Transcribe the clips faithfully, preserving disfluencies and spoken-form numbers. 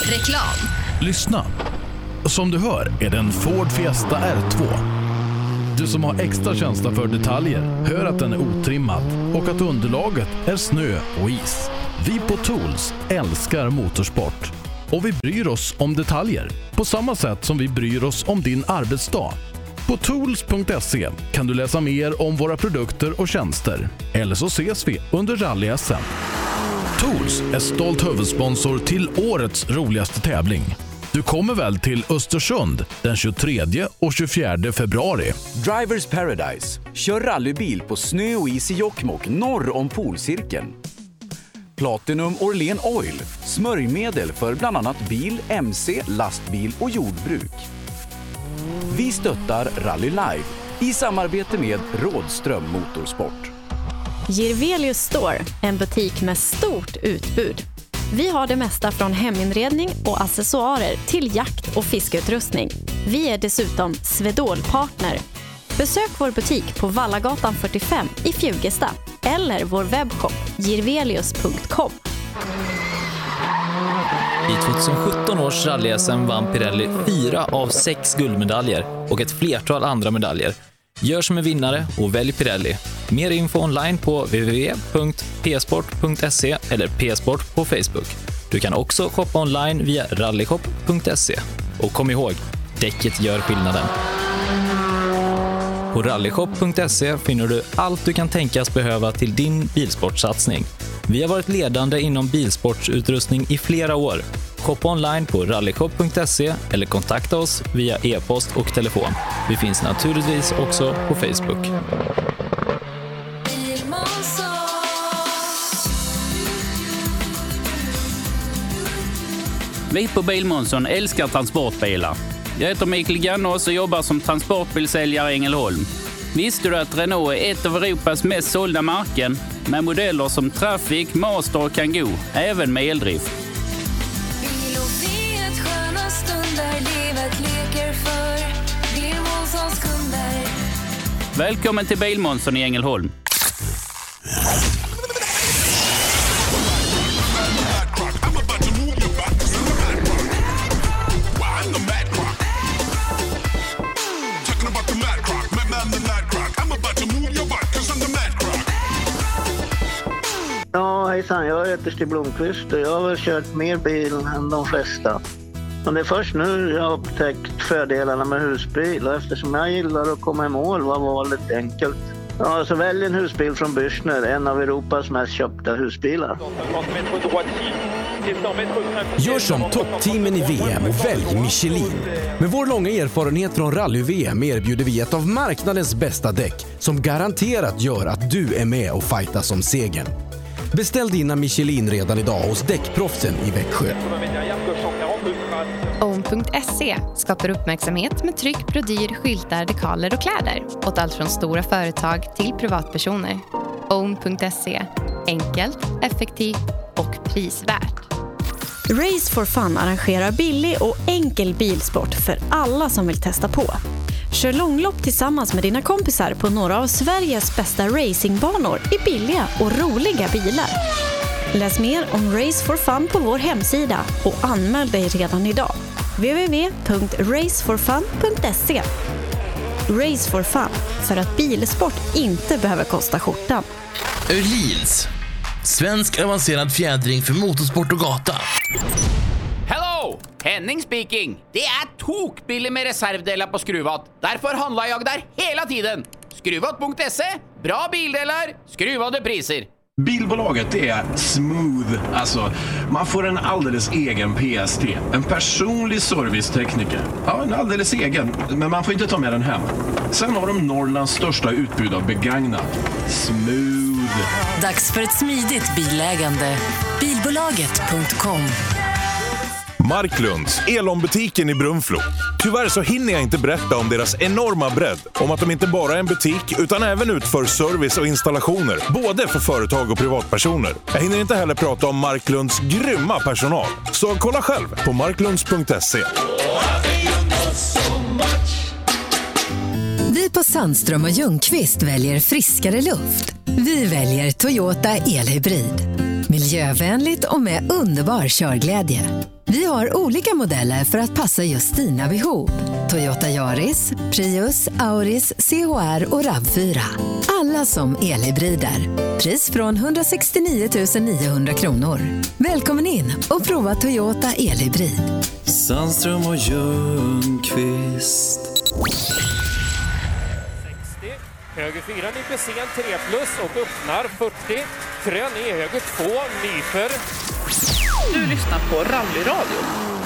Reklam. Lyssna. Som du hör är det en Ford Fiesta R två. Du som har extra känsla för detaljer hör att den är otrimmad och att underlaget är snö och is. Vi på Tools älskar motorsport och vi bryr oss om detaljer på samma sätt som vi bryr oss om din arbetsdag. På tools punkt se kan du läsa mer om våra produkter och tjänster. Eller så ses vi under rally-S M. Tools är stolt huvudsponsor till årets roligaste tävling. Du kommer väl till Östersund den tjugotredje och tjugofjärde februari. Drivers Paradise. Kör rallybil på snö och is i Jokkmokk norr om polcirkeln. Platinum Orlen Oil. Smörjmedel för bland annat bil, M C, lastbil och jordbruk. Vi stöttar Rally Live i samarbete med Rådström Motorsport. Jirvelius Store, en butik med stort utbud. Vi har det mesta från heminredning och accessoarer till jakt- och fiskeutrustning. Vi är dessutom Swedol-partner. Besök vår butik på Vallagatan fyrtiofem i Fjugesta eller vår webbshop jirvelius punkt com. I tjugosjutton års rally-S M vann Pirelli fyra av sex guldmedaljer och ett flertal andra medaljer. Gör som en vinnare och välj Pirelli. Mer info online på w w w punkt p sport punkt se eller p-sport på Facebook. Du kan också shoppa online via rallyshop punkt se. Och kom ihåg, däcket gör skillnaden. På rallyshop punkt se finner du allt du kan tänkas behöva till din bilsportsatsning. Vi har varit ledande inom bilsportsutrustning i flera år. Shoppa online på rallyshop punkt se eller kontakta oss via e-post och telefon. Vi finns naturligtvis också på Facebook. Vi på Bilmånsson älskar transportbilar. Jag heter Mikael Gannås och jobbar som transportbilsäljare i Ängelholm. Visste du att Renault är ett av Europas mest sålda märken med modeller som Traffic, Master och Kangoo, även med eldrift? Bil och vet sköna stunder, livet leker för Bilmånssons kunder. Välkommen till Bilmånsson i Ängelholm. Ja, hejsan. Jag heter Stig Blomqvist och jag har väl kört mer bil än de flesta. Men det är först nu jag har upptäckt fördelarna med husbil och eftersom jag gillar att komma i mål var valet enkelt. Ja, så välj en husbil från Bürstner, en av Europas mest köpta husbilar. Gör som toppteamen i V M och välj Michelin. Med vår långa erfarenhet från rally-V M erbjuder vi ett av marknadens bästa däck som garanterat gör att du är med och fightas om segern. Beställ dina Michelin redan idag hos Däckproffsen i Växjö. Own punkt se skapar uppmärksamhet med tryck, brodyr, skyltar, dekaler och kläder åt allt från stora företag till privatpersoner. Own punkt se. Enkelt, effektivt och prisvärt. Race for Fun arrangerar billig och enkel bilsport för alla som vill testa på. Kör långlopp tillsammans med dina kompisar på några av Sveriges bästa racingbanor i billiga och roliga bilar. Läs mer om Race for Fun på vår hemsida och anmäl dig redan idag. w w w punkt race for fun punkt se. Race for Fun, för att bilsport inte behöver kosta skjortan. Öhlins, svensk avancerad fjädring för motorsport och gata. Hello! Henning speaking. Det är tokbilligt med reservdelar på Skruvat. Därför handlar jag där hela tiden. Skruvat punkt se. Bra bildelar, skruvade priser. Bilbolaget är smooth. Alltså, man får en alldeles egen P S T. En personlig servicetekniker. Ja, en alldeles egen. Men man får inte ta med den hem. Sen har de Norrlands största utbud av begagnat. Smooth. Dags för ett smidigt bilägande. Bilbolaget punkt com. Marklunds, Elon-butiken i Brunflo. Tyvärr så hinner jag inte berätta om deras enorma bredd. Om att de inte bara är en butik utan även utför service och installationer. Både för företag och privatpersoner. Jag hinner inte heller prata om Marklunds grymma personal. Så kolla själv på marklunds punkt se. Vi på Sandström och Ljungqvist väljer friskare luft. Vi väljer Toyota elhybrid. Med Miljövänligt och med underbar körglädje. Vi har olika modeller för att passa just dina behov. Toyota Yaris, Prius, Auris, C H R och RAV fyra. Alla som elhybrider. Pris från hundrasextionio tusen niohundra kronor. Välkommen in och prova Toyota elhybrid. Sandström och Ljungqvist. sextio, höger fyra, nyper sen tre plus och öppnar fyrtio. Krön i höger två, nyper. Du lyssnar på Rallyradio.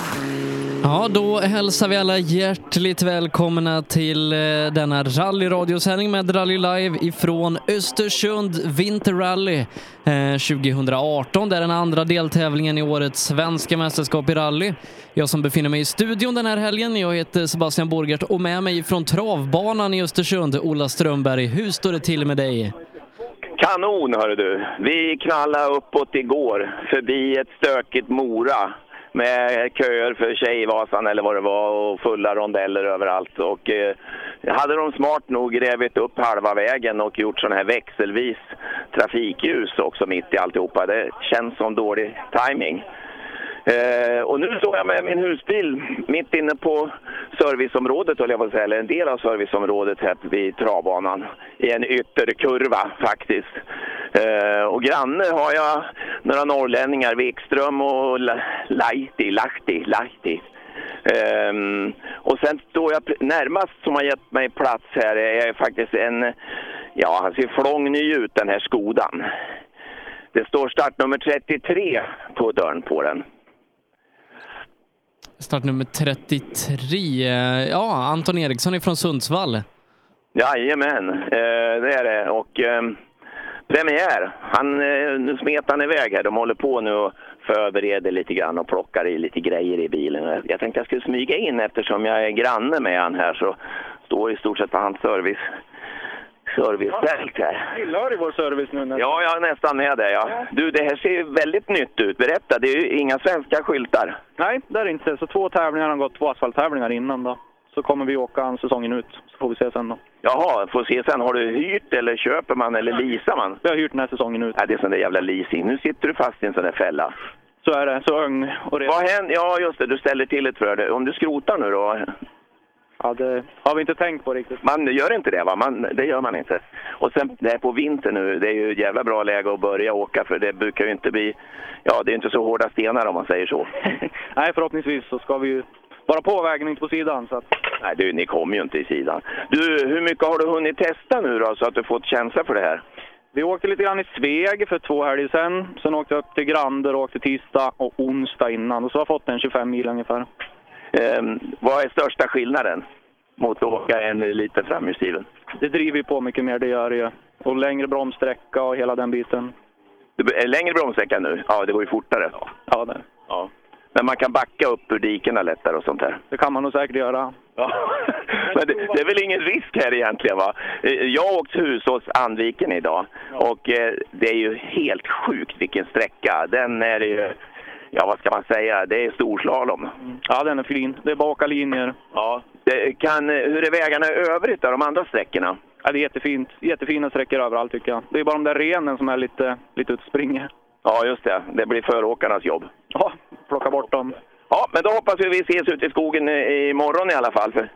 Ja, då hälsar vi alla hjärtligt välkomna till eh, denna rallyradiosändning med Rally Live ifrån Östersund Vinterrally eh, tjugohundraarton. Det är den andra deltävlingen i årets svenska mästerskap i rally. Jag som befinner mig i studion den här helgen, jag heter Sebastian Borgert och med mig från travbanan i Östersund, Ola Strömberg. Hur står det till med dig? Kanon, hör du. Vi knallade uppåt igår förbi ett stökigt Mora med köer för Tjejvasan eller vad det var och fulla rondeller överallt. Och eh, hade de smart nog grävt upp halva vägen och gjort sån här växelvis trafikljus också mitt i alltihopa. Det känns som dålig timing. Eh, och nu står jag med min husbil mitt inne på serviceområdet, eller jag vill säga, eller en del av serviceområdet här vid travbanan i en ytterkurva faktiskt. Eh, och granne har jag några norrlänningar, Wikström och Lahti, Lahti, Lahti. Um, och sen står jag närmast som har gett mig plats här är faktiskt en, ja, han ser flångny ut, den här Skodan. Det står startnummer trettiotre på dörren på den. Startnummer trettiotre, ja, Anton Eriksson är från Sundsvall. Jajamän, eh, det är det. Och eh, premiär, han, eh, nu smetar han iväg här. De håller på nu och förbereder lite grann och plockar i lite grejer i bilen. Jag tänkte jag skulle smyga in eftersom jag är granne med han här, så står i stort sett på hans service. Servicestält här. Gillar du vår service nu? Nästan? Ja, jag är nästan med det. Ja. Du, det här ser väldigt nytt ut. Berätta, det är ju inga svenska skyltar. Nej, det är det inte. Så två tävlingar har gått, två asfalttävlingar innan då. Så kommer vi åka en säsongen ut. Så får vi se sen då. Jaha, får se sen. Har du hyrt eller köper man eller leasar man? Vi har hyrt den här säsongen ut. Ja, det är sån där jävla leasing. Nu sitter du fast i en sån där fälla. Så är det, så ung och redan. Vad händer? Ja, just det. Du ställer till ett för det. Om du skrotar nu då... Ja, det har vi inte tänkt på riktigt. Man gör inte det, va? Man, det gör man inte. Och sen, det är på vintern nu, det är ju ett jävla bra läge att börja åka, för det brukar ju inte bli, ja, det är inte så hårda stenar om man säger så. Nej, förhoppningsvis så ska vi ju vara på vägen, inte på sidan. Så att... Nej, du, ni kommer ju inte i sidan. Du, hur mycket har du hunnit testa nu då, så att du fått känsla för det här? Vi åkte lite grann i Sveg för två helger sedan. Sen åkte jag upp till Grander och åkte tisdag och onsdag innan. Och så har jag fått en tjugofem mil ungefär. Um, vad är största skillnaden mot att åka en lite framhjulsdriven? Det driver på mycket mer, det gör det ju. Och längre bromssträcka och hela den biten. Det är längre bromssträcka nu? Ja, det går ju fortare. Ja, ja det. Ja. Men man kan backa upp ur dikerna lättare och sånt här? Det kan man nog säkert göra. Ja. Men det, det är väl ingen risk här egentligen, va? Jag har åkt hus hos Andviken idag. Ja. Och eh, det är ju helt sjukt vilken sträcka. Den är ju... Ja, vad ska man säga? Det är storslalom. Ja, den är fin. Det är bara åka linjer. Ja. Det kan, hur är vägarna i övrigt där, de andra sträckorna? Ja, det är jättefint. Jättefina sträckor överallt tycker jag. Det är bara de där renen som är lite, lite utspringer. Ja, just det. Det blir föråkarnas jobb. Ja, plocka bort dem. Ja, men då hoppas vi vi ses ute i skogen imorgon i alla fall. För...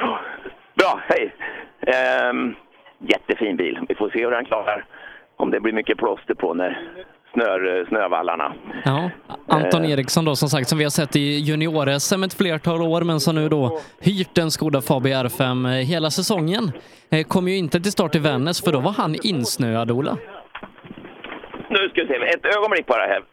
Bra, hej. Ehm, jättefin bil. Vi får se hur den klarar. Om det blir mycket plåster på när... Snör, snövallarna. Ja, Anton Eriksson då, som sagt, som vi har sett i junior-S M ett flertal år, men som nu då hyrt en Skoda Fabia R fem hela säsongen. Kom ju inte till start i Vännäs, för då var han insnöad, Ola. Nu ska vi se, ett ögonblick bara här.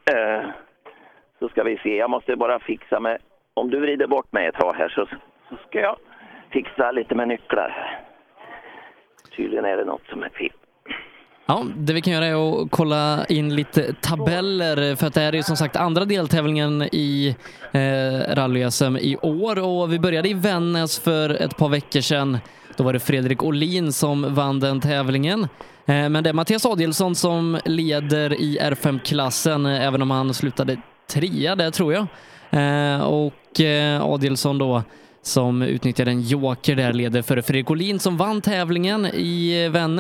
Så ska vi se, jag måste bara fixa med, om du vrider bort mig ett tag här så, så ska jag fixa lite med nycklar. Tydligen är det något som är fel. Ja, det vi kan göra är att kolla in lite tabeller, för att det här är ju som sagt andra deltävlingen i eh, rally-S M i år, och vi började i Vännäs för ett par veckor sedan. Då var det Fredrik Olin som vann den tävlingen. Eh, men det är Mattias Adielsson som leder i R fem-klassen, även om han slutade trea där, tror jag. Eh, och eh, Adielsson då, som utnyttjade en joker där, leder för Fredrik Olin som vann tävlingen i Vännäs.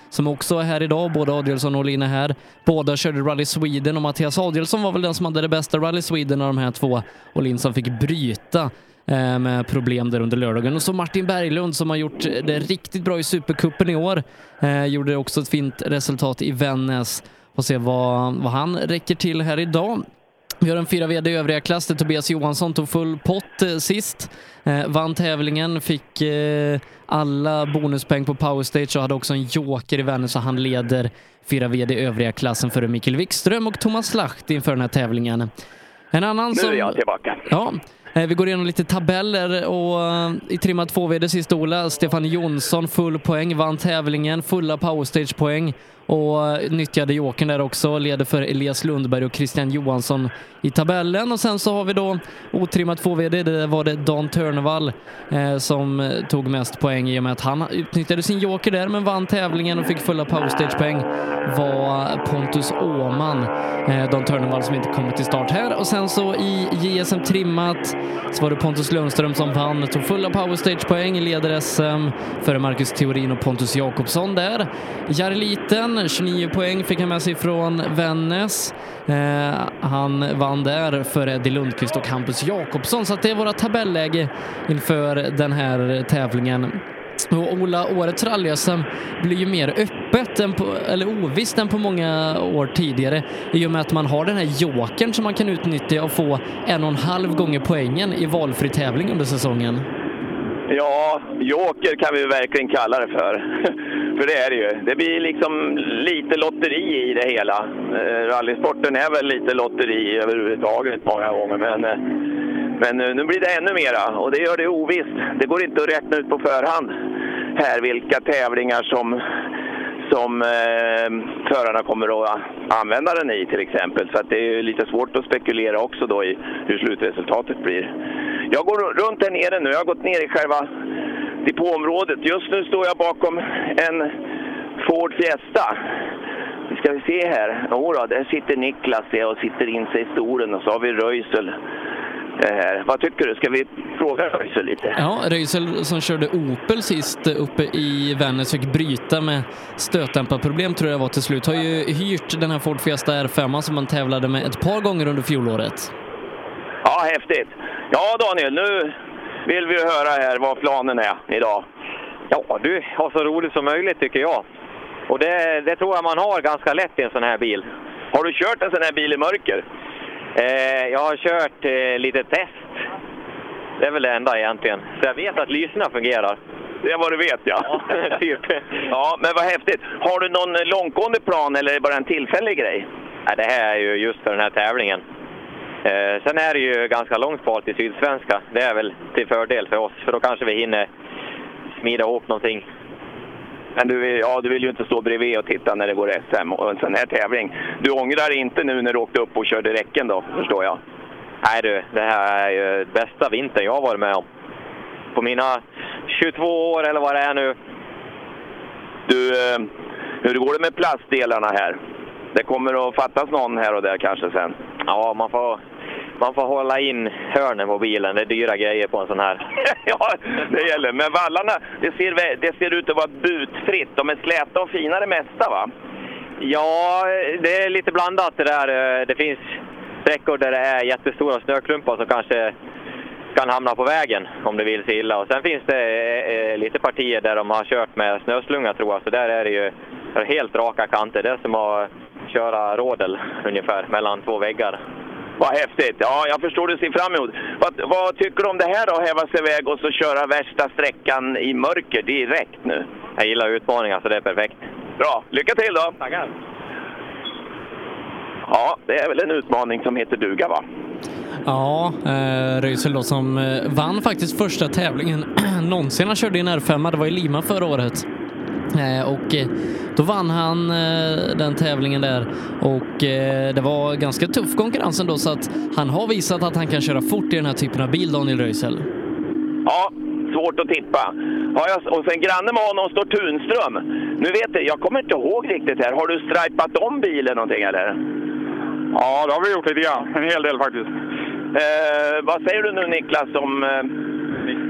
som också är här idag. Både Adielsson och Olin är här. Båda körde Rally Sweden och Mattias Adielsson var väl den som hade det bästa Rally Sweden av de här två. Olin som fick bryta med problem där under lördagen. Och så Martin Berglund som har gjort det riktigt bra i Supercupen i år. Eh, gjorde också ett fint resultat i Vännäs. Och se vad, vad han räcker till här idag. Vi har en fyra V D i övriga klass där Tobias Johansson tog full pott eh, sist. Eh, vann tävlingen, fick eh, alla bonuspeng på Powerstage och hade också en joker i Vännäs så han leder fyra V D i övriga klassen före Mikael Wikström och Thomas Slacht inför den här tävlingen. En annan som... Nu är jag tillbaka. Ja, vi går igenom lite tabeller och i trimmat två V D sista Ola, Stefan Jonsson full poäng, vann tävlingen, fulla Powerstage-poäng och nyttjade jokern där också, leder för Elias Lundberg och Christian Johansson i tabellen. Och sen så har vi då otrimmat två V D, det var det Dan Törnevall eh, som tog mest poäng i och med att han utnyttjade sin joker där men vann tävlingen och fick fulla Powerstage-poäng var Pontus Åman, eh, Dan Törnevall som inte kommit till start här. Och sen så i J S M trimmat så var det Pontus Lundström som vann, tog fulla Powerstage-poäng, leder S M före Marcus Theorin och Pontus Jakobsson där. Jari Liten, tjugonio poäng fick han med sig från Vännäs. Eh, han vann där för Eddie Lundqvist och Hampus Jakobsson. Så att det är våra tabelläge inför den här tävlingen. Och Ola, årets rally-S M blir ju mer öppet än på, eller ovisst än på många år tidigare i och med att man har den här jokern som man kan utnyttja och få en och en halv gånger poängen i valfri tävling under säsongen. Ja, joker kan vi verkligen kalla det för. För det är det ju. Det blir liksom lite lotteri i det hela. Rallysporten är väl lite lotteri överhuvudtaget många gånger. Men, men nu blir det ännu mera och det gör det ovisst. Det går inte att räkna ut på förhand här vilka tävlingar som, som eh, förarna kommer att använda den i till exempel. Så att det är lite svårt att spekulera också då i hur slutresultatet blir. Jag går runt här nere nu. Jag har gått ner i själva depåområdet. Just nu står jag bakom en Ford Fiesta. Vi ska vi se här. Jodå, där sitter Niklas och sitter in sig i stolen och så har vi Röisel här. Vad tycker du? Ska vi fråga Röisel lite? Ja, Röisel som körde Opel sist uppe i Vännäs fick bryta med stötdämparproblem tror jag var till slut. Har ju hyrt den här Ford Fiesta R fem som man tävlade med ett par gånger under fjolåret. Ja, häftigt. Ja, Daniel, nu vill vi höra här vad planen är idag. Ja, du har så roligt som möjligt tycker jag. Och det, det tror jag man har ganska lätt i en sån här bil. Har du kört en sån här bil i mörker? Eh, jag har kört eh, lite test. Det är väl det enda egentligen. Så jag vet att lyserna fungerar. Det är vad du vet, ja. Ja, typ. Ja, men vad häftigt. Har du någon långtgående plan eller är det bara en tillfällig grej? Nej, det här är ju just för den här tävlingen. Eh, sen är det ju ganska långt kvar till Sydsvenska. Det är väl till fördel för oss. För då kanske vi hinner smida ihop någonting. Men du vill, ja, du vill ju inte stå bredvid och titta när det går S M och en sån här tävling. Du ångrar inte nu när du åkte upp och körde räcken då, förstår jag? Nej du, det här är ju bästa vintern jag har varit med om. På mina tjugotvå år eller vad det är nu. Du, eh, hur går det med plastdelarna här? Det kommer att fattas någon här och där kanske sen. Ja, man får, man får hålla in hörnen på bilen. Det är dyra grejer på en sån här. Ja, det gäller. Men vallarna, det ser, det ser ut att vara butfritt. De är släta och fina det mesta, va? Ja, det är lite blandat det där. Det finns sträckor där det är jättestora snöklumpar som kanske kan hamna på vägen om det vill sig illa. Och sen finns det lite partier där de har kört med snöslunga tror jag. Så där är det ju helt raka kanter. Det är som att köra rådel ungefär mellan två väggar. Vad häftigt. Ja, jag förstår du ser fram emot. Vad, vad tycker du om det här då? Häva sig iväg och så köra värsta sträckan i mörker direkt nu. Jag gillar utmaningar så det är perfekt. Bra, lycka till då. Tackar. Ja, det är väl en utmaning som heter duga, va? Ja, eh, Röisel då som eh, vann faktiskt första tävlingen någonsin han körde i en R fem. Det var i Lima förra året. Eh, och eh, då vann han eh, den tävlingen där och eh, det var ganska tuff konkurrens ändå så att han har visat att han kan köra fort i den här typen av bil, Daniel Röisel. Ja, svårt att tippa. Ja, jag, och sen granne med honom står Tunström. Nu vet jag, jag kommer inte ihåg riktigt här. Har du stripat om bilen någonting eller? Ja, det har vi gjort lite grann. En hel del faktiskt. Eh, vad säger du nu Niklas om eh,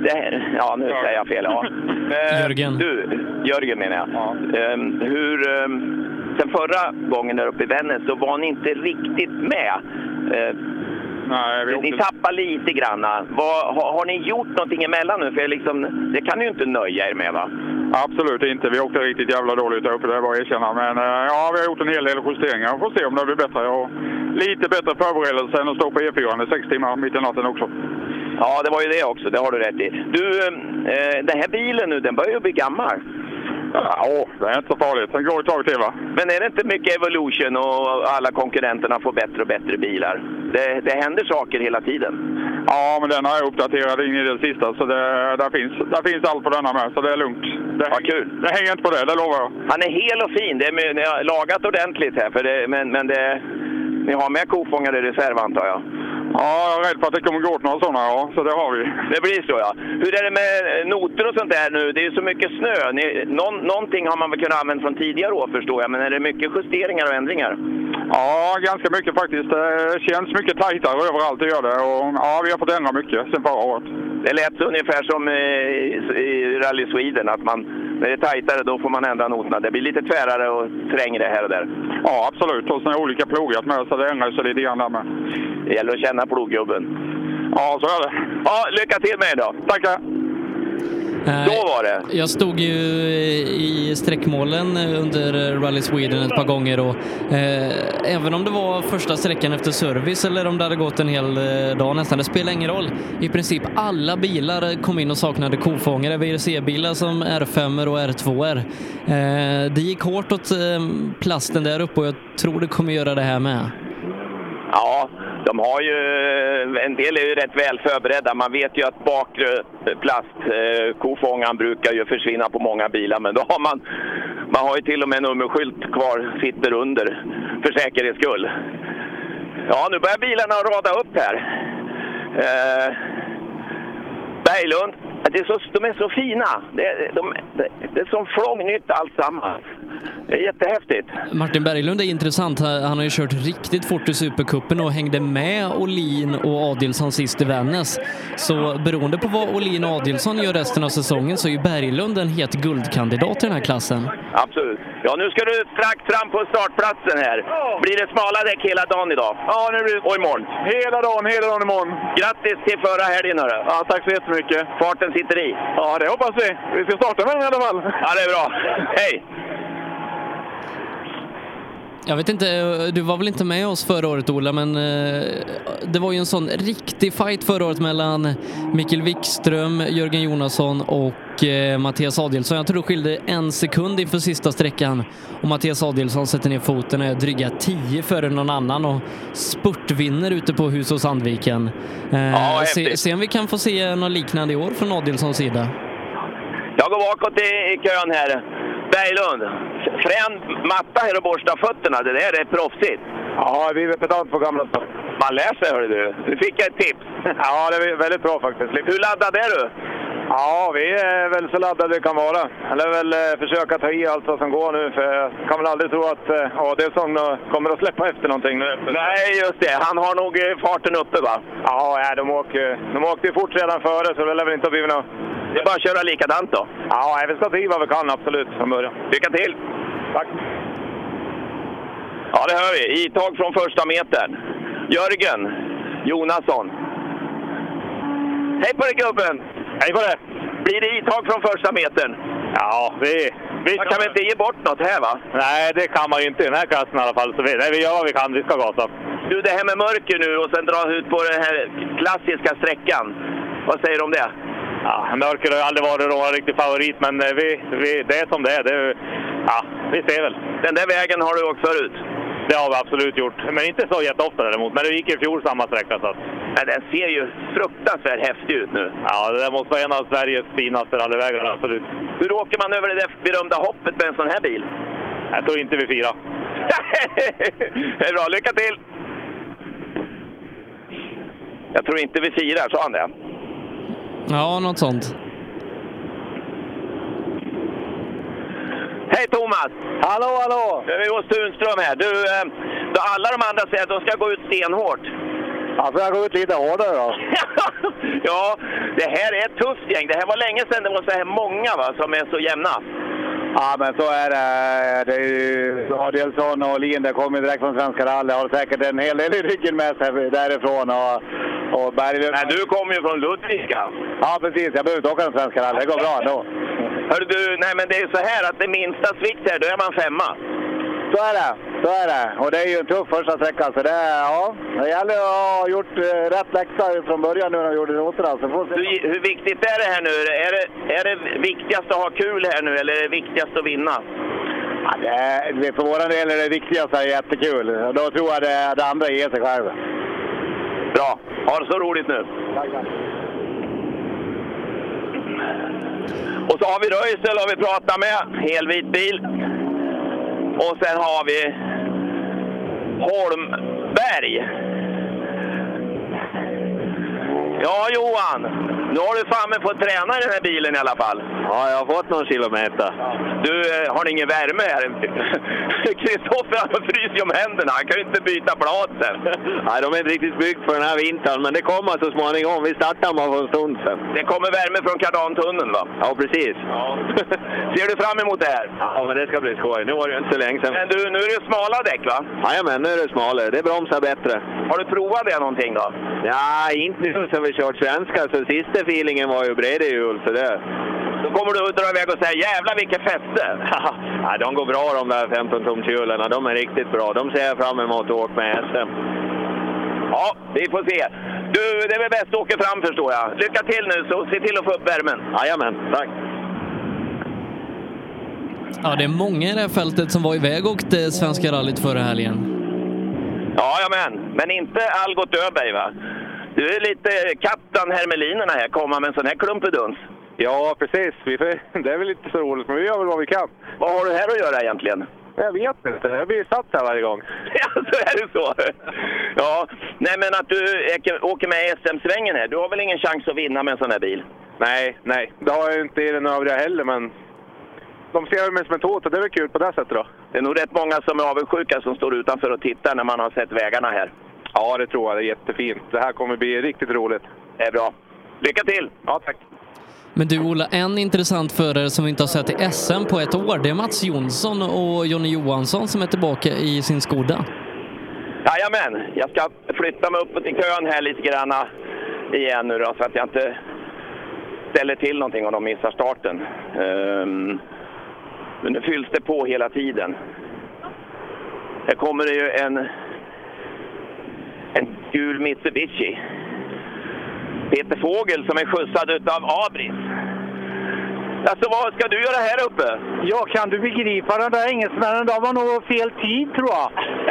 det, ja, nu säger jag fel. Ja. Eh, Jörgen. Du, Jörgen menar jag. Ja. Eh, hur, eh, sen förra gången där uppe i Vännäs så var ni inte riktigt med. Eh, Nej, vi åkte... Ni tappar lite grann. Vad, har, har ni gjort någonting emellan nu? För liksom, det kan ni ju inte nöja er med, va? Absolut inte. Vi åkte riktigt jävla dåligt där uppe, det är bara att erkänna. Men ja, vi har gjort en hel del justeringar. Vi får se om det blir bättre. Och lite bättre förberedelse än att stå på E fyra i sex timmar mitt i natten också. Ja, det var ju det också. Det har du rätt i. Du, eh, den här bilen nu, den börjar ju bli gammal. Ja, det är inte så farligt. Den går ett tag till, va? Men är det inte mycket evolution och alla konkurrenterna får bättre och bättre bilar? Det, det händer saker hela tiden. Ja, men den har jag uppdaterat in i det sista, så det, där, finns, där finns allt på denna med, så det är lugnt. Det, ja, kul. Det hänger inte på det, det lovar jag. Han är hel och fin. Det är, ni har lagat ordentligt här, för det, men, men det, ni har med kofångare i reserv, antar jag. Ja, jag är rädd för att det kommer gå åt några sådana, ja. Så det har vi. Det blir så, ja. Hur är det med noter och sånt där nu? Det är ju så mycket snö. Ni, någon, någonting har man väl kunnat använda från tidigare år, förstår jag. Men är det mycket justeringar och ändringar? Ja, ganska mycket faktiskt. Det känns mycket tajtare överallt, det gör det. Och ja, vi har fått ändra mycket sen förra året. Det lät ungefär som i, i Rally Sweden, att man, när det är tajtare då får man ändra noterna. Det blir lite tvärare och trängre här och där. Ja, absolut. Och sen är olika plogat med, så det ändrar sig lite grann där med. Det gäller att känna ploggubben. Ja, så är det. Ja, lycka till med idag. Tackar. Då var det. Jag stod ju i sträckmålen under Rally Sweden ett par gånger och eh, även om det var första sträckan efter service eller om det hade gått en hel dag nästan, det spelar ingen roll. I princip alla bilar kom in och saknade kofångare, V R C-bilar som R fem och R två. Eh, det gick hårt åt eh, plasten där uppe och jag tror det kommer göra det här med. Ja, de har ju, en del är ju rätt väl förberedda. Man vet ju att bakre plast, eh, kofångaren brukar ju försvinna på många bilar. Men då har man, man har ju till och med nummerskylt kvar, sitter under för säkerhets skull. Ja, nu börjar bilarna rada upp här. Eh, Berglund, det är så, de är så fina. Det, de, det, det är som flångnytt alltsammans. Det är jättehäftigt. Martin Berglund är intressant. Han har ju kört riktigt fort i Supercupen och hängde med Olin och Adilsson sist i Vännäs. Så beroende på vad Olin och Adilsson gör resten av säsongen så är ju Berglund en het guldkandidat i den här klassen. Absolut. Ja, nu ska du strax fram på startplatsen här. Blir det smala däck hela dagen idag? Ja, nu blir det. Och imorgon? Hela dagen, hela dagen imorgon. Grattis till förra helgen, hörru. Ja, tack så jättemycket. Farten sitter i. Ja, det hoppas vi. Vi ska starta med den i alla fall. Ja, det är bra. Hej! Jag vet inte, du var väl inte med oss förra året, Ola, men eh, det var ju en sån riktig fight förra året mellan Mikael Wikström, Jörgen Jonasson och eh, Mattias Adilsson. Jag tror det skilde en sekund inför sista sträckan och Mattias Adilsson sätter ner foten och är dryga tio före någon annan och spurtvinner ute på Hus och Sandviken. Eh, ja, se, se om vi kan få se något liknande i år från Adilssons sida. Jag går bakåt i, i kön här. Berglund, frän matta här och borsta fötterna, det där är proffsigt. Ja, vi är pedant på gamla ställen. Man lär sig, hörde du. Nu fick jag ett tips. Ja, det är väldigt bra faktiskt. Hur laddad är du? Ja, vi är väl så laddade det kan vara. Eller väl eh, försöka ta i allt vad som går nu, för jag kan väl aldrig tro att eh, ja, det är som uh, kommer att släppa efter någonting nu. Nej, just det. Han har nog eh, farten uppe, va? Ja, ja de, åker, de åkte fort redan före, så det lär väl inte ha blivit något. Det är bara att köra likadant då. Ja, vi ska ta i vad vi kan, absolut, från början. Lycka till! Tack! Ja, det hör vi. I-tag från första metern. Jörgen Jonasson. Hej på dig, gubben! Hej på det! Blir det i-tag från första metern? Ja, vi... vi man kan väl inte ge bort något här, va? Nej, det kan man ju inte i den här klassen i alla fall. Så vi, nej, vi gör vad vi kan, vi ska gasa. Du, det här med mörker nu och sen dra ut på den här klassiska sträckan. Vad säger du om det? Ja, mörker har ju aldrig varit någon riktig favorit, men vi, vi, det är som det är. Det är ja, vi ser väl. Den där vägen har du åkt förut? Det har vi absolut gjort. Men inte så jätteofta däremot. Men det gick i fjol samma sträcka. Så att... ja, den ser ju fruktansvärt häftig ut nu. Ja, det där måste vara en av Sveriges finaste rallyvägar, absolut. Hur åker man över det där berömda hoppet med en sån här bil? Jag tror inte vi firar. Det är bra, lycka till! Jag tror inte vi firar, sa han det? Ja, något sånt. Hej Thomas! Hallå, hallå! Nu är vi hos Tunström här. Du, då alla de andra säger att de ska gå ut stenhårt. Ja, får jag gå ut lite hårdare då? Ja, det här är ett tufft gäng. Det här var länge sedan det var så här många va, som är så jämna. Ja, men så är det. Det är ju Adielsson och Lin, det kommer direkt från Svenska Rally. Har säkert en hel del i ryggen med sig därifrån. Och, och Berglund... Men du kommer ju från Ludvika. Ja, precis. Jag behöver inte åka den Svenska Rally. Det går bra ändå. Hör du, nej men det är så här att det minsta svikt här, då är man femma. Så är det, så är det. Och det är ju en tuff första sträcka. Så det, ja, det gäller att ha gjort eh, rätt läxa från början nu när de gjorde noterna. Så får du, hur viktigt är det här nu? Är det, är det viktigast att ha kul här nu eller är det viktigast att vinna? Ja, det, det, för våran del är det viktigaste jättekul. Då tror jag det, det andra ger sig själv. Bra, ha det så roligt nu. Tack. Och så har vi Röisel och vi pratar med, helvit bil. Och sen har vi Holmberg. Ja Johan, nu har du fan med fått träna i den här bilen i alla fall. Ja, jag har fått någon kilometer. Du, har ni ingen värme här? Kristoffer han fryser om händerna, han kan ju inte byta blad sen. Nej, de är inte riktigt byggd för den här vintern, men det kommer så småningom. Vi startar bara för en stund sen. Det kommer värme från kardantunneln va? Ja, precis. Ja. Ser du fram emot det här? Ja, men det ska bli skoj. Nu var det ju inte så länge sedan. Men du, nu är det smala däck va? Jajamän, nu är det smalare. Det bromsar bättre. Har du provat det någonting då? Ja, inte nu som vi kört svenska, så sista feelingen var ju bredehjul, så det... Då kommer du att dra iväg och säga, jävlar vilket fäste! Ja, de går bra de där femton-tomshjularna, de är riktigt bra. De ser jag fram emot att åka med S M. Ja, vi får se. Du, det är väl bäst att åka fram förstår jag. Lycka till nu, så se till att få upp värmen. Jajamän, tack. Ja, det är många i det här fältet som var iväg och åkte Svenska rallyt förra helgen. Jajamän, men inte Algot Öberg va? Du är lite kapten Hermelinerna här, komma med en sån här klumpeduns. Ja, precis. Vi får, det är väl inte så roligt, men vi gör väl vad vi kan. Vad har du här att göra egentligen? Jag vet inte. Jag blir satt här varje gång. Ja, så är det så. Ja, nej men att du åker med S M-svängen här. Du har väl ingen chans att vinna med en sån här bil? Nej, nej. Det har jag inte i den övriga heller, men de ser mig som en tot och det är väl kul på det sättet då. Det är nog rätt många som är avundsjuka som står utanför och tittar när man har sett vägarna här. Ja, det tror jag. Det är jättefint. Det här kommer bli riktigt roligt. Det är bra. Lycka till! Ja, tack. Men du Ola, en intressant förare som vi inte har sett i S M på ett år, det är Mats Jonsson och Jonny Johansson som är tillbaka i sin Skoda. Jajamän, jag ska flytta mig uppåt i kön här lite grann igen nu då, så att jag inte ställer till någonting om de missar starten. Um, men nu fylls det på hela tiden. Här kommer det ju en, en gul Mitsubishi. Peter Fågel som är skjutsad utav Abris. Alltså vad ska du göra här uppe? Ja, kan du begripa den där engelsmännen? Det var nog fel tid tror jag.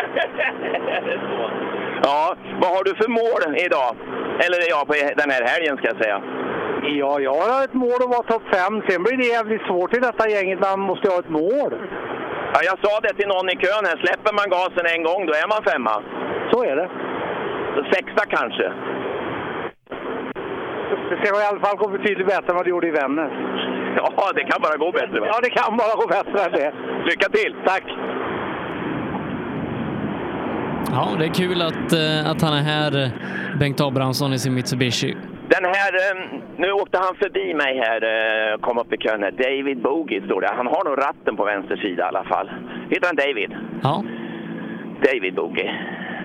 Ja, vad har du för mål idag? Eller ja, på den här helgen ska jag säga. Ja, jag har ett mål att vara topp fem. Sen blir det jävligt svårt i detta gänget. Man måste ha ett mål. Ja, jag sa det till någon i kön här. Släpper man gasen en gång, då är man femma. Så är det. Så sexa kanske. Det ska i alla fall gå betydligt bättre än vad det gjorde i Vännäs. Ja, det kan bara gå bättre va? Ja, det kan bara gå bättre än det. Lycka till! Tack! Ja, det är kul att, att han är här, Bengt Abrahamsson i sin Mitsubishi. Den här, nu åkte han förbi mig här, kom upp i kön här. David Bogie står det. Han har nog ratten på vänster sida i alla fall. Heter han David? Ja. David Bogie.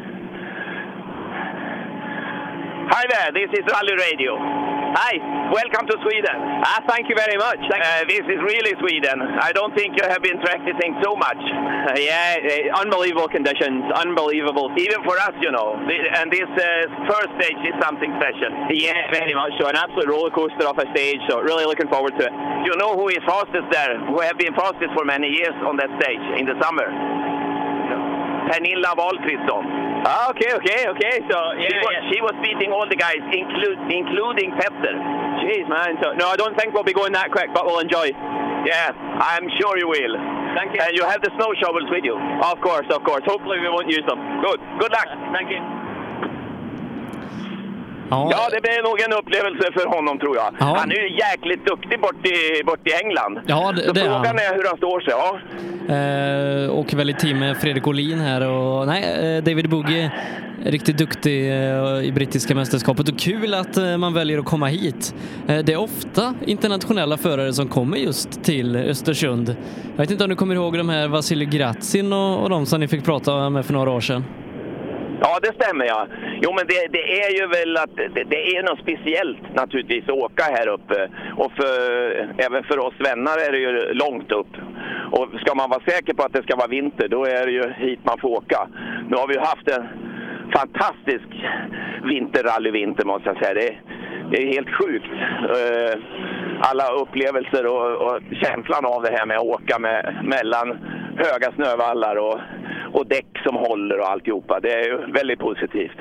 Hi there, this is Rally Radio. Hi, welcome to Sweden. Ah, thank you very much. Uh, this is really Sweden. I don't think you have been practicing so much. Uh, yeah, uh, unbelievable conditions, unbelievable. Even for us, you know. And this uh, first stage is something special. Yeah, very much so. An absolute roller coaster off a stage, so really looking forward to it. Do you know who is fastest there? Who have been fastest for many years on that stage in the summer? Pernilla Wahlqvistsson. Ah, okay, okay, okay. So yeah, she, was, yeah. she was beating all the guys, include, including Petter. Jeez, man. So no, I don't think we'll be going that quick, but we'll enjoy. Yeah, I'm sure you will. Thank you. And you have the snow shovels with you. Of course, of course. Hopefully we won't use them. Good. Good luck. Thank you. Ja. ja, det blir nog en upplevelse för honom tror jag. Ja. Han är ju jäkligt duktig bort i, bort i England. Ja, det, Så det frågan är är hur han står sig. Ja. Eh, och väl i team med Fredrik Olin här. Och, nej, eh, David Bugge är riktigt duktig eh, i brittiska mästerskapet. Och kul att eh, man väljer att komma hit. Eh, det är ofta internationella förare som kommer just till Östersund. Jag vet inte om du kommer ihåg de här Vasilij Gratsin och, och de som ni fick prata med för några år sedan. Ja, det stämmer ja. Jo, men det, det är ju väl att det, det är något speciellt naturligtvis att åka här uppe. Och för, även för oss vänner är det ju långt upp. Och ska man vara säker på att det ska vara vinter, då är det ju hit man får åka. Nu har vi ju haft en fantastisk vinterrallyvinter måste jag säga. Det, det är helt sjukt. Alla upplevelser och, och känslan av det här med att åka med, mellan höga snövallar och och däck som håller och alltihopa. Det är ju väldigt positivt.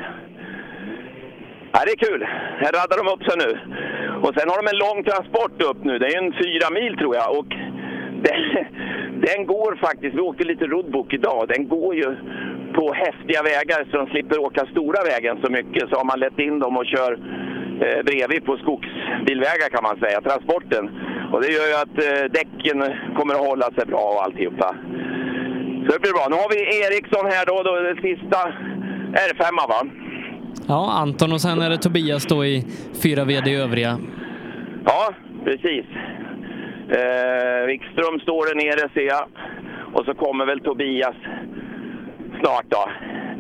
Ja, det är kul. Här raddar de upp sig nu. Och sen har de en lång transport upp nu. Det är en fyra mil tror jag. Och den, den går faktiskt, vi åkte lite roadbook idag. Den går ju på häftiga vägar så de slipper åka stora vägen så mycket. Så har man lett in dem och kör eh, bredvid på skogsbilvägar kan man säga, transporten. Och det gör ju att eh, däcken kommer att hålla sig bra och alltihopa. Så det blir bra. Nu har vi Eriksson här då, då det sista R fem va? Ja, Anton och sen är det Tobias då i fyra V D övriga. Ja, precis. Eh, Wikström står där nere ser jag. Och så kommer väl Tobias snart då.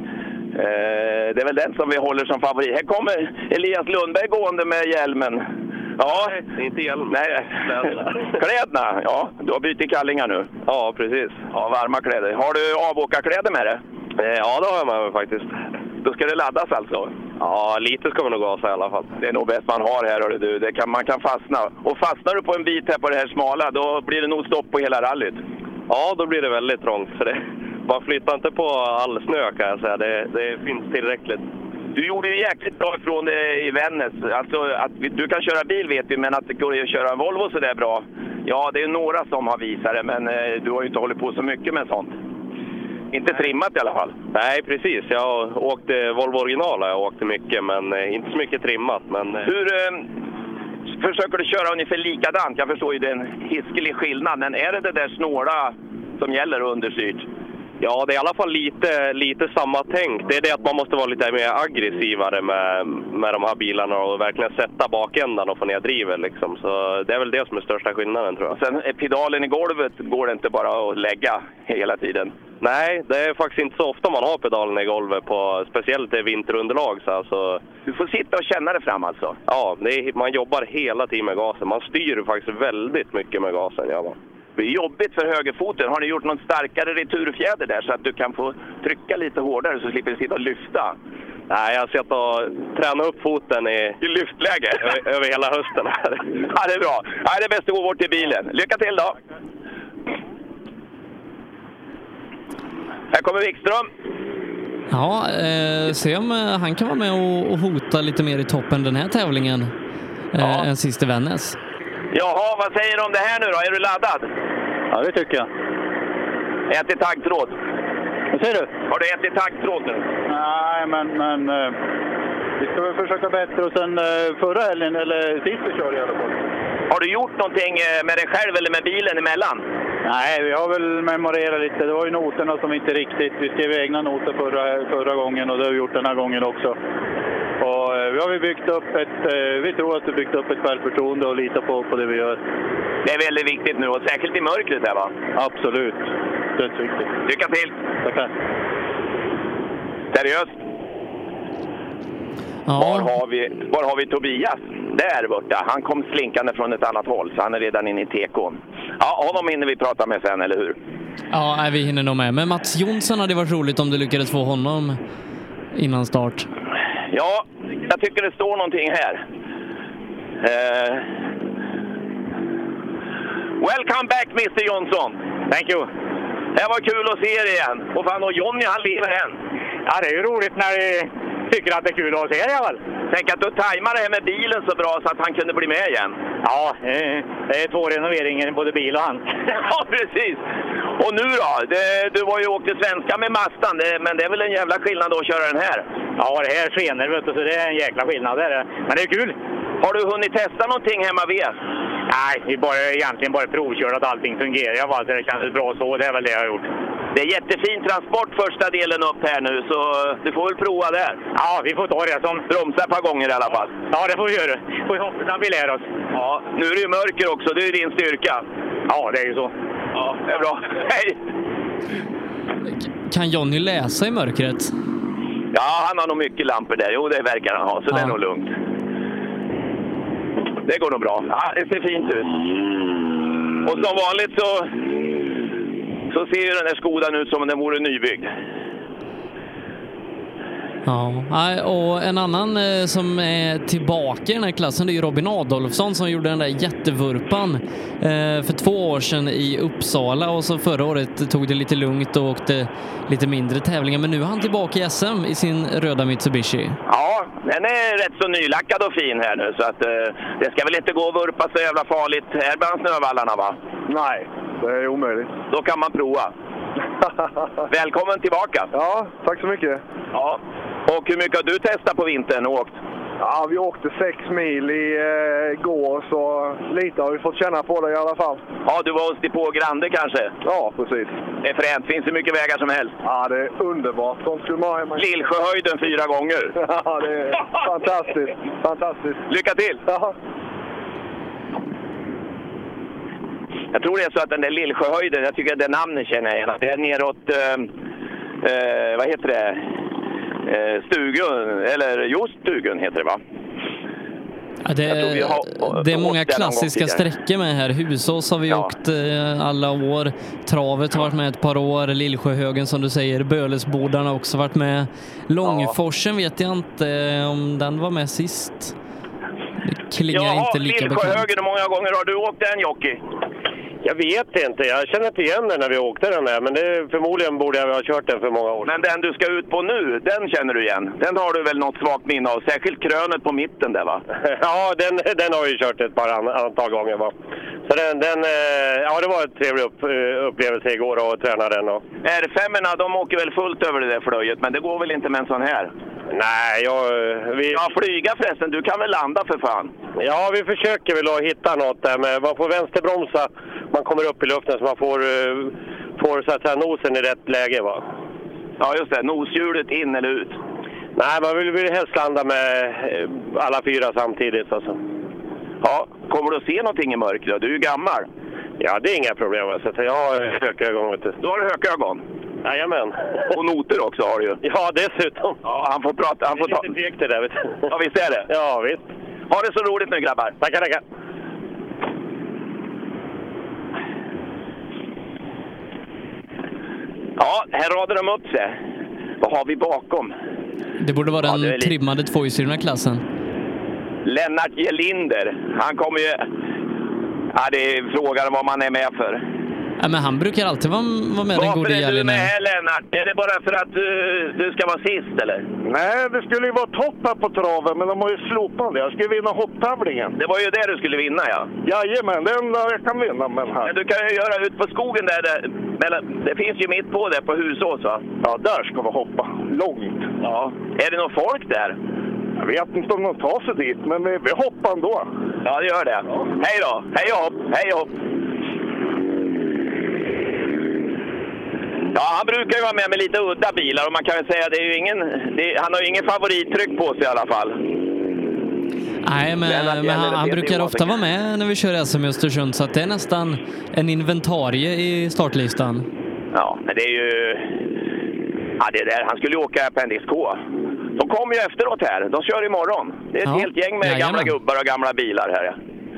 Eh, det är väl den som vi håller som favorit. Här kommer Elias Lundberg gående med hjälmen. Ja, nej, det är inte hjälm. Nej, kläderna. Ja, du har bytt kallingar nu. Ja, precis. Ja, varma kläder. Har du avåkarkläder med det? Ja, det har jag med mig faktiskt. Då ska det laddas alltså? Ja, lite ska man nog gasa i alla fall. Det är nog bäst man har här, hörru du. Det kan, man kan fastna. Och fastnar du på en bit här på det här smala, då blir det nog stopp på hela rallyt. Ja, då blir det väldigt trångt. För det. Man flyttar inte på all snö kan jag säga. Det, det finns tillräckligt. Du gjorde ju jäkligt bra ifrån det i Vännäs. Alltså att du kan köra bil vet vi, men att det går att köra en Volvo så där bra. Ja, det är några som har visat det, men eh, du har ju inte hållit på så mycket med sånt. Inte trimmat i alla fall. Nej, precis. Jag åkte Volvo original, jag åkte mycket, men eh, inte så mycket trimmat. Men, eh... Hur eh, försöker du köra ungefär likadant? Jag förstår ju det är en hiskelig skillnad, men är det det där snåla som gäller understyrt? Ja, det är i alla fall lite, lite samma tänk. Det är det att man måste vara lite mer aggressivare med, med de här bilarna och verkligen sätta bakändan och få ner drivet. Liksom. Så det är väl det som är största skillnaden tror jag. Sen pedalen i golvet går det inte bara att lägga hela tiden? Nej, det är faktiskt inte så ofta man har pedalen i golvet, på, speciellt i vinterunderlag. Så alltså. Du får sitta och känna det fram alltså? Ja, det är, man jobbar hela tiden med gasen. Man styr faktiskt väldigt mycket med gasen. Ja. Det är jobbigt för högerfoten. Har ni gjort någon starkare returfjäder där så att du kan få trycka lite hårdare så slipper du sitta och lyfta? Nej, jag har sett och träna upp foten i, I lyftläge över, över hela hösten. Ja, det är bra. Ja, det är bäst att gå bort till bilen. Lycka till då! Här kommer Wikström. Ja, eh, se om han kan vara med och, och hota lite mer i toppen den här tävlingen eh, ja. än sist i Vännäs. Jaha, vad säger du om det här nu då? Är du laddad? Ja, det tycker jag. Ät i taggtråd. Vad säger du? Har du ätit taggtråd nu? Nej, men, men eh, vi ska väl försöka bättre. Och sen eh, förra helgen, eller sist vi körde i alla fall. Har du gjort någonting med dig själv eller med bilen emellan? Nej, vi har väl memorerat lite. Det var ju noterna som inte riktigt... Vi skrev egna noter förra, förra gången och det har vi gjort den här gången också. Och eh, vi har vi byggt upp ett... Eh, vi tror att vi byggt upp ett självförtroende och litar på, på det vi gör. Det är väldigt viktigt nu och särskilt i mörkret här va? Absolut. Det är viktigt. Lycka till! Tackar. Seriöst? Ja. Var, har vi, var har vi Tobias? Där borta. Han kom slinkande från ett annat håll så han är redan inne i T K. Ja, honom hinner vi prata med sen, eller hur? Ja, nej, vi hinner nog med. Men Mats Jonsson hade varit roligt om du lyckades få honom innan start. Ja, jag tycker det står någonting här. Uh, welcome back, mister Jonsson. Thank you. Det var kul att se er igen. Och fan, och Johnny, han lever än. Ja, det är ju roligt när vi tycker att det är kul att se er väl. Tänk att du tajmade det här med bilen så bra så att han kunde bli med igen. Ja, det är två renoveringar, både bil och han. Ja, precis. Och nu då? Det, du var ju åkt till svenska med Mazdan, det, men det är väl en jävla skillnad att köra den här? Ja, det här skener, vet du, så det är en jäkla skillnad. Det är det. Men det är kul. Har du hunnit testa någonting hemma vid? Nej, vi bara, egentligen bara provkört att allting fungerar. Jag bara, det känns bra så, det är väl det jag har gjort. Det är jättefin transport första delen upp här nu, så du får väl prova där. Ja, vi får ta det som... Bromsa ett par gånger i alla fall. Ja, det får vi göra. Får vi hoppas att vi lär oss. Ja, nu är det ju mörker också, det är ju din styrka. Ja, det är ju så. Ja, det är bra. Hej! Kan Johnny läsa i mörkret? Ja, han har nog mycket lampor där. Jo, det verkar han ha, så ja. Det är nog lugnt. Det går nog bra. Ja, det ser fint ut. Och som vanligt så, så ser ju den här Skodan ut som om den vore nybyggd. Ja, och en annan eh, som är tillbaka i den här klassen, det är ju Robin Adolfsson som gjorde den där jättevurpan eh, för två år sedan i Uppsala, och så förra året tog det lite lugnt och åkte lite mindre tävlingar, men nu är han tillbaka i S M i sin röda Mitsubishi. Ja, den är rätt så nylackad och fin här nu, så att eh, det ska väl inte gå att vurpa så jävla farligt här bland snövallarna, va? Nej, det är omöjligt. Då kan man prova. Välkommen tillbaka. Ja, tack så mycket. Ja. Och hur mycket har du testat på vintern och åkt? Ja, vi åkte sex mil i eh, går, så lite har vi fått känna på det i alla fall. Ja, du var hos Depå Grande kanske? Ja, precis. Det är fränt, finns det mycket vägar som helst? Ja, det är underbart. De skulle man ha Lillsjöhöjden fyra gånger. Ja, det är fantastiskt. Fantastiskt. Lycka till! Ja. Jag tror det är så att den där Lillsjöhöjden, jag tycker att det namnet känner jag igen. Det är neråt, eh, eh, vad heter det? Eh, Stugun, eller just Stugun heter det, va? Ja, det, är, har, det är många klassiska sträckor med här. Husås har vi ja. åkt eh, alla år. Travet har varit med ett par år. Lillsjöhögen som du säger. Bölesbodarna har också varit med. Långforsen ja. vet jag inte om den var med sist. Det klingar Jaha, inte lika bekant. Lillsjöhögen, hur många gånger har du åkt den, Jocke? Jag vet inte, jag känner inte igen den när vi åkte den där, men det, förmodligen borde jag ha kört den för många år. Men den du ska ut på nu, den känner du igen? Den har du väl något svagt minne av, särskilt krönet på mitten där, va? Ja, den, den har ju kört ett par an, antal gånger, va? Så den, den, ja, det var en trevlig upp, upplevelse igår att träna den. Och... R fem-erna, de åker väl fullt över det där flöjet, men det går väl inte med en sån här? Nej, jag... Vi... Ja, flyga förresten, du kan väl landa för fan? Ja, vi försöker väl att hitta något där, men man får vänsterbromsa. Man kommer upp i luften så man får, får så att säga, nosen i rätt läge, va? Ja, just det. Noshjulet in eller ut? Nej, man vill, vill helst landa med alla fyra samtidigt, alltså. Ja, kommer du att se någonting i mörkret? Du är ju gammal. Ja, det är inga problem. Så jag har hökögon, vet du. Du har hökögon? Jajamän. Och noter också har du ju. Ja, dessutom. Ja, han får prata. Han får ta... lite pek det där, vet du. Ja, visst är det? Ja, visst. Ha det så roligt nu, grabbar. Tackar, tackar. Ja, här radar de upp sig. Vad har vi bakom? Det borde vara den ja, lite... trimmade tvåhjulsdrivna klassen. Lennart Gelinder. Han kommer ju... Ja, det är frågan vad man är med för. Ja, men han brukar alltid vara, vara med den gode Gelinder. Varför är du med här, Lennart? Är det bara för att du, du ska vara sist, eller? Nej, det skulle ju vara topp här på traven, men de har ju slopat det. Jag skulle vinna hopptävlingen. Det var ju det du skulle vinna, ja. Jajamän, det enda jag kan vinna med den här. Men du kan ju göra ut på skogen där, där mellan, det finns ju mitt på det på Husås, va? Ja, där ska vi hoppa. Långt. Ja. Är det någon folk där? Jag vet inte om de tar sig dit, men vi, vi hoppar ändå. Ja, det gör det. Ja. Hej då! Hej och hopp! Hej och hopp! Ja, han brukar ju vara med med lite udda bilar och man kan ju säga att det är ju ingen, det är, han har ju ingen favorittryck på sig i alla fall. Nej, men, men, men han, han brukar ofta vara med när vi kör S M i Östersund, så att det är nästan en inventarie i startlistan. Ja, men det är ju... Ja, det där. Han skulle ju åka Appendix K. De kommer ju efteråt här. De kör imorgon. Det är ett ja. helt gäng med ja, gamla gubbar och gamla bilar här.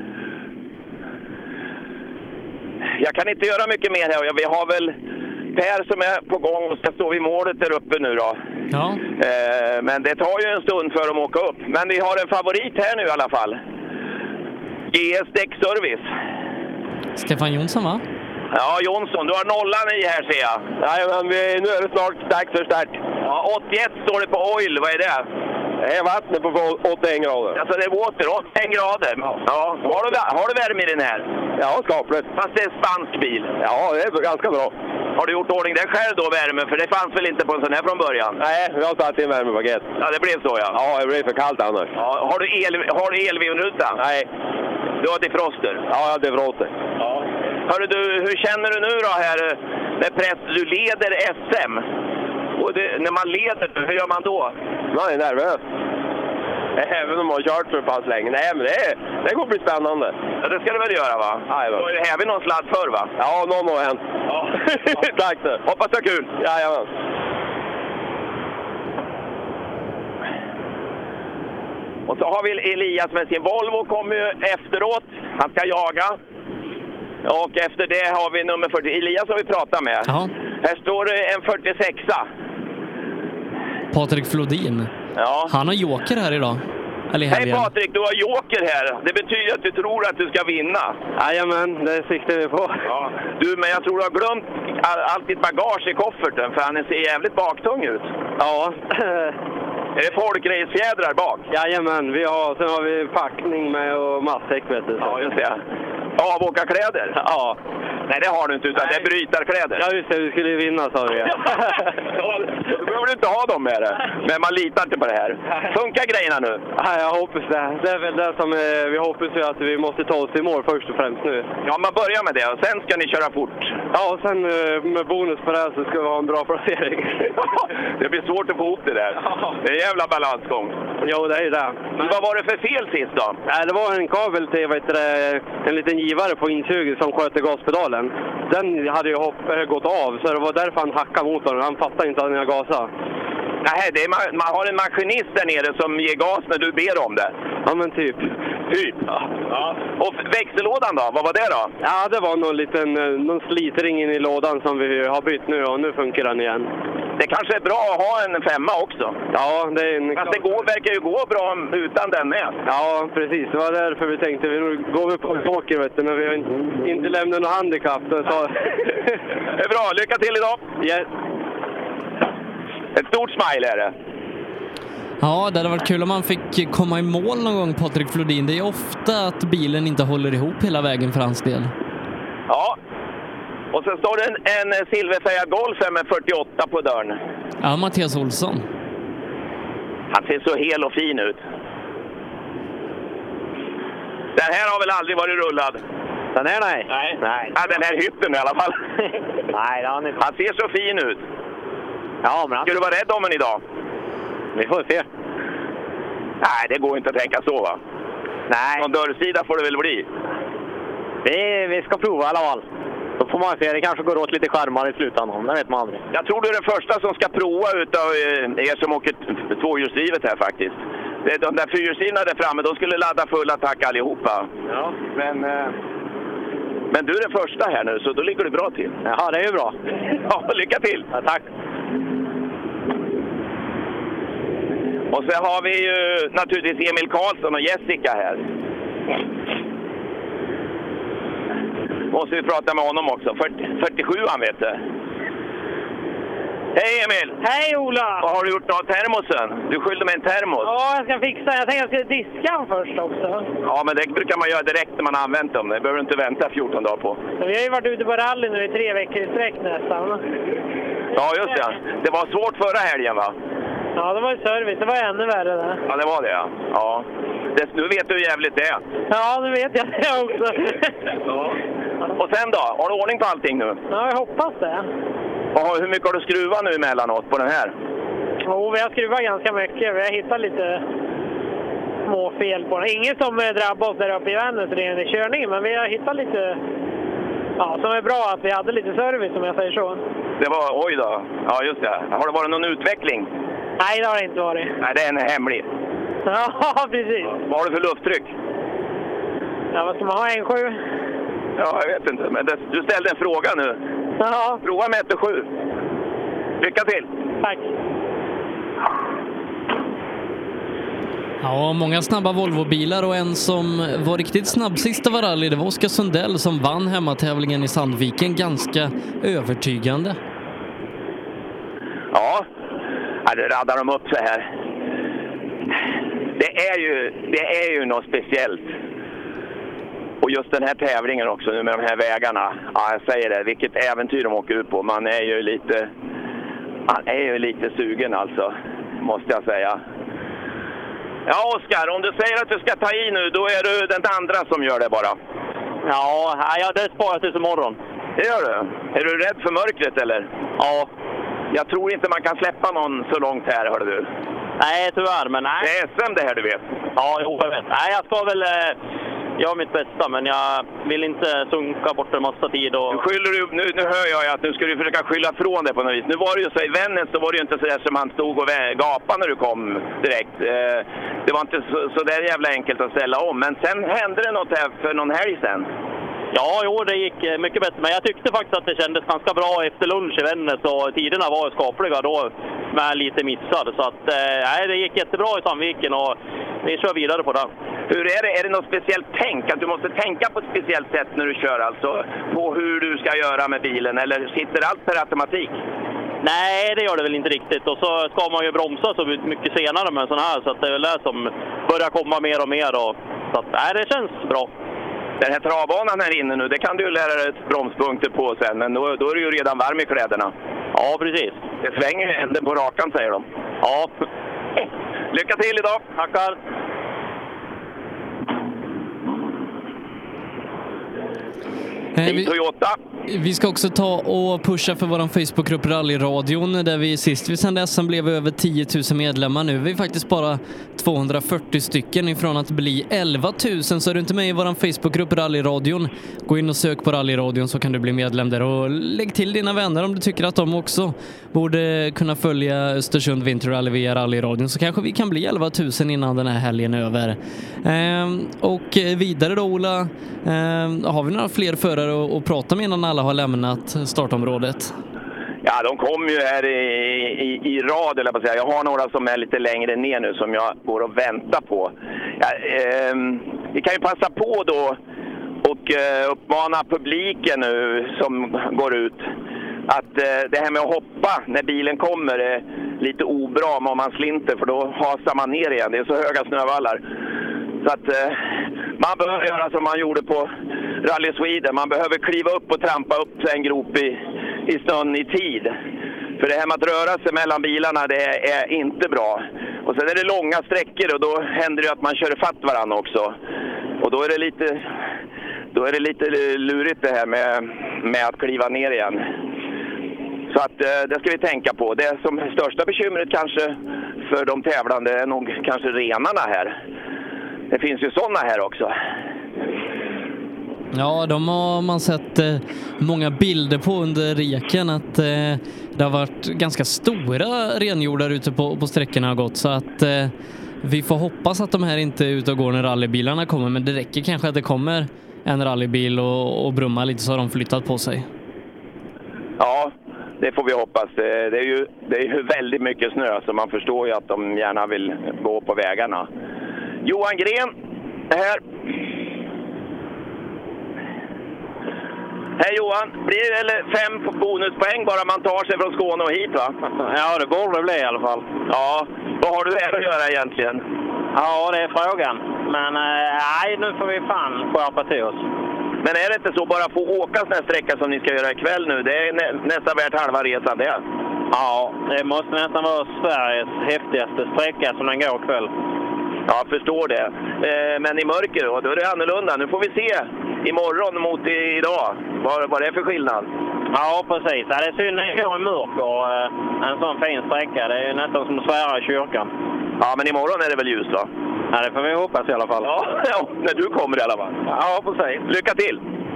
Jag kan inte göra mycket mer här. Vi har väl Per som är på gång och ska stå vid målet där uppe nu då. Ja. Eh, men det tar ju en stund för dem att åka upp. Men vi har en favorit här nu i alla fall. G S Däckservice. Stefan Jonsson, va? Ja, Jonsson. Du har nollan i här, ser jag. Nej, men vi, nu är det snart dags för start. Ja, åttioett står det på oil. Vad är det? Det är vattnet på åttioen grader. Alltså det är water, åttioen grader. Ja. Ja. Har, du, har du värme i den här? Ja, skapligt. Fast det är en spansk bil. Ja, det är ganska bra. Har du gjort ordning det själv då, värme? För det fanns väl inte på en sån här från början? Nej, vi har satt in värmepaket. Ja, det blev så ja. Ja, det blev för kallt annars. Ja, har du el, har du elvinruta? Nej. Du har defroster? Ja, jag har defroster. Ja. Hörru du, hur känner du nu då här med press? Du leder S M. Och det, när man leder, hur gör man då? Man är nervös. Även om man har kört för pass länge. Nej, men det, det kommer bli spännande. Ja, det ska det väl göra va? Ja, du har ju hävit någon sladd förr va? Ja, någon har hänt. Ja. Tack så. Hoppas det är kul. Jajamän. Och så har vi Elias med sin Volvo, kommer ju efteråt. Han ska jaga. Och efter det har vi nummer fyrtio. Elias har vi pratat med. Ja. Här står det en fyrtiosexa. Patrik Flodin. Ja. Han har joker här idag. Eller hej Patrik, du har joker här. Det betyder att du tror att du ska vinna. Jajamän, det siktar vi på. Ja. Du, men jag tror du har glömt all, allt ditt bagage i kofferten. För han ser jävligt baktung ut. Ja. Är det folkracefjädrar bak? Jajamän, vi har, sen har vi packning med och matsäck vet du. Ja, just det. Avåkarkläder? Ja. Nej, det har du inte, utan Nej. det är brytarkläder. Ja, just det. Du skulle vinna, sa du. Ja, då behöver du inte ha dem med det. Men man litar inte på det här. Funkar grejerna nu? Ja, jag hoppas det. Det är väl det som är, vi hoppas ju att vi måste ta oss i mål först och främst nu. Ja, man börjar med det och sen ska ni köra fort. Ja, och sen med bonus på det här så ska vi ha en bra placering. Det blir svårt att få ihop det där. Det är en jävla balansgång. Jo, det är det. Men vad var det för fel sist då? Nej, det var en kabel till, vet du, en liten givare på insuget som sköter gaspedalen. Den hade ju hopp, gått av, så det var därför han hackade motorn. Han fattade inte att jag gasade. Nej, det är, man, man har en maskinist där nere som ger gas när du ber om det. Ja, men typ. Typ? Ja. Ja. Och växellådan då? Vad var det då? Ja, det var någon liten någon slitring in i lådan som vi har bytt nu och nu funkar den igen. Det kanske är bra att ha en femma också. Ja, det är en... Fast det går, verkar ju gå bra utan den med. Ja, precis. Det var därför vi tänkte, vi går vi på åker vet du, men vi har inte lämnat någon handikapp. Så... Det är bra, lycka till idag! Yes. Ett stort smile är det. Ja, det hade varit kul om man fick komma i mål någon gång, Patrik Flodin. Det är ofta att bilen inte håller ihop hela vägen för hans del. Ja. Och sen står det en, en silverfärgad Golf med fyrtioåtta på dörren. Ja, Mattias Olsson. Han ser så hel och fin ut. Den här har väl aldrig varit rullad? Den här nej. Nej. nej. Ja, den här hytten i alla fall. Nej, han, är... han ser så fin ut. Ja, men han... Ska du vara rädd om den idag? Vi får se. Nej, det går inte att tänka så va? Nej. Någon dörrsida får det väl bli? Vi, vi ska prova i alla fall. Då får man se, det kanske går åt lite skärmar i slutändan, det vet man aldrig. Jag tror du är den första som ska prova utav er som åker tvåhjulsdrivet här faktiskt. De där fyrhjulsdrivna där framme, de skulle ladda full attack allihopa. Ja. Men, men du är den första här nu, så då ligger du bra till. Ja, det är ju bra. Ja, lycka till! Ja, tack! Och så har vi ju naturligtvis Emil Karlsson och Jessica här. Måste vi prata med honom också. fyrtio, fyrtiosju han vet det. Hej Emil! Hej Ola! Vad har du gjort av termosen? Du skyllde mig en termos. Ja, jag ska fixa. Jag tänkte att jag skulle diska den först också. Ja, men det brukar man göra direkt när man har använt dem. Det behöver du inte vänta fjorton dagar på. Så vi har ju varit ute på rally nu i tre veckor i sträck nästan. Ja, just det. Det var svårt förra helgen va? Ja, det var ju service. Det var ännu värre det. Ja, det var det ja. Ja. Det, nu vet du hur jävligt det är. Ja, nu vet jag det också. Ja. Och sen då? Har du ordning på allting nu? Ja, jag hoppas det. Och hur mycket har du skruvat nu emellanåt på den här? Jo, vi har skruvat ganska mycket. Vi har hittat lite små fel på den. Inget som drabbar oss där uppe i Vännäs redan i körningen, men vi har hittat lite... Ja, som är bra att vi hade lite service, om jag säger så. Det var... Oj då. Ja, just det. Har det varit någon utveckling? Nej, det har det inte varit. Nej, det är en hemlig. Ja, precis. Vad har du för lufttryck? Ja, vad ska man ha? en komma sju? Ja, jag vet inte. Men det, du ställde en fråga nu. Ja. Prova med ett komma sju. Lycka till! Tack! Ja, många snabba Volvo-bilar och en som var riktigt snabb sista var rally, det var Oskar Sundell som vann hemmatävlingen i Sandviken ganska övertygande. Ja, det raddar de upp så här. Det är ju, det är ju något speciellt att just den här tävlingen också nu med de här vägarna. Ja, jag säger det. Vilket äventyr de åker ut på. Man är ju lite... Man är ju lite sugen alltså, måste jag säga. Ja, Oskar, om du säger att du ska ta i nu, då är du den andra som gör det bara. Ja, ja det sparar tills imorgon. Det gör du? Är du rädd för mörkret eller? Ja. Jag tror inte man kan släppa någon så långt här, hör du. Nej, tyvärr, men nej. Det är S M det här, du vet. Ja, jo, jag vet. Nej, jag ska väl... Eh... Jag gör mitt bästa, men jag vill inte sunka bort en massa tid. Och... Nu, skyller du, nu, nu hör jag att nu ska du försöka skylla från det på något vis. Nu var det ju så i Vännäs, så var det ju inte så där som han stod och gapade när du kom direkt. Eh, det var inte så, så där jävla enkelt att ställa om. Men sen hände det något här för någon helg sen. Ja, jo, det gick mycket bättre. Men jag tyckte faktiskt att det kändes ganska bra efter lunch i Vännäs. Och tiderna var skapliga då med lite missar. Så att, eh, det gick jättebra i Sandviken och vi kör vidare på det. Hur är det? Är det något speciellt tänk? Att du måste tänka på ett speciellt sätt när du kör alltså? På hur du ska göra med bilen? Eller sitter allt per automatik? Nej, det gör det väl inte riktigt. Och så ska man ju bromsa så mycket senare med en sån här. Så att det är väl det som börjar komma mer och mer. Och, så att, nej, det känns bra. Den här travbanan här inne nu, det kan du ju lära dig ett bromspunkter på sen. Men då, då är du ju redan varm i kläderna. Ja, precis. Det svänger ju änden på rakan, säger de. Ja. Lycka till idag! Tackar! I Toyota. Vi ska också ta och pusha för vår Facebookgrupp Rallyradion, där vi sist vi sände S M blev över tio tusen medlemmar. Nu är vi faktiskt bara tvåhundrafyrtio stycken ifrån att bli elva tusen. Så är du inte med i vår Facebookgrupp Rallyradion, gå in och sök på Rallyradion så kan du bli medlem där. Och lägg till dina vänner om du tycker att de också borde kunna följa Östersund Vinterrally via Rallyradion, så kanske vi kan bli elva tusen innan den här helgen är över. Ehm, och vidare då, Ola, ehm, har vi några fler förare att, att prata med innan alla har lämnat startområdet? Ja, de kommer ju här i, i, i rad, eller vad säga. Jag har några som är lite längre ner nu som jag går och väntar på. Ja, eh, vi kan ju passa på då och eh, uppmana publiken nu som går ut att eh, det här med att hoppa när bilen kommer är lite obra om man slinter, för då hasar man ner igen. Det är så höga snövallar. Så att eh, man behöver göra som man gjorde på Rally Sweden. Man behöver kliva upp och trampa upp en grop i, i snön i tid. För det här med att röra sig mellan bilarna, det är, är inte bra. Och sen är det långa sträckor och då händer det att man kör fatt varandra också. Och då är det lite, då är det lite lurigt det här med, med att kliva ner igen. Så att eh, det ska vi tänka på. Det som är största bekymret kanske för de tävlande är nog kanske renarna här. Det finns ju sådana här också. Ja, de har man sett eh, många bilder på under reken, att eh, det har varit ganska stora renjordar ute på, på sträckorna har gått, så att eh, vi får hoppas att de här inte är ute och går när rallybilarna kommer, men det räcker kanske att det kommer en rallybil och, och brummar lite så har de flyttat på sig. Ja, det får vi hoppas. Det, det, är ju, det är ju väldigt mycket snö, så man förstår ju att de gärna vill gå på vägarna. Johan Gren här. Hej Johan, blir det eller fem bonuspoäng bara man tar sig från Skåne och hit, va? Ja, det borde det bli i alla fall. Ja, vad har du här att göra egentligen? Ja, det är frågan. Men eh, nej, nu får vi fan skärpa till oss. Men är det inte så bara få åka sån här sträcka som ni ska göra ikväll nu? Det är nä nästan värt halva resan det. Ja, det måste nästan vara Sveriges häftigaste sträcka som den går ikväll. Ja, jag förstår det. Eh, men i mörker då, då är det annorlunda. Nu får vi se imorgon mot i, idag vad, vad det är för skillnad. Ja, precis. Ja, det är synd att det går i mörk och eh, en sån fin sträcka. Det är nästan som att svära i kyrkan. Ja, men imorgon är det väl ljus, va? Ja, det får vi hoppas i alla fall. Ja, ja, när du kommer i alla fall. Ja, precis. Lycka till!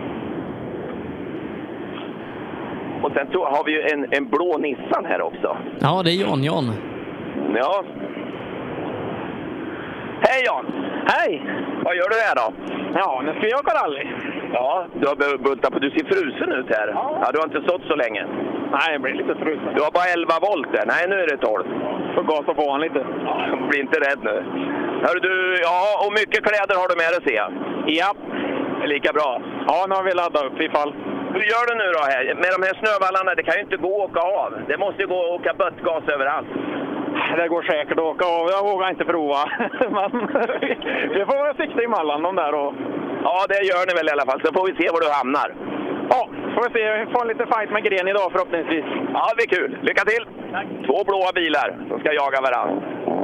Och sen så har vi ju en, en blå Nissan här också. Ja, det är Jan Jan. Ja. Hej Jan! Hej! Vad gör du här då? Ja, nu ska jag åka rally. Ja, du har bultat på. Du ser frusen ut här. Ja. Ja, du har inte stått så länge. Nej, jag blir lite frusen. Du har bara elva volt där. Nej, nu är det tolv. Får gasa på honom lite. Ja, bli inte rädd nu. Hör du, ja, och mycket kläder har du med dig, ser jag. Ja. Det är lika bra. Ja, nu har vi laddat upp ifall. Hur gör du nu då här? Med de här snövallarna, det kan ju inte gå att åka av. Det måste ju gå att åka böttgas överallt. Det går säkert att åka av. Jag vågar inte prova. Men vi får väl sikta i mallan de där och Ja, det gör ni väl i alla fall. Så får vi se var du hamnar. Ja, får vi se. Vi får en liten fight med Gren idag förhoppningsvis. Ja, det blir kul. Lycka till! Tack. Två blåa bilar som ska jaga varandra.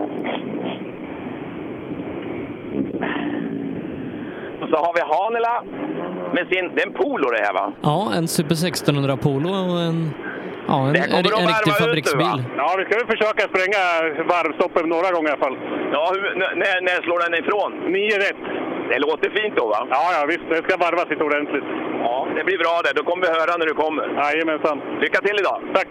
Och så har vi Hanela med sin... Det är en Polo det här, va? Ja, en Super sextonhundra Polo och en... Ja, en, en, en riktig fabriksbil. Nu, ja, vi ska väl försöka spränga varvstoppen några gånger i alla fall. Ja, hur, när, när slår den ifrån? nio rätt. Det låter fint då, va? Ja, ja, visst. Det ska varvas lite ordentligt. Ja, det blir bra det. Då kommer vi höra när du kommer. Jajamensan. Lycka till idag. Tack.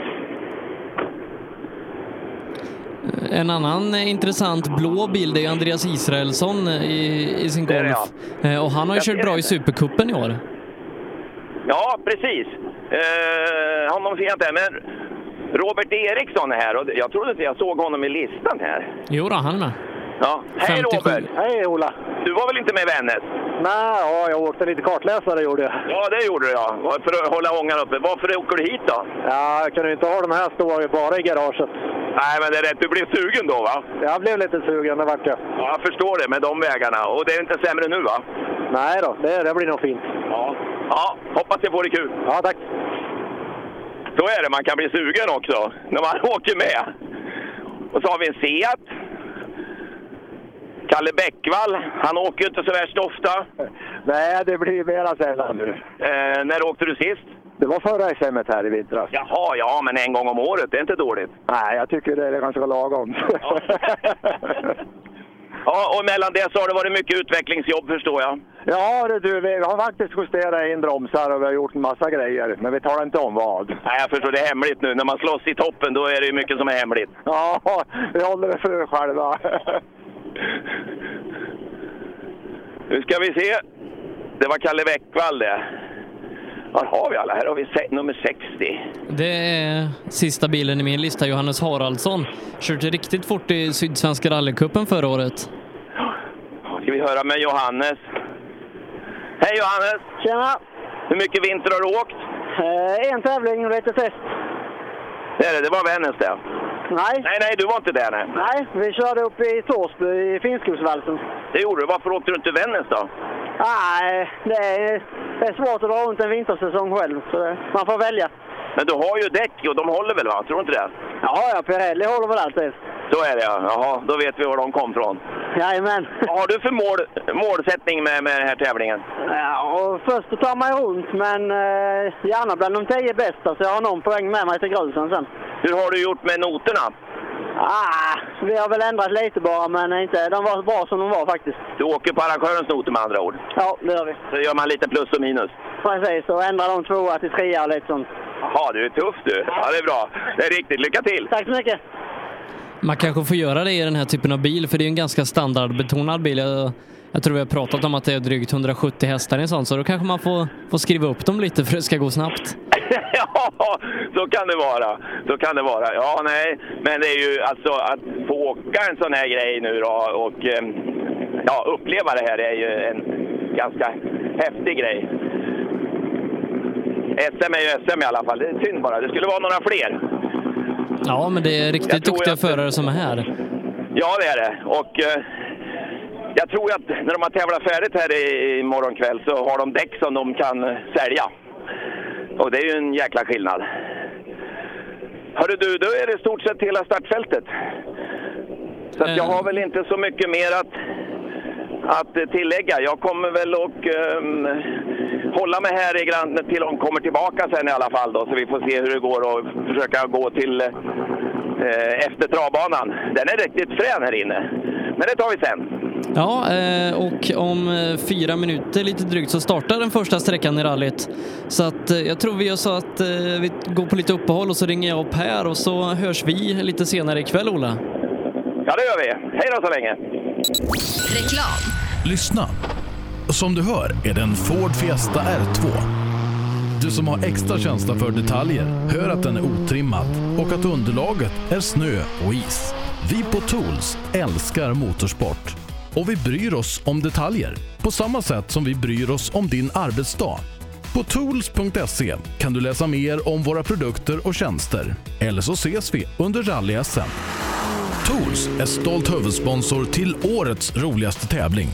En annan intressant blå bil, det är Andreas Israelsson i, i sin Golf. Och han har ju kört bra i Supercupen i år. Ja, precis. Eh, honom ser jag inte, men Robert Eriksson är här och jag trodde inte jag såg honom i listan här. Jo då, han med. Ja. Hej Robert! Hej Ola! Du var väl inte med Vännäs? Nej, ja, jag åkte lite kartläsare gjorde jag. Ja, det gjorde du ja. För att hålla ångan uppe. Varför åker du hit då? Ja, jag kunde inte ha de här stående bara i garaget. Nej, men det är rätt. Du blev sugen då, va? Jag blev lite sugen, det vart jag. Ja, jag förstår det med de vägarna. Och det är inte sämre nu, va? Nej då, det, det blir nog fint. Ja. Ja, hoppas jag får det kul. Ja, tack. Så är det, man kan bli sugen också när man åker med. Och så har vi en Seat. Kalle Bäckvall, han åker ju inte så värst ofta. Nej, det blir mera sällan nu. Eh, när åkte du sist? Det var förra S M här i vintras. Jaha, ja, men en gång om året, det är inte dåligt. Nej, jag tycker det är ganska lagom. Ja. Ja, och mellan det så har det varit mycket utvecklingsjobb, förstår jag. Ja, det, du, vi har faktiskt justerat in bromsar och vi har gjort en massa grejer. Men vi talar inte om vad. Nej, jag förstår, det är hemligt nu. När man slåss i toppen, då är det ju mycket som är hemligt. Ja, vi håller det för själva. Nu ska vi se. Det var Kalle Bäckvall det. Var har vi alla? Här har vi nummer sextio. Det är sista bilen i min lista, Johannes Haraldsson. Körde riktigt fort i Sydsvenska rallycupen förra året. Ska vi höra med Johannes. Hej Johannes! Tjena! Hur mycket vinter har du åkt? Eh, en tävling och lite test. Det är det, det var Vännäs det. Nej. Nej, nej, du var inte där, nej. Nej, vi körde upp i Torsby i Finnskogsvalsen. Det gjorde du. Varför åkte du inte Vännäs då? Nej, det är, det är svårt att dra runt en vintersäsong själv, så det, man får välja. Men du har ju däck och de håller väl, va? Tror du inte det? Ja, ja, Pirelli håller väl alltid. Så är det, ja. Jaha, då vet vi var de kom från. Jajamän. Vad har du för mål, målsättning med, med den här tävlingen? Ja, och först att ta mig runt, men eh, gärna bland de tio bästa, så jag har någon poäng med mig till grusen sen. Hur har du gjort med noterna? Ah, vi har väl ändrat lite bara, men inte, de var bra som de var faktiskt. Du åker på arrangörens noter med andra ord? Ja, det gör vi. Så gör man lite plus och minus? Precis, och ändrar de tvåa till trea och lite sånt. Jaha, du är tuff du. Ja, det är bra. Det är riktigt. Lycka till! Tack så mycket! Man kanske får göra det i den här typen av bil, för det är en ganska standardbetonad bil. Jag, jag tror vi har pratat om att det är drygt hundrasjuttio hästar i en sån, så då kanske man får, får skriva upp dem lite för att det ska gå snabbt. Ja, så kan det vara. Så kan det vara. Ja, nej. Men det är ju alltså att få åka en sån här grej nu då och ja, uppleva det här är ju en ganska häftig grej. S M är ju S M i alla fall. Det är synd bara. Det skulle vara några fler. Ja, men det är riktigt duktiga att... förare som är här. Ja, det är det. Och eh, jag tror att när de har tävlat färdigt här i, i morgonkväll så har de däck som de kan sälja. Och det är ju en jäkla skillnad. Hörru du, då är det stort sett hela startfältet. Så att jag har väl inte så mycket mer att, att tillägga. Jag kommer väl att um, hålla mig här i grann till de kommer tillbaka sen i alla fall då. Så vi får se hur det går och försöka gå till eh, efter travbanan. Den är riktigt frän här inne. Men det tar vi sen. Ja, och om fyra minuter lite drygt så startar den första sträckan i rallyt. Så att jag tror vi gör så att vi går på lite uppehåll och så ringer jag upp här och så hörs vi lite senare ikväll, Ola. Ja, det gör vi. Hej då så länge. Reklam. Lyssna. Som du hör är det en Ford Fiesta R två. Du som har extra känsla för detaljer hör att den är otrimmad och att underlaget är snö och is. Vi på Tools älskar motorsport och vi bryr oss om detaljer på samma sätt som vi bryr oss om din arbetsdag. På tools punkt se kan du läsa mer om våra produkter och tjänster. Eller så ses vi under rally-S M. Tools är stolt huvudsponsor till årets roligaste tävling.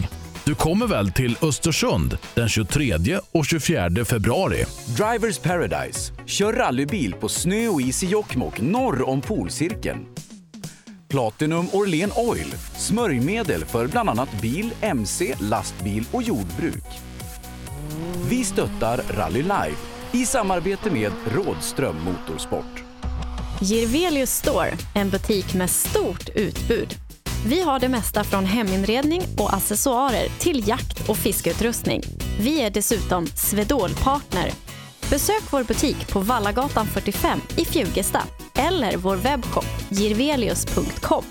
Du kommer väl till Östersund den tjugotredje och tjugofjärde februari? Drivers Paradise. Kör rallybil på snö och is i Jokkmokk norr om polcirkeln. Platinum Orlen Oil. Smörjmedel för bland annat bil, mc, lastbil och jordbruk. Vi stöttar Rally Live i samarbete med Rådström Motorsport. Girvelius Store, en butik med stort utbud. Vi har det mesta från heminredning och accessoarer till jakt- och fiskeutrustning. Vi är dessutom Swedol-partner. Besök vår butik på Vallagatan fyrtiofem i Fjugesta eller vår webbshop girvelius punkt com.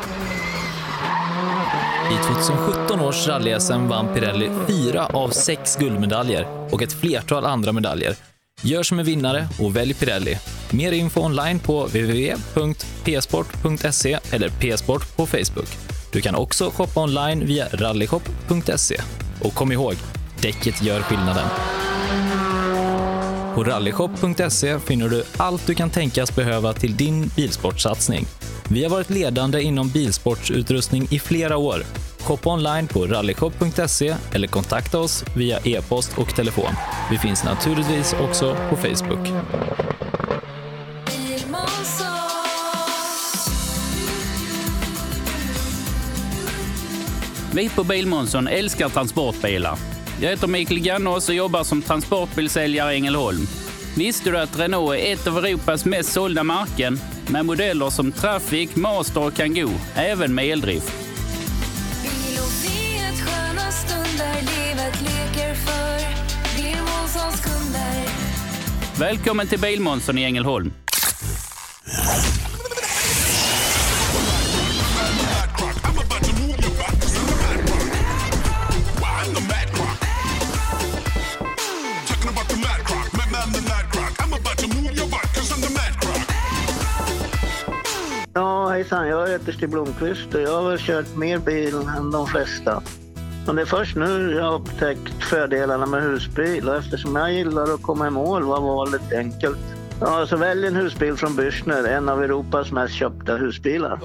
I tjugosjutton års rally-S M vann Pirelli fyra av sex guldmedaljer och ett flertal andra medaljer. Gör som en vinnare och välj Pirelli. Mer info online på w w w punkt p sport punkt se eller p-sport på Facebook. Du kan också shoppa online via rallyshop punkt se. Och kom ihåg, däcket gör skillnaden. På rallyshop punkt se finner du allt du kan tänkas behöva till din bilsportsatsning. Vi har varit ledande inom bilsportsutrustning i flera år. Shoppa online på rallyshop punkt se eller kontakta oss via e-post och telefon. Vi finns naturligtvis också på Facebook. Vi på Bilmånsson älskar transportbilar. Jag heter Mikael Gannås och jobbar som transportbilsäljare i Ängelholm. Visste du att Renault är ett av Europas mest sålda märken med modeller som Traffic, Master och Kangoo, även med eldrift? Välkommen till Bilmånsson i Ängelholm. Ja, hejsan. Jag heter Stig Blomqvist och jag har väl kört mer bil än de flesta. Och det är först nu jag har upptäckt fördelarna med husbil och eftersom jag gillar att komma i mål var valet enkelt. Ja, så välj en husbil från Bürstner, en av Europas mest köpta husbilar.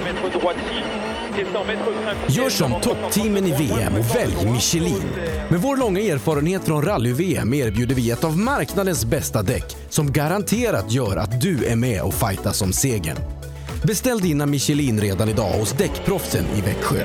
Gör som toppteamen i V M och välj Michelin. Med vår långa erfarenhet från rally-V M erbjuder vi ett av marknadens bästa däck som garanterat gör att du är med och fightas om segern. Beställ dina Michelin redan idag hos Däckproffsen i Växjö.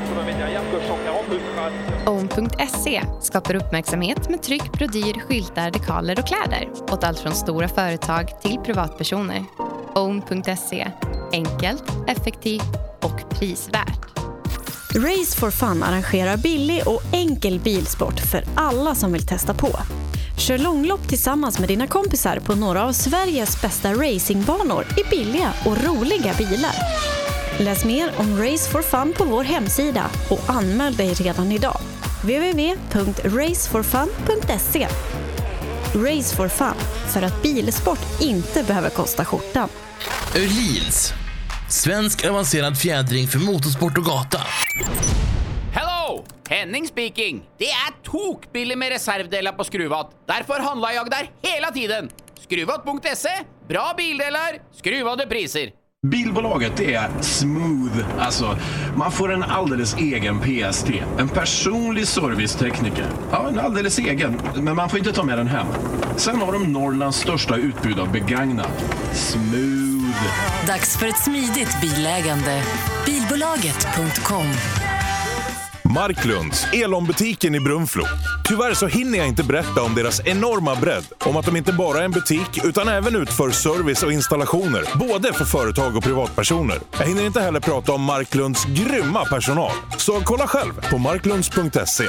Own punkt se skapar uppmärksamhet med tryck, brodyr, skyltar, dekaler och kläder åt allt från stora företag till privatpersoner. Own punkt se. Enkelt, effektivt och prisvärt. Race for Fun arrangerar billig och enkel bilsport för alla som vill testa på. Kör långlopp tillsammans med dina kompisar på några av Sveriges bästa racingbanor i billiga och roliga bilar. Läs mer om Race for Fun på vår hemsida och anmäl dig redan idag. w w w punkt race for fun punkt se. Race for Fun, för att bilsport inte behöver kosta skjortan. Öhlins, svensk avancerad fjädring för motorsport och gata. Hello! Henning speaking. Det är tokbilligt med reservdelar på Skruvat. Därför handlar jag där hela tiden. Skruvat punkt se. Bra bildelar, skruvade priser. Bilbolaget är smooth. Alltså, man får en alldeles egen P S T. En personlig servicetekniker. Ja, en alldeles egen. Men man får inte ta med den hem. Sen har de Norrlands största utbud av begagnat. Smooth. Dags för ett smidigt bilägande. Bilbolaget punkt com. Marklunds, Elon-butiken i Brunflo. Tyvärr så hinner jag inte berätta om deras enorma bredd. Om att de inte bara är en butik utan även utför service och installationer. Både för företag och privatpersoner. Jag hinner inte heller prata om Marklunds grymma personal. Så kolla själv på marklunds punkt se.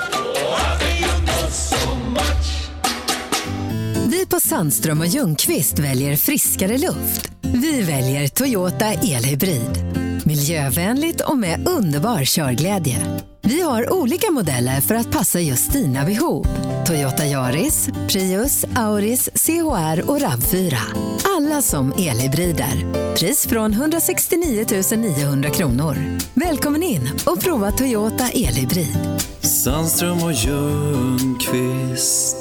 Vi på Sandström och Ljungqvist väljer friskare luft. Vi väljer Toyota Elhybrid. Miljövänligt och med underbar körglädje. Vi har olika modeller för att passa just dina behov. Toyota Yaris, Prius, Auris, C H R och RAV fyra. Alla som elhybrider. Pris från etthundrasextionio tusen niohundra kronor. Välkommen in och prova Toyota Elhybrid. Sandström och Ljungqvist.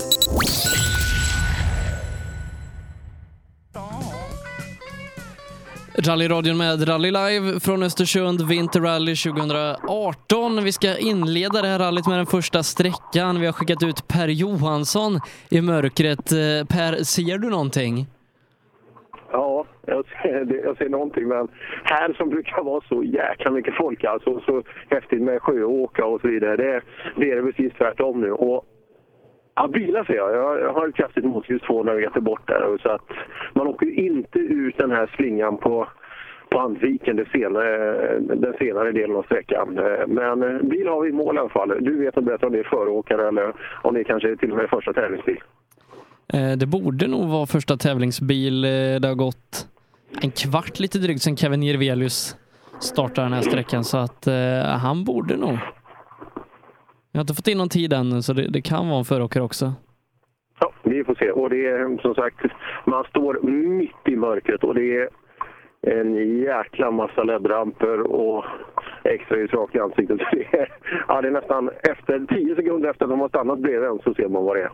Rallyradion med Rally Live från Östersund, Vinterrally tjugo arton. Vi ska inleda det här rallyt med den första sträckan. Vi har skickat ut Per Johansson i mörkret. Per, ser du någonting? Ja, jag ser, jag ser någonting, men här som brukar vara så jäkla mycket folk, alltså så häftigt med sjöåka och så vidare, det, det är det precis tvärtom nu. Och ja, bilar ser jag. Jag har ett kraftigt motljus tvåhundra meter bort där, så att man åker ju inte ut den här slingan på, på Andviken, det senare, den senare delen av sträckan. Men bil har vi i mål i alla fall. Du vet att berätta om det är föråkare eller om det kanske är till och med första tävlingsbil. Det borde nog vara första tävlingsbil. Det har gått en kvart lite drygt sedan Kevin Jirvelius startade den här sträckan, så att eh, han borde nog. Jag har inte fått in någon tid än, så det, det kan vara en föråkare också. Ja, vi får se. Och det är som sagt, man står mitt i mörkret och det är en jäkla massa L E D-ramper och extra ljusrak i ansiktet. Det är, ja, det är nästan efter tio sekunder efter att de har stannat bredvid en så ser man vad det är.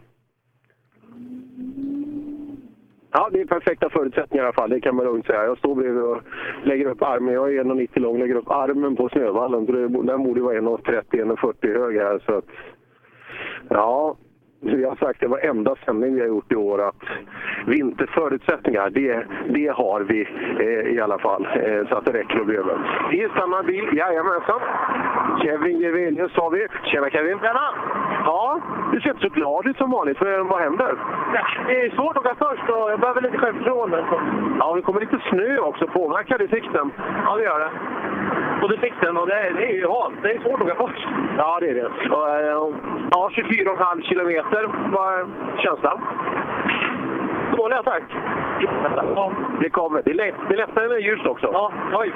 Ja, det är perfekta förutsättningar i alla fall, det kan man lugnt säga. Jag står bredvid och lägger upp armen, jag är en komma nittio lång, lägger upp armen på snövallen. Så det, den borde vara en komma trettio till en komma fyrtio hög här, så att ja, jag har sagt det var enda sändning vi har gjort i år att vinterförutsättningar, det, det har vi eh, i alla fall, eh, så att det räcker att bli över. Det är samma bil, jajamensan. Kevin Jirvelius sa vi. Tjena Kevin. Tjena. Ja, du ser inte så glad ut som vanligt, för vad händer? Ja, det är svårt att åka först och jag behöver lite självförtroende. Ja, det kommer lite snö också, påverkar det sikten? Ja, det gör det. Och det sikten, och det är, det är ju halt, det är svårt att åka först. Ja, det är det. Och, äh, ja, tjugofyra komma fem kilometer var känslan. Dåliga tack. Ja, det kommer. Det är, lätt, det är lättare med ljus också. Ja, oj.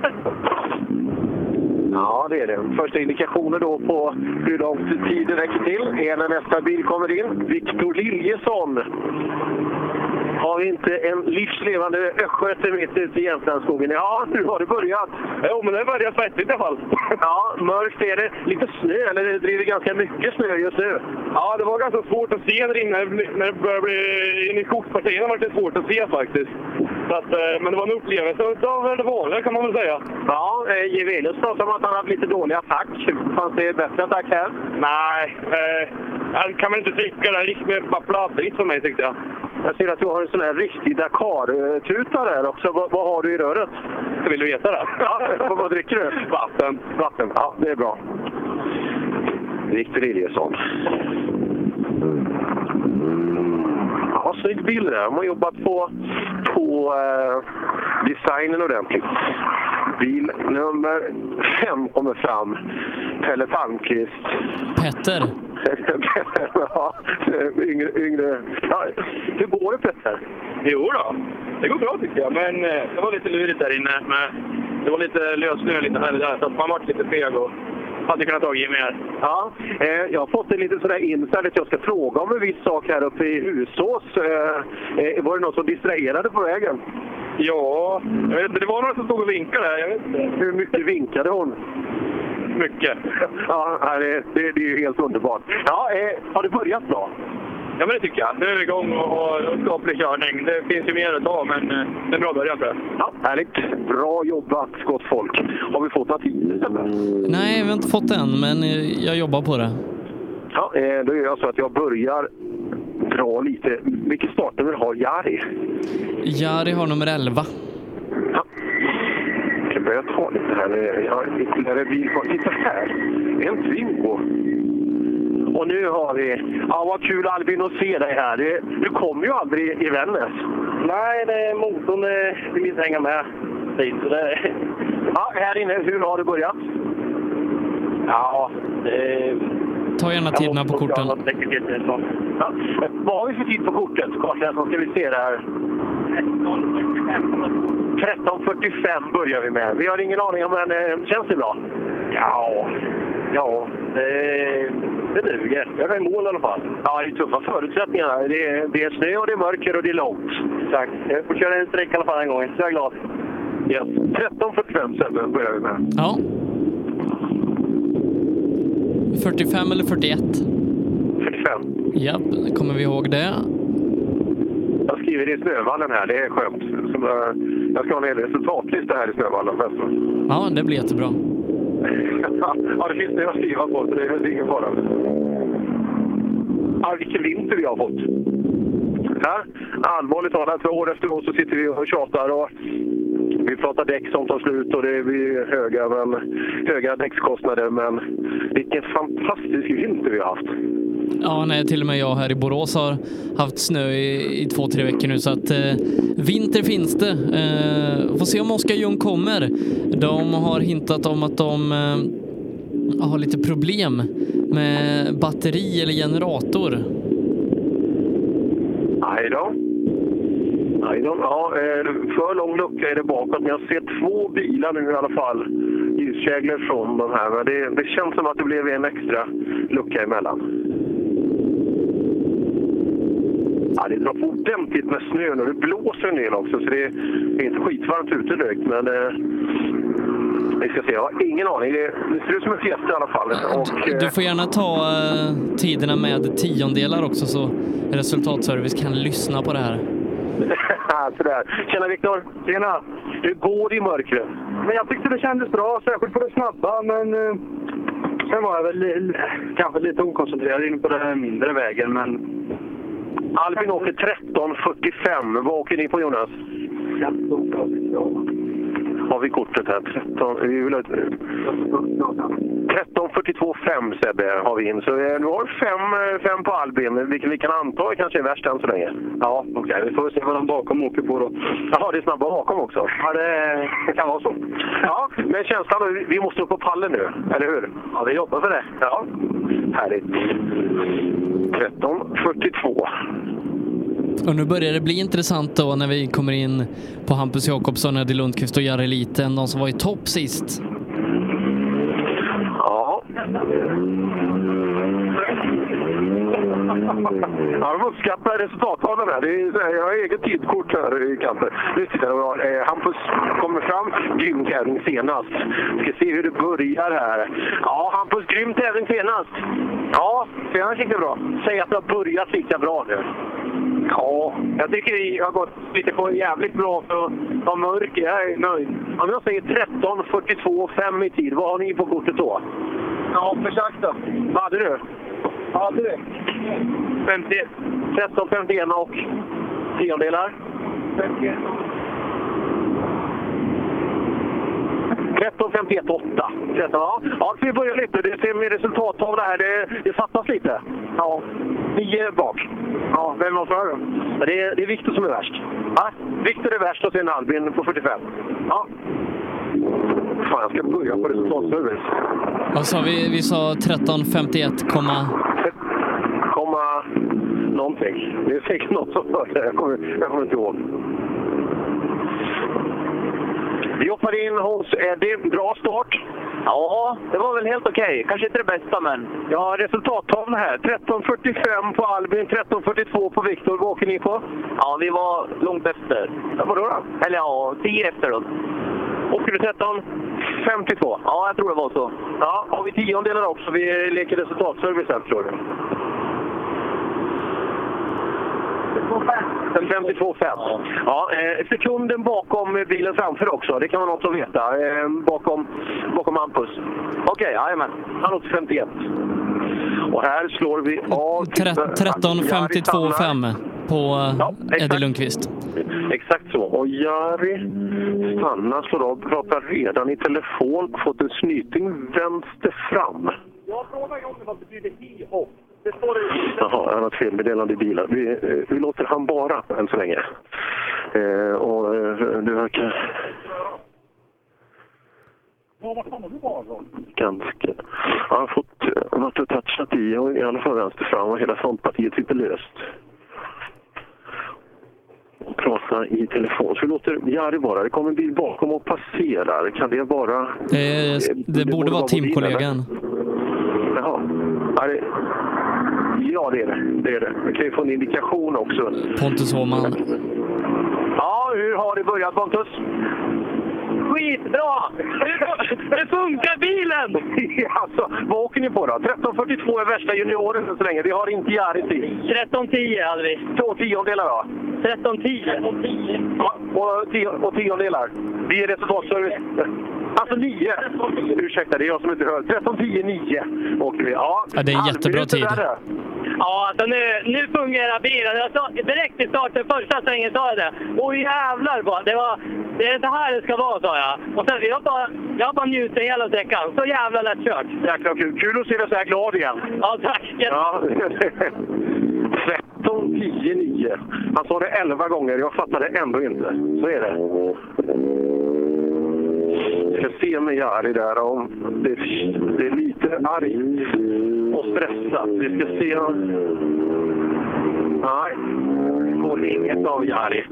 Ja, det är det. Första indikationer då på hur långt tiden räcker till. En nästa bil kommer in. Viktor Liljesson. Har vi inte en livslevande östgöte mitt ute i Jämtlandsskogen? Ja, nu har det börjat. Jo, men det börjar svettigt i alla fall. Ja, mörkt är det. Lite snö, eller det driver ganska mycket snö just nu. Ja, det var ganska svårt att se där inne. När det började bli in i skogspartierna var det svårt att se faktiskt. Så att, men det var en upplevelse av det vanliga, kan man väl säga. Ja, Jirvelius pratade om att han hade lite dålig attack. Fanns det bättre attack här? Nej, eh, jag kan man inte tycka. Det gick med bara pladdrigt för mig, tyckte jag. Jag ser att du har en sån här riktig Dakar-tuta där också. Vad, vad har du i röret? Vill du veta det? Ja, vad dricker du? Vatten. Vatten, ja, det är bra. Viktor Liljesson. Ja, snygg bild där. De har jobbat på, på eh, designen ordentligt. Bil nummer fem kommer fram. Pelle Palmqvist. Petter. Ja, yngre, yngre. Ja, hur går det, Petter? Jo då, det går bra tycker jag. Men det var lite lurigt där inne. Men det var lite lössnö lite här och där. Så att man var lite feg och hade kunnat ta i mer. Ja, eh, jag har fått en lite sådär insight att jag ska fråga om en viss sak här uppe i Husås. Eh, var det något som distraherade på vägen? Ja, jag vet inte. Det var några som stod och vinkade där. Jag vet inte. Hur mycket vinkade hon? Mycket. Ja, det, det, det är ju helt underbart. Ja, eh, har det börjat bra? Ja, men det tycker jag. Nu är vi igång och har skaplig körning. Det finns ju mer att ta, men det är en bra början tror jag. Ja, härligt. Bra jobbat, gott folk. Har vi fått några tid? Nej, vi har inte fått än, men jag jobbar på det. Ja, då gör jag så att jag börjar dra lite. Vilket startnummer har Jari? Jari har nummer elva. Ja. Jag börjar ta lite här nu. Jag har ytterligare bil kvar. Titta här. En Twingo. Och nu har vi... Ja, vad kul Albin att se dig här. Du, du kommer ju aldrig i Vännäs. Nej, det är motorn det vill inte hänga med. Så det... Ja, här inne. Hur har du börjat? Ja, det... Ta gärna tiderna på korten. Ja. Vad har vi för tid på kortet? Kartläsaren ska vi se det här. tretton fyrtiofem börjar vi med. Vi har ingen aning om, men eh, känns det bra? Ja, ja det, det duger. Jag är i mål i alla fall. Ja, det är tuffa förutsättningar. Det är, det är snö och det är mörker och det är långt. Exakt. Jag får köra en sträck i alla fall en gång. Så jag är glad. Yes. tretton fyrtiofem sen börjar vi med. Ja. fyrtiofem eller fyrtioett? fyrtiofem. Ja, kommer vi ihåg det. Jag skriver i snövallen här, det är skönt. Så Jag ska ha en hel resultatlista här i Snövallen förresten. Ja, det blir jättebra. Ja, det finns det att skriva på, så det är ingen fara. Ja, vilken vinter vi har fått. Här, allvarligt talat, för år efter år så sitter vi och tjatar och vi pratar däck som tar slut och det blir höga, men, höga däckskostnader, men vilken fantastisk vinter vi har haft. Ja, nej, till och med jag här i Borås har haft snö i, i två, tre veckor nu, så att eh, vinter finns det. Eh, får se om Oskar Ljung kommer. De har hintat om att de eh, har lite problem med batteri eller generator. Nej då. Nej då. Ja, för lång lucka är det bakåt, men jag ser två bilar nu i alla fall. Ljuskäglar från de här, men det, det känns som att det blev en extra lucka emellan. Ja, det drar på ordentligt med snö och det blåser en del också, så det är inte skitvarmt ute direkt, men eh, vi ska se, jag har ingen aning. Det, det ser ut som en fiesta i alla fall. Och, du får gärna ta eh, tiderna med tiondelar också, så resultatservice kan lyssna på det här. Sådär. Tjena Viktor. Tjena. Hur går det i mörkret? Men jag tyckte det kändes bra, särskilt på det snabba, men eh, sen var jag väl kanske lite okoncentrerad in på den mindre vägen, men Albin åker tretton fyrtiofem. Vad åker ni på, Jonas? Har vi kortet här? tretton, vi vill ha tretton fyrtiotvå fem Sebbe har vi in. Så nu har fem, fem på Albin, vilket vi kan anta är kanske är värst än så länge. Ja, okej. Okay. Vi får se vad de bakom åker på då. Jaha, det är snabba bakom också. Ja, det, det kan vara så. Ja, men känslan då, vi måste upp på pallen nu, eller hur? Ja, vi jobbar för det. Ja, härligt. tretton fyrtiotvå. Och nu börjar det bli intressant då när vi kommer in på Hampus Jakobsson, Eddie Lundqvist och Jari Liten, de som var i topp sist. Ja. Ja, de uppskattar resultattalen här. Det är, jag har eget tidkort här i kanten. Nu tittar jag. Eh, Hampus kommer fram. Grym tävling senast. Vi ska se hur det börjar här. Ja, Hampus, grym tävling senast. Ja, senast gick det bra. Säg att det har börjat lika bra nu. Ja, jag tycker vi har gått lite på jävligt bra för att vara mörk. Jag är nöjd. Ja, men jag säger tretton fyrtiotvå fem i tid. Vad har ni på kortet då? Ja, försök då. Vad hade du? Vad hade du? femtioett. tretton femtioett och tiondelar? femtioett. tretton femtioett åtta. Ja, ja, vi börjar lite. Det ser med resultattavla här. Det, det fattas lite. Ja. Nio bak. Ja, vem var för då? Det är, det är Victor som är värst. Ja, Victor är värst och sen Albin på fyrtiofem. Ja. Fan, jag ska börja på resultatservice. Vad sa vi? Vi sa tretton femtioett, komma... komma någonting. Det är säkert något som hörde. Jag kommer, jag kommer inte ihåg. Vi hoppar in hos Eddie. Bra start. Ja, det var väl helt okej. Okay. Kanske inte det bästa, men... Ja, resultattavlan här. tretton fyrtiofem på Albin, tretton fyrtiotvå på Victor. Vad åker ni på? Ja, vi var långt efter. Ja, vadå då? Eller ja, tio efter då. Åker du tretton femtiotvå? Ja, jag tror det var så. Ja, har vi tiondelar också. Vi leker resultatservice här, tror du. femtiotvå fem. Ja, ja eh, sekunden bakom bilen framför också. Det kan man också veta. Eh, bakom, bakom Hampus. Okej, okay, jajamän. Han åker femtioett. Och här slår vi av... tretton femtiotvå fem på ja, Eddie Lundqvist. Exakt så. Och Jari stannar, slår av, pratar redan i telefon. Fått en snyting vänster fram. Jag frågar Jonny vad betyder he-off. Jaha, han har ett felmeddelande i bilen. Vi, eh, vi låter han bara än så länge. Eh, och eh, du verkar... Ja, vad kommer du bara då? Ganska... Han har fått uh, varit och touchat i, och i alla fall vänster fram, och hela frontpartiet sitter löst. Och pratar i telefon. Så vi låter Jari vara. Det kommer en bil bakom och passerar. Kan det vara... Det, det, det borde vara teamkollegan. Jaha. Ja, det... Ja, det är det. det är det. Vi kan ju få en indikation också. Pontus Åhman. Ja, hur har det börjat, Pontus? skitbra! Det funkar bilen! Alltså, vad åker ni på då? tretton fyrtiotvå är värsta junioren så länge. Vi har inte Jaris i. tretton tio hade vi. Två tiondelar då? tretton tio. Ja, och, tio, och tiondelar. Vi är resultatservice. Alltså nio. Ursäkta, det är jag som inte hör. tretton tio nio åker vi. Ja, ja, det är en jättebra tid. Ja, alltså nu, nu fungerar bilen. Jag sa, direkt i starten, första svängen sa jag det. Åh jävlar bara. Det, var, det är så här det ska vara, sa jag. Och sen jag bara, jag bara njuter hela sträckan. Så jävla lätt kört. Jäkla kul. Kul att se dig så här glad igen. Ja, tack. Ja. tretton tio nio. Han sa det elva gånger. Jag fattade ändå inte. Så är det. Jag ser med Jari där om det, det är lite arg och stressat. Vi ska se. Nej, det går inget av Jari.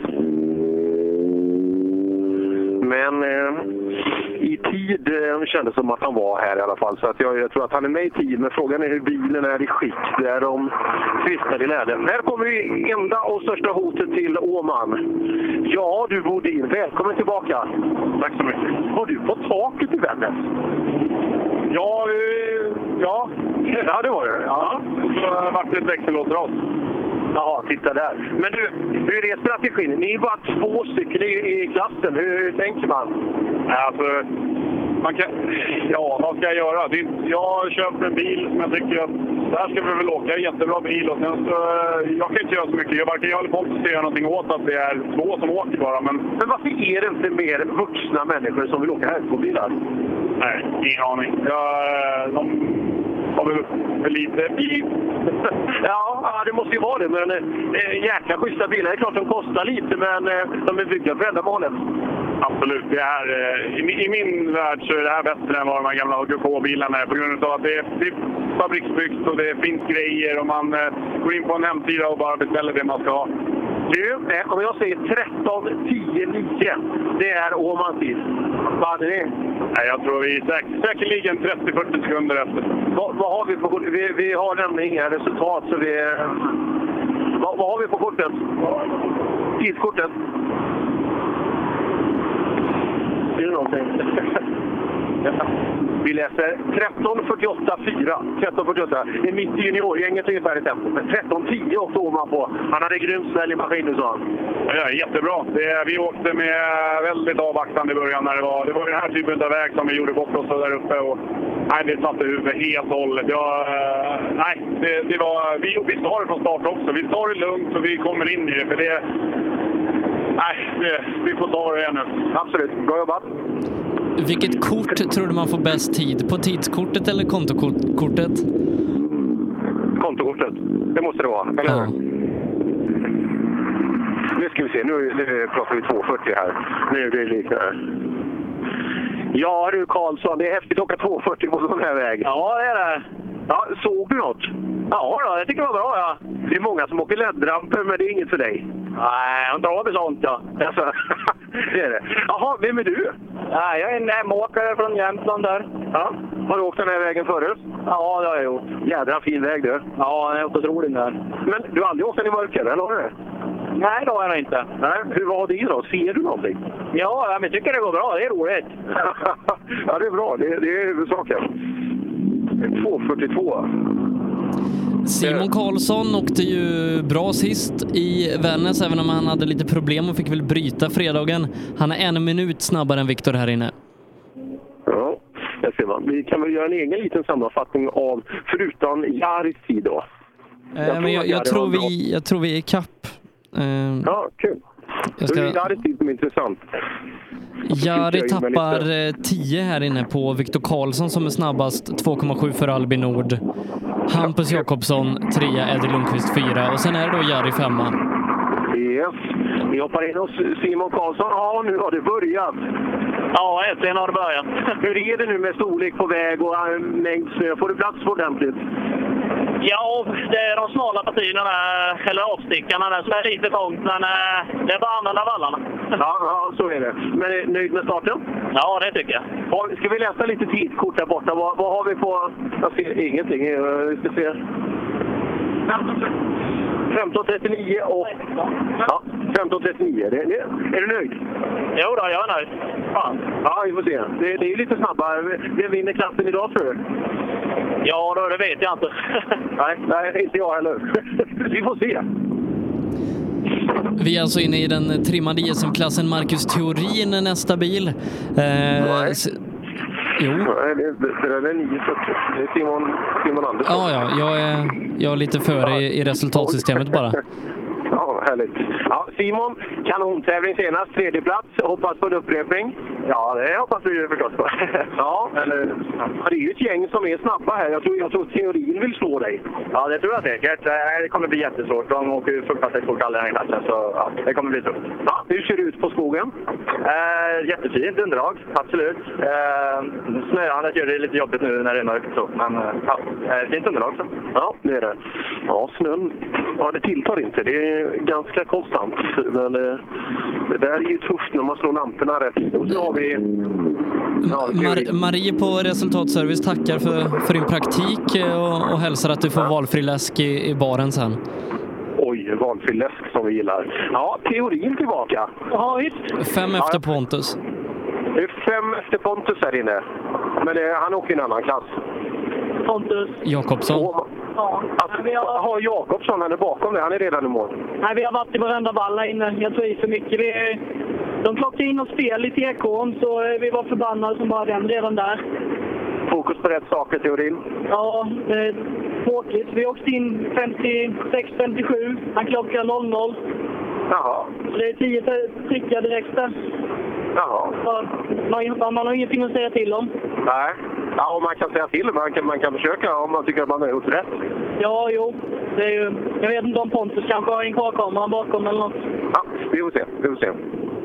Men eh, i tid eh, kändes som att han var här i alla fall. Så att jag, jag tror att han är med i tid. Men frågan är hur bilen är i skick. Där de tvistar i läden. Här kommer vi enda och största hotet till Åman. Ja, du Bodin. Välkommen tillbaka. Tack så mycket. Var du på taket i Vännäs? Ja, eh, ja. Ja, det var det. Ja. Så har det varit ett växellåtsras. Ja, titta där. Men du, hur är det strategin? Ni är bara två stycken i, i klassen. Hur, hur tänker man? Alltså, man kan... Ja, vad ska jag göra? Det är, jag köper en bil som jag tycker att det här ska vi väl åka. En jättebra bil. Och sen så, jag kan inte göra så mycket. Jag varken jag eller Pontus göra någonting åt att det är två som åker bara. Men, men varför är det inte mer vuxna människor som vill åka här på bilar? Nej, ingen aning. Jag, de har väl för lite bil. Ja, det måste ju vara det. Men äh, jäkla schyssta bilar. Det är klart de kostar lite, men äh, de är byggda för ändamålet. Absolut. Det är, äh, i, I min värld så är det här bättre än vad de här gamla H G K-bilarna är. På grund av att det är, det är fabriksbyggt och det finns grejer. Och man äh, går in på en hemsida och bara beställer det man ska ha. Du, äh, om jag säger tretton tio nio, det är Åmans tid. Vad hade det? Nej, jag tror vi är säk säkerligen trettio till fyrtio sekunder efter. Vad, vad har vi på kortet? Vi, vi har nämligen inga resultat, så vi... Vad, vad har vi på kortet? Tidskortet? Är det någonting? Vi läser tretton fyrtioåtta fyra. tretton fyrtioåtta. Det är mitt i juniorgänget ungefär i tempo. Men tretton tio åkte Åman på. Han hade grymt snäll i maskinen, sa han. Ja, jättebra. Det, vi åkte med väldigt avvaktande i början när det var, det var den här typen av väg som vi gjorde bort oss där uppe. Och, nej, det satte huvudet helt och hållet. Jag, nej, det, det var, vi, vi tar det från start också. Vi tar det lugnt så vi kommer in i det. För det, nej, det, vi får ta det igen nu. Absolut. Bra jobbat. Vilket kort tror du man får bäst tid? På tidskortet eller kontokortet? Kontokortet. Det måste det vara, eller ja. Nu ska vi se. Nu, nu pratar vi två fyrtio här. Nu är det liknande. Ja du Karlsson, det är häftigt att åka två fyrtio på sån här väg. Ja, det är det. Ja, såg du något? Ja, då, jag tycker det var bra, ja. Det är många som åker ledramper, men det är inget för dig. Nej, jag drar med sånt, ja. Alltså, det är det. Jaha, vem är du? Nej, jag är en hemåkare från Jämtland där. Ja. Har du åkt den här vägen förut? Ja, det har jag gjort. Jädra fin väg, du. Ja, den är otrolig där. Men du har aldrig åkt den i mörker, eller har du det? Nej, det har jag inte. Nej, hur var det då? Ser du någonting? Ja, men jag tycker det går bra. Det är roligt. Ja, det är bra. Det, det är huvudsaken. två fyrtiotvå. Simon Karlsson åkte ju bra sist i Vännäs, även om han hade lite problem och fick väl bryta fredagen. Han är en minut snabbare än Viktor här inne. Ja, det ser man. Vi kan väl göra en egen liten sammanfattning av, förutom Jaris tid då. Eh, jag, men jag, jag, tror vi, jag tror vi är i kapp. Eh, ja, kul. Jag ska... Det är Jaris tid som är intressant. Jari tappar tio här inne på Viktor Karlsson som är snabbast, två komma sju för Albin Nord. Hampus Jakobsson trea, Eddie Lundqvist fyra och sen är det då Jari femma. Yes. Vi hoppar in hos Simon Karlsson. Ja, nu har det börjat. Ja, äntligen har det börjat. Hur är det nu med storlek på väg och mängd snö? Får du plats på ordentligt? Ja, det är de smala partierna, eller avstickarna där, som är lite långt, men det är bara att använda vallarna. Ja, ja, så är det. Men är nöjd med starten? Ja, det tycker jag. Ja, ska vi läsa lite tidskort där borta? Vad, vad har vi på... Jag ser ingenting. Vi ska se. femton trettionio och... Ja, femton trettionio. Det, det, är du nöjd? Jo då, jag är nöjd. Fan. Ja, vi får se. Det, det är ju lite snabbare. Vem vinner klassen idag, tror du? Ja, då, det vet jag inte. nej, nej, inte jag heller. Vi får se. Vi är alltså inne i den trimmade I S M-klassen. Marcus Theorin nästa bil. Eh, nej. S- jo. Nej, det, det, det är nio fyrtio. Det är Simon, Simon Andersson. Ja, ja. Jag är, jag är lite före i, i resultatsystemet bara. Ja, härligt. Ja, Simon, kanontävling senast, tredje plats. Hoppas på en upprepning. Ja, det hoppas vi förstås på. ja, eller, ja, det är ju ett gäng som är snabba här. Jag tror, jag tror Theorin vill slå dig. Ja, det tror jag säkert. Det kommer bli jättesvårt. De åker ju fruktansvärt fort alla den här klassen, så ja, det kommer bli tufft. Ja, hur ser det ut på skogen? Eh, jättefint underlag, absolut. Eh, snöandet gör det lite jobbigt nu när det är mörkt, så. Men ja, fint underlag. Så. Ja, det är det. Ja, snön, ja, det tilltar inte. Det är ganska konstant. Men det, det där är ju tufft när man slår lamporna rätt. Och så har vi... Ja, Mar- Marie på resultatservice tackar för, för din praktik och, och hälsar att du får valfri läsk i, i baren sen. Oj, valfri läsk som vi gillar. Ja, Theorin tillbaka. Ja, visst. Fem efter Pontus. Det är fem efter Pontus här inne. Men det, han åker i en annan klass. Pontus. Jakobsson. Och, ja. Alltså, vi har, har Jakobsson, han är bakom det. Han är redan i mål. Nej, vi har varit i varenda balla inne. Jag tror i för mycket. Vi, de klockade in oss fel i T K, så vi var förbannade som bara den redan där. Fokus på rätt saker, Theorin. Ja, det är tråkigt. Vi åkte in femtiosex femtiosju. Han klockade noll noll. Jaha. Så det är tio prickar direkt där. Jaha. Så man, man har ingenting att säga till om. Nej. Ja, och man kan säga till. Man kan, man kan försöka om man tycker att man har gjort rätt. Ja, jo. Det är ju, jag vet inte om Pontus kanske har en kvarkamera bakom eller något. Ja, vi får se. Vi får se.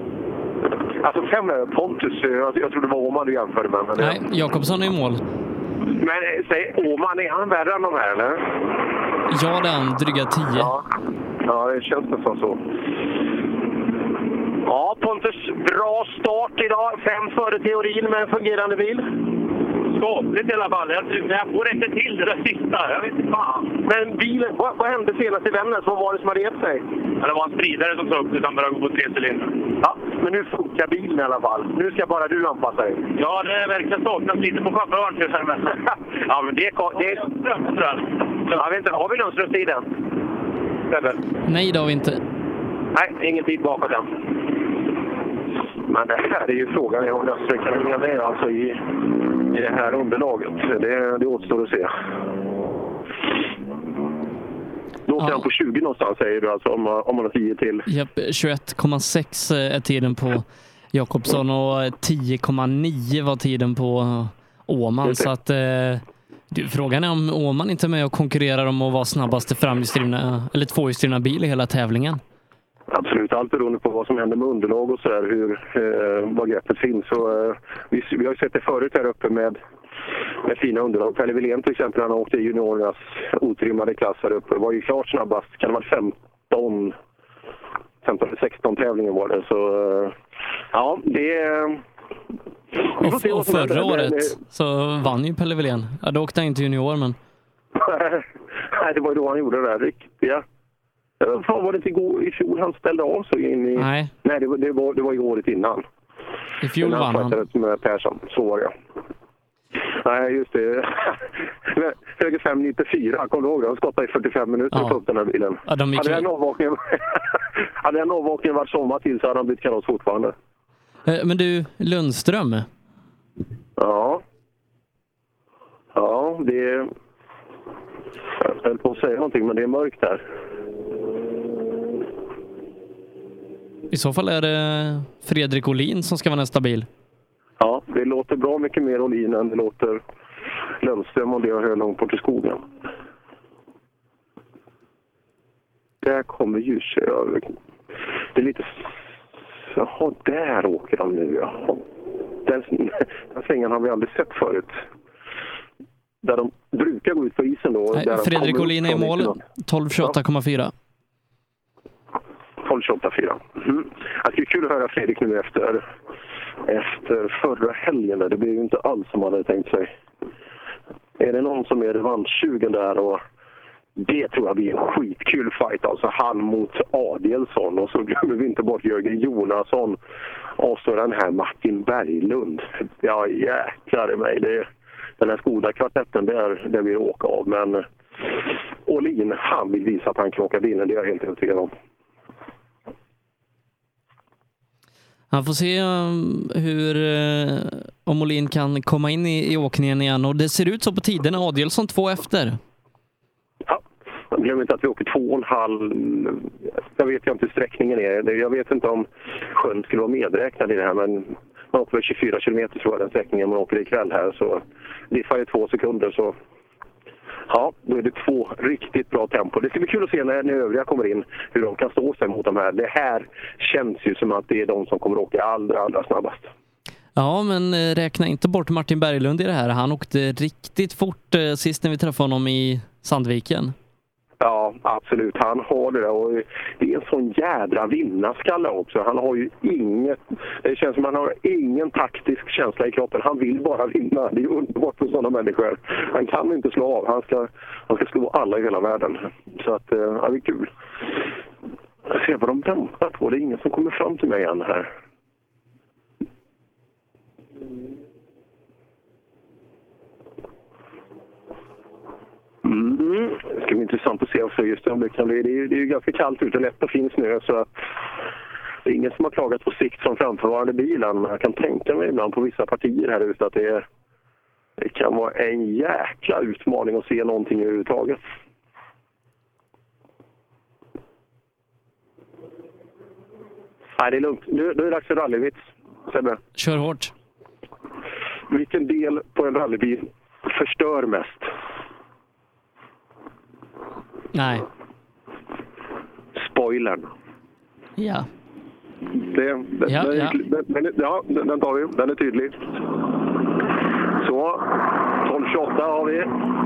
Alltså fem är Pontus. Jag, jag tror det var Åman du jämförde med. Men Nej, Jakobsson är i mål. Men säg, Åman, är han värre än de här, eller? Ja, det är han. Dryga tio. Ja, ja det känns nästan så. Ja, Pontus, bra start idag. Fem före Theorin med en fungerande bil. Skapligt i alla fall. Jag, jag får inte till det där sista. Jag vet inte fan. Men bilen, vad, vad hände senast i Vännäs? Vad var det som hade gett sig? Ja, det var en spridare som sa upp utan började gå på tre cylindrar. Ja, men nu funkar bilen i alla fall. Nu ska bara du anpassa dig. Ja, det verkar saknas lite på chauffören. Ja, men det är... Det är jag vet inte, har vi Lundström-tiden? Nej, det har vi inte. Nej, ingen tid bakåt än. Men det här är ju frågan om Lundström kan hänga med alltså i, i det här underlaget. Det, det återstår att se. Då åker ja. han på tjugo någonstans, säger du, alltså, om, om man har tio till. Japp, tjugoett komma sex är tiden på Jakobsson och tio komma nio var tiden på Åman. Så att, eh, du, frågan är om Åman inte är med och konkurrerar om att vara snabbaste framhjulsdrivna eller tvåhjulsdrivna bil i hela tävlingen. Absolut, allt beroende på vad som händer med underlag och sådär, hur, eh, vad greppet finns. Så, eh, vi, vi har ju sett det förut här uppe med, med fina underlag. Pelle Wilén till exempel, han åkte i juniorernas otrimmade klass här uppe. Det var ju klart snabbast, kan det vara femton, femton sexton tävlingen var det. Så eh, ja, det är... Och, och förra året men, så vann ju Pelle Wilén. Ja, då åkte han inte junior, men... Nej, det var ju då han gjorde det där riktiga... Fan, var det inte igår, i fjol han ställde av så in i... Nej. Nej, det var, det var, det var i året innan. I fjol vann han. Med Persson, så var det. Nej, just det. Höger fem nittiofyra, kommer du ihåg det? Han skottade i fyrtiofem minuter ja. På upp den här bilen. Ja, de hade, den avvakningen, hade den avvakningen varit sommar till så hade han blivit kalas fortfarande. Men du, Lundström? Ja. Ja, det är... Jag höll på att säga någonting, men det är mörkt där. I så fall är det Fredrik Olin som ska vara nästa bil. Ja, det låter bra mycket mer Olin än det låter Lundström och det har höll långt bort i skogen. Där kommer Djursö. Det är lite... Jaha, där åker de nu. Jaha. Den, den svängen har vi aldrig sett förut. Där de brukar gå ut på isen då. Nej, där Fredrik Olin är i mål, tolv tjugoåtta komma fyra. tolv tjugoåtta komma fyra. Mm. Det skulle kul att höra Fredrik nu efter, efter förra helgen. Det blir ju inte alls som man hade tänkt sig. Är det någon som är revanschsugen där och Det tror jag blir en skitkul fight. Alltså han mot Adielsson. Och så glömmer vi inte bort Jörgen Jonasson. Och så den här Martin Berglund. Ja, jäklar i mig. Det, den här Skoda-kvartetten, där, där vill åka av. Men Åhlin, han vill visa att han kan åka bilen. Det är jag helt övertygad om. Han får se hur om Åhlin kan komma in i, i åkningen igen. Och det ser ut så på tiden. Adielsson två efter. Ja, jag glömmer inte att vi åker två och en halv. Jag vet inte hur sträckningen är. Jag vet inte om sjön skulle vara medräknad i det här. Men man åker tjugofyra kilometer tror jag den sträckningen man åker ikväll här. Så diffar ju två sekunder så... Ja, då är det två riktigt bra tempo. Det ska bli kul att se när, när övriga kommer in hur de kan stå sig mot de här. Det här känns ju som att det är de som kommer åka allra, allra snabbast. Ja, men räkna inte bort Martin Berglund i det här. Han åkte riktigt fort eh, sist när vi träffade honom i Sandviken. Ja, absolut. Han har det där och det är en sån jädra vinnarskalle också. Han har ju inget, det känns som att han har ingen taktisk känsla i kroppen. Han vill bara vinna. Det är underbart för sådana människor. Han kan inte slå av. Han ska, han ska slå alla i hela världen. Så att, ja, det är kul. Jag ser vad de väntar på. Det är ingen som kommer fram till mig än här. Mm. Det ska bli intressant att se också just det. Det, kan bli, det, är, det är ju ganska kallt ute och lätt och fin snö så att det är ingen som har klagat på sikt från framförvarande bilen. Men jag kan tänka mig ibland på vissa partier här ute att det, är, det kan vara en jäkla utmaning att se någonting överhuvudtaget. Nej, det är lugnt. Nu, nu är det dags för rallyvits. Sebbe. Kör hårt. Vilken del på en rallybil förstör mest? Nej. Spoilern. Ja. Det, det, ja, den, ja. Den, den, ja, den tar vi. Den är tydlig. Så, tolv tjugoåtta har vi.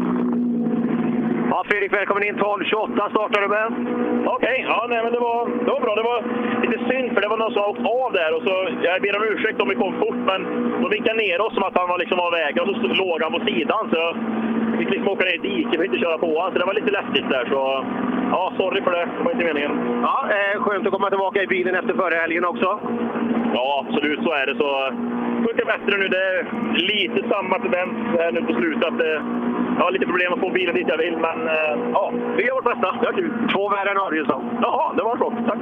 Ja, Fredrik, välkommen in. tolv tjugoåtta startar du med. Okej, okay, ja, nej, men det var, det var bra. Det var lite synd för det var någon som åkt av där. Och så, jag ber om ursäkt om vi kom fort, men de vinkade ner oss som att han var liksom av vägen och så låg han på sidan. Så vi fick liksom åka ner i diket och inte köra på honom. Så det var lite läskigt där. Så ja, sorry för det. Det var inte meningen. Ja, eh, skönt att komma tillbaka i bilen efter förra helgen också. Ja, absolut. Så är det. Så funkar bättre nu. Det är lite samma tendens här nu på slutet. Att det, jag har lite problem att få bilen dit jag vill, men eh, ja, vi gör vårt bästa. Det är kul. Två värre än Adielsson. Jaha, det var så. Tack.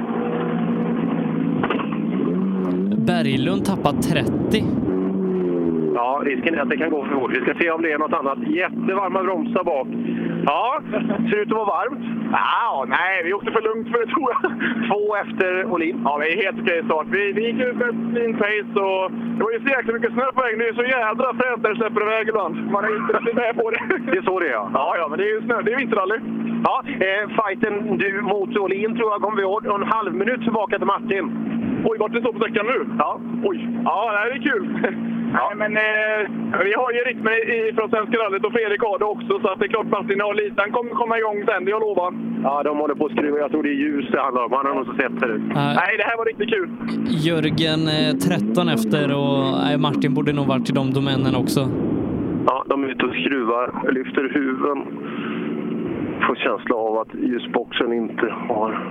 Berglund tappar trettio. Ja, risken är att det kan gå för fort. Vi ska se om det är något annat. Jättevarma bromsar bak. Ja, ser ut att vara varmt. Ja, nej, vi åkte för lugnt för det tror jag. Två efter Åhlin. Ja, det är helt okej start. Vi, vi gick ut med fin pace och det var ju så jäkla mycket snö på vägen. Det är så jädra fränt när det släpper iväg ibland. Man är inte riktigt med på det. Det är så det är, ja. Ja, ja, men det är ju snö. Det är vinterrally. Ja, eh, fighten du mot Åhlin tror jag kommer vi ihåg. En halv minut tillbaka till Martin. Oj, vart det står på sträckan nu? Ja. Oj. Ja, det är kul. Ja. Nej, men eh, vi har ju rytmen i, från Svenska rallyt och Fredrik har det också. Så att det är klart Martin och Litan kommer komma igång sen, det jag lovar. Ja, de håller på att skruva. Jag tror det är ljus det handlar om. Han har nog så sett det nu. Uh, nej, det här var riktigt kul. Jörgen eh, tretton efter och nej, Martin borde nog varit i de domänen också. Ja, de är ute och skruvar. Lyfter huven. Får känsla av att ljusboxen inte har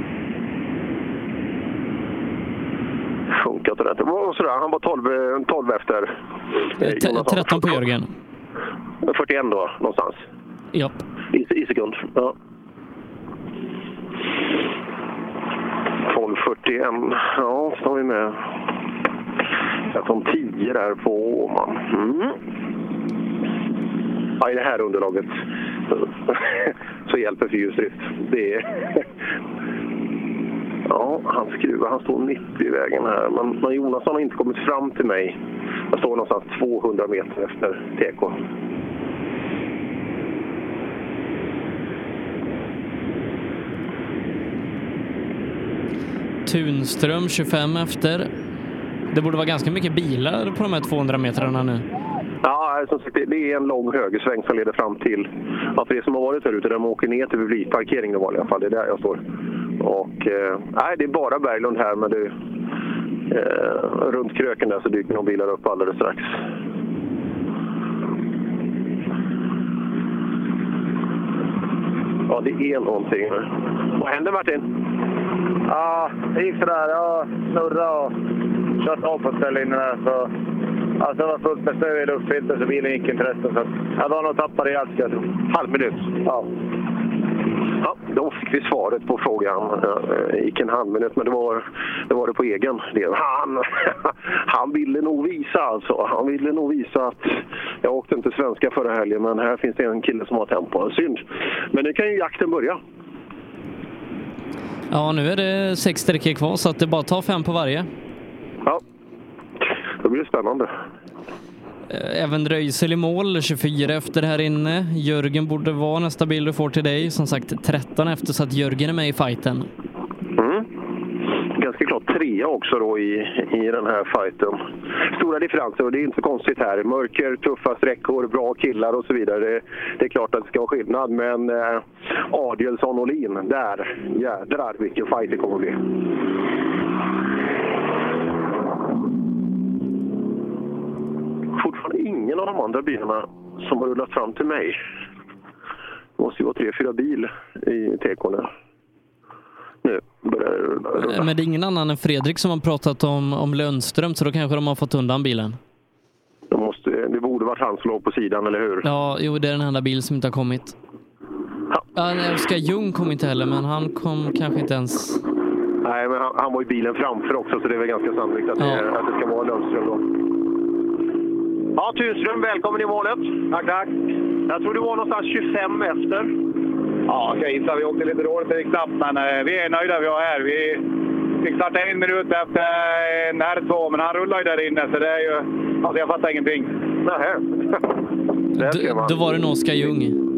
funkat rätt. Sådär, han var tolv, tolv efter. T- tretton på Jörgen. fyrtioen då, någonstans. Japp. I, i sekund, ja. tolv fyrtioen, ja, så har vi med. Jag kom tio där på Åman. Mm. Ja, i det här underlaget så hjälper fyrhjulsdrift. Det är... Ja, han skruvar. Han står nittio i vägen här. Men, men Jonasson har inte kommit fram till mig. Jag står någonstans tvåhundra meter efter T K. Tunström tjugofem efter. Det borde vara ganska mycket bilar på de här tvåhundra metrarna nu. Ja, som sagt, det är en lång högersväng som leder fram till att det som har varit här ute, där man åker ner till publikparkeringen i vanliga fall. Det är där jag står. Och eh, nej, det är bara Berglund här, men det, eh, runt kröken där så dyker någon bilar upp alldeles strax. Ja, det är någonting. Vad händer, Martin? Ja, det gick sådär. Jag snurrade och kört av på ställningen där. Så, alltså det var fullt med snö i luftfilter så bilen gick inte resten. Så jag var nog tappad i allt, jag tror. Halv minut? Ja. Ja, då fick vi svaret på frågan. Det gick en halv minut, men det var det, var det på egen del. Han, han ville nog visa alltså. Han ville nog visa att jag åkte inte svenska förra helgen, men här finns det en kille som har tempo. Synd. Men nu kan ju jakten börja. Ja, nu är det sex sträckor kvar så att det bara tar fem på varje. Ja, det blir spännande. Även Röisel i mål, tjugofyra efter här inne. Jörgen borde vara nästa bil du får till dig. Som sagt, tretton efter så att Jörgen är med i fighten. Mm. Ganska klart trea också då i, i den här fighten. Stora differenser och det är inte så konstigt här. Mörker, tuffa sträckor, bra killar och så vidare. Det, det är klart att det ska vara skillnad. Men eh, Adielsson och Lin, där jädrar vilken fight det kommer att bli. Fortfarande ingen av de andra bilarna som har rullat fram till mig. Det måste ju vara tre, fyra bil i T K nu. Nu börjar det rulla. Men det är ingen annan än Fredrik som har pratat om, om Lundström, så då kanske de har fått undan bilen. Det, måste, det borde varit han som låg på sidan, eller hur? Ja, jo, det är den enda bil som inte har kommit. Ja, Oskar Ljung kom inte heller, men han kom kanske inte ens... Nej, men han, han var i bilen framför också, så det är väl ganska sannolikt att, ja. det, att det ska vara Lundström då. Ja, Tunström, välkommen i målet. Tack, tack. Jag tror det var någonstans tjugofem efter. Ja, jag gissar. Vi åkte lite dåligt, det gick snabbt, men eh, vi är nöjda vi har här. Vi fick starta en minut efter en R två, men han rullar ju där inne, så det är ju... Alltså, jag fattar ingenting. Nähä. Då var det nog Oskar Ljung.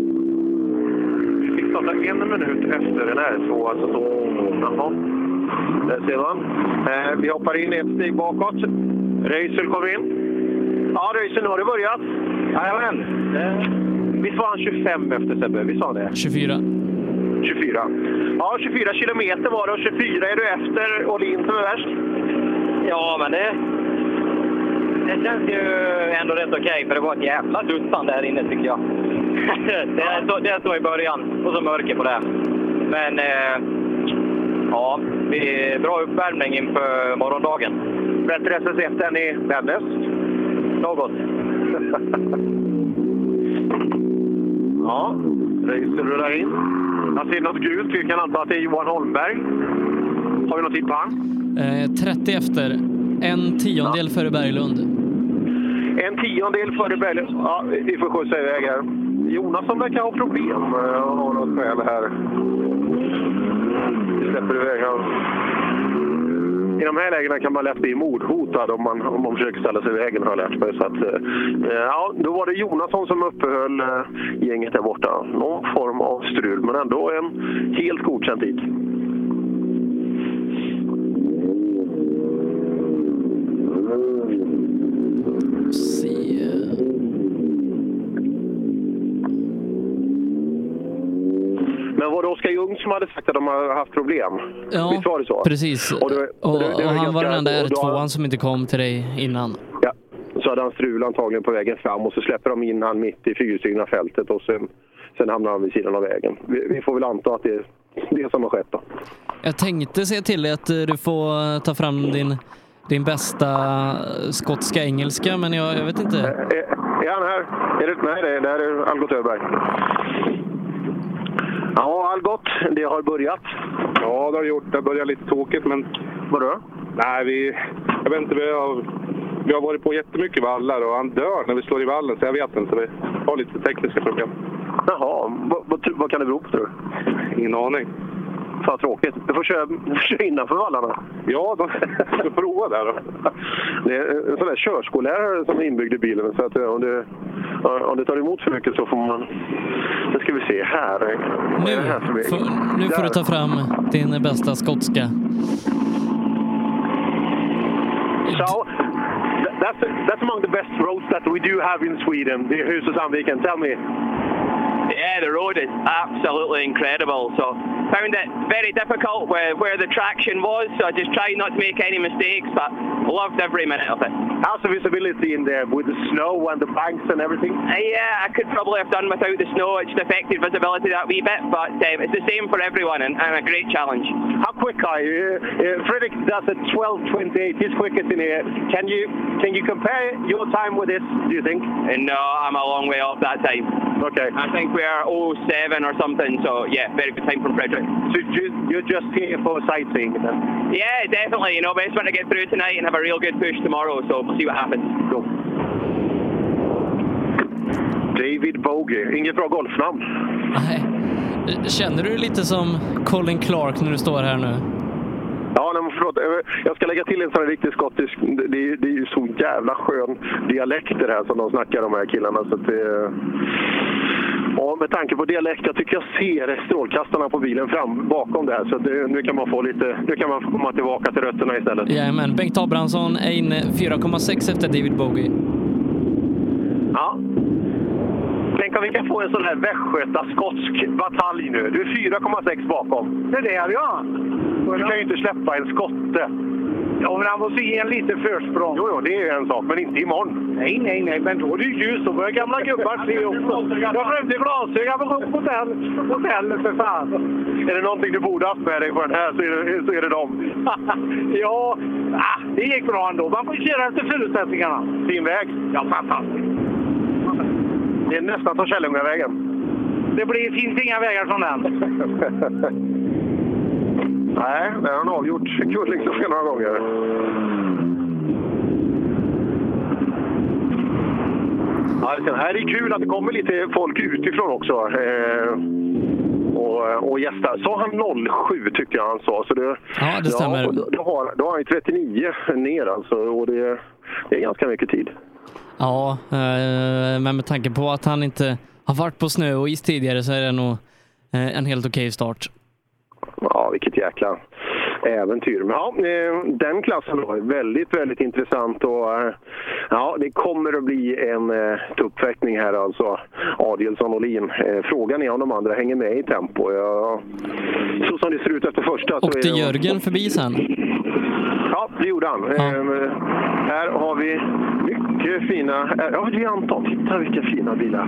Vi fick starta en minut efter en R två, alltså så... Jaha. Där ser man. Eh, vi hoppar in ett steg bakåt. Röisel kommer in. Ja, Röisel, har det börjat? Jajamän. Eh, visst var han tjugofem efter Sebbe? Vi sa det. tjugofyra. tjugofyra. Ja, tjugofyra kilometer var det och tjugofyra är du efter Åhlin som är värst. Ja, men det, det känns ju ändå rätt okej, okay, för det var ett jävla duttan där inne tycker jag. det, är så, det är så i början och så mörker på det. Men eh, ja, det är bra uppvärmning inför morgondagen. Bättre S S ett än i Vännäs? Något. Ja, Röisel rullar in. Jag ser något gult. Vi kan anta att det är Johan Holmberg. Har vi något tipp på han? Eh, trettio efter. En tiondel ja. före Berglund. En tiondel före Berglund. Ja, vi får skjutsa iväg här. Jonas som verkar ha problem. Har något skäl här. Vi släpper iväg här. I de här lägena kan man lätt bli mordhotad om man, om man försöker ställa sig i vägen, har jag lärt mig. Så att, eh, ja, då var det Jonasson som uppehöll eh, gänget där borta. Någon form av strul, men ändå en helt godkänd tid. Men var det Oskar Ljung som hade sagt att de har haft problem? Ja, visst var det så? Precis. Och, det, och, det, det och han var den enda R två som inte kom till dig innan. Ja, så hade han strul antagligen på vägen fram och så släpper de in han mitt i fyrhjulsdrivna fältet och sen, sen hamnar han vid sidan av vägen. Vi, vi får väl anta att det är det som har skett då. Jag tänkte se till att du får ta fram din, din bästa skotska engelska, men jag, jag vet inte. Är, är han här? Är det, nej, det, det här är Algot Öberg. Ja, Algot, det har börjat. Ja, det har gjort. Det börjar lite tråkigt, men... Vadå? Nej, vi... Jag vet inte, vi har, vi har varit på jättemycket vallar och han dör när vi slår i vallen, så jag vet inte. Så vi har lite tekniska problem. Jaha, vad, vad, vad kan det bero på, tror du? Ingen aning. Fan tråkigt. Du får köra, köra innanför vallarna. Ja, de ska prova där då. Det är en sån där körskollärare som är inbyggd i bilen. Så att om det, om det tar emot för mycket så får man... Nu ska vi se här. Nu, här får, nu får du ta fram din bästa skotska. So, that's, that's among the best roads that we do have in Sweden. The Huset Sandviken. Tell me. Yeah, the road is absolutely incredible. So found it very difficult where, where the traction was. So I just tried not to make any mistakes. But Loved every minute of it. How's the visibility in there with the snow and the banks and everything? Uh, yeah, I could probably have done without the snow. It's affected visibility that wee bit, but um, it's the same for everyone and, and a great challenge. How quick are you? Uh, Fredrik does a twelve twenty-eight. He's quickest in here. Can you can you compare your time with this, do you think? Uh, no, I'm a long way off that time. Okay. I think we're oh seven or something, so yeah, very good time from Fredrik. So you're just here for sightseeing then? Yeah, definitely. You know, best want to get through tonight and have a real good push tomorrow, so we'll see what happens. Cool. David Bogie, inget bra golfnamn. Nej. Känner du lite som Colin Clark när du står här nu? Ja, nej, förlåt. Jag ska lägga till en sån här riktig skottisk. Det är, det är ju så jävla skön dialekter här som de snackar, de här killarna. Så att det, ja, med tanke på dialekt, jag tycker jag ser strålkastarna på bilen fram bakom det här. Så det, nu kan man få lite, nu kan man komma tillbaka till rötterna istället. Jajamän, Bengt Abrahamsson är inne fyra komma sex efter David Bogie. Ja. Tänk om vi kan få en sån här västgöta-skotsk batalj nu. Du är fyra komma sex bakom. Det är det, ja. Du kan ju inte släppa en skotte. Ja, men han får se en liten försprång. Jo, jo, det är ju en sak, men inte imorgon. Nej, nej, nej, men då är det ju ljus. Då börjar gamla gubbar se också. Jag glömde glasögon på hotell, hotellet för fan. Är det någonting du borde haft med dig på den här så är det, så är det dem. Ja, ah, det gick bra ändå. Man får köra efter förutsättningarna. Fin väg. Ja, fantastiskt. Det är nästan som Källungavägen. Det blir, finns inga vägar från den. Nej, det har han avgjort Kullingsåsen några gånger. Ja, det här är kul att det kommer lite folk utifrån också. Eh, och, och gästar. Så han noll sju tyckte jag han sa. Så det, ja, det stämmer. Ja, då, då, har, då har han trettionio ner alltså. Och det, det är ganska mycket tid. Ja, men med tanke på att han inte har varit på snö och is tidigare så är det nog en helt okej start. Ja, vilket jäkla äventyr. Men ja, den klassen då är väldigt, väldigt intressant och ja, det kommer att bli en tuppfäktning här alltså. Adielsson och Lin. Frågan är om de andra hänger med i tempo. Ja, så som det ser ut efter första. Och det Jörgen förbi sen. Ja, det gjorde han. Ja. Eh, här har vi mycket fina... Ja, det är Anton. Titta vilka fina bilar.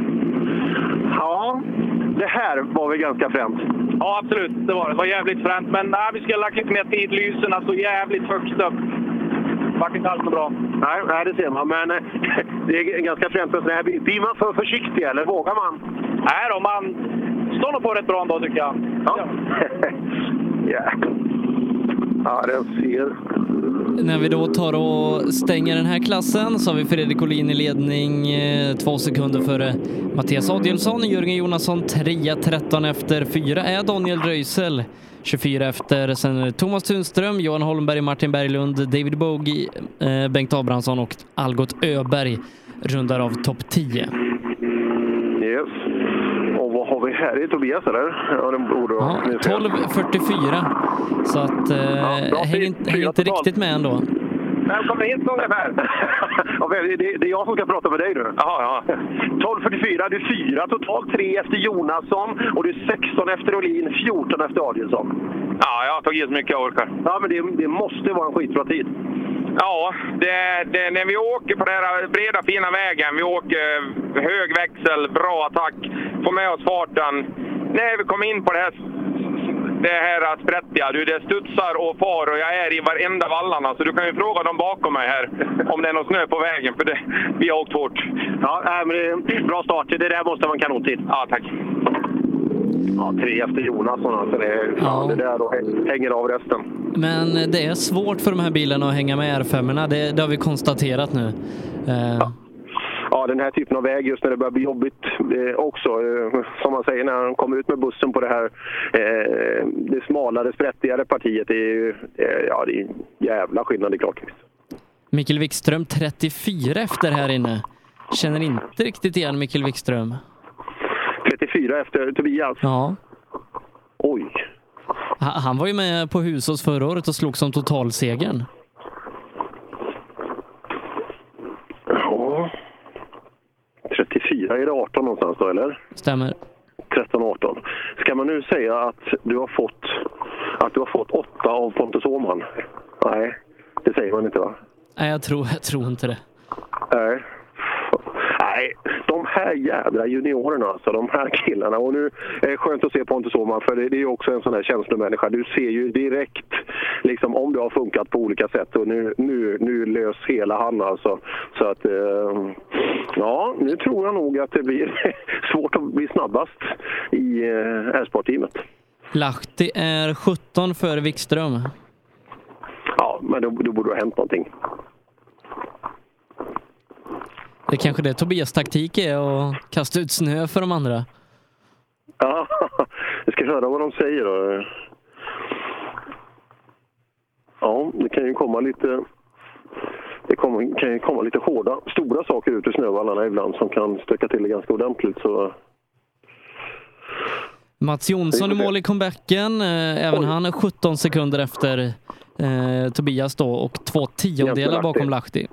Ja, det här var väl ganska främt. Ja, absolut. Det var det. Det var jävligt främt. Men nej, vi ska ha lagt lite mer tid. Lyserna så jävligt högst upp. Det var inte alls så bra. Nej, nej, det ser man. Men det är ganska främt på sån här bil. Blir man för försiktig eller vågar man? Nej då, man står nog på rätt bra ändå tycker jag. Ja. Yeah. Ja, den ser... När vi då tar och stänger den här klassen så har vi Fredrik Olin i ledning eh, två sekunder före Mattias Adielsson. Jörgen Jonasson trea, tretton efter. Fyra är Daniel Röisel, tjugofyra efter. Sen Thomas Tunström, Johan Holmberg, Martin Berglund, David Bogie, eh, Bengt Abrahamsson och Algot Öberg rundar av topp tio. Yes. Och vad har vi här? Det är Tobias eller? Ja, den borde ja, tolv fyrtiofyra. Så att eh, ja, hänger inte, häng inte riktigt med ändå. Välkommen hit ungefär. Ja, det, det är jag som ska prata med dig nu. Jaha, ja. tolv fyrtiofyra, du är fyra totalt, tre efter Jonasson och du är sexton efter Olin, fjorton efter Adielsson. Ja, jag har tagit så mycket jag orkar. Ja, men det, det måste vara en skitbra tid. Ja, det, det, när vi åker på den här breda fina vägen, vi åker hög växel, bra attack, får med oss farten. När vi kommer in på det här, det här sprättiga, du, det studsar och far och jag är i varenda vallarna, så du kan ju fråga dem bakom mig här om det är någon snö på vägen, för det, vi har åkt hårt. Ja, men det är bra start, det där måste vara en kanontid. Ja, tack. Ja, tre efter Jonasson, alltså det, ja. Det där då hänger av resten. Men det är svårt för de här bilarna att hänga med R fem-erna, det, det har vi konstaterat nu. Uh... Ja. Ja, den här typen av väg just när det börjar bli jobbigt eh, också. Eh, som man säger när de kommer ut med bussen på det här eh, det smalare, sprättigare partiet. Det är ju eh, ja, det är jävla skillnad i klartext. Mikael Wikström trettiofyra efter här inne. Känner inte riktigt igen Mikael Wikström. trettiofyra efter Tobias? Ja. Oj. Han var ju med på Husås förra året och slog som totalsegern. Ja. trettiofyra, är det arton någonstans då, eller? Stämmer. tretton arton. Ska man nu säga att du har fått att du har fått åtta av Pontus Åhman? Nej, det säger man inte, va? Nej, jag tror, jag tror inte det. Nej. Nej, de här jädra juniorerna, alltså, de här killarna. Och nu är det skönt att se Pontus Åhman, för det är ju också en sån här känslomänniska. Du ser ju direkt liksom, om det har funkat på olika sätt. Och nu, nu, nu lös hela han alltså. Så att, eh, ja, nu tror jag nog att det blir svårt att bli snabbast i eh, R-sportteamet. Lahti är sjutton före Wikström. Ja, men då, då borde det ha hänt någonting. Det kanske det Tobias taktik är att kasta ut snö för de andra. Ja, vi ska höra vad de säger då. Ja, det kan ju komma lite det kommer, kan ju komma lite hårda, stora saker ut ur snövallarna ibland som kan stöka till det ganska ordentligt. Så Mats Jonsson i mål i comebacken. Även Oj. Han är sjutton sekunder efter eh, Tobias då och två tiondelar bakom Lahti.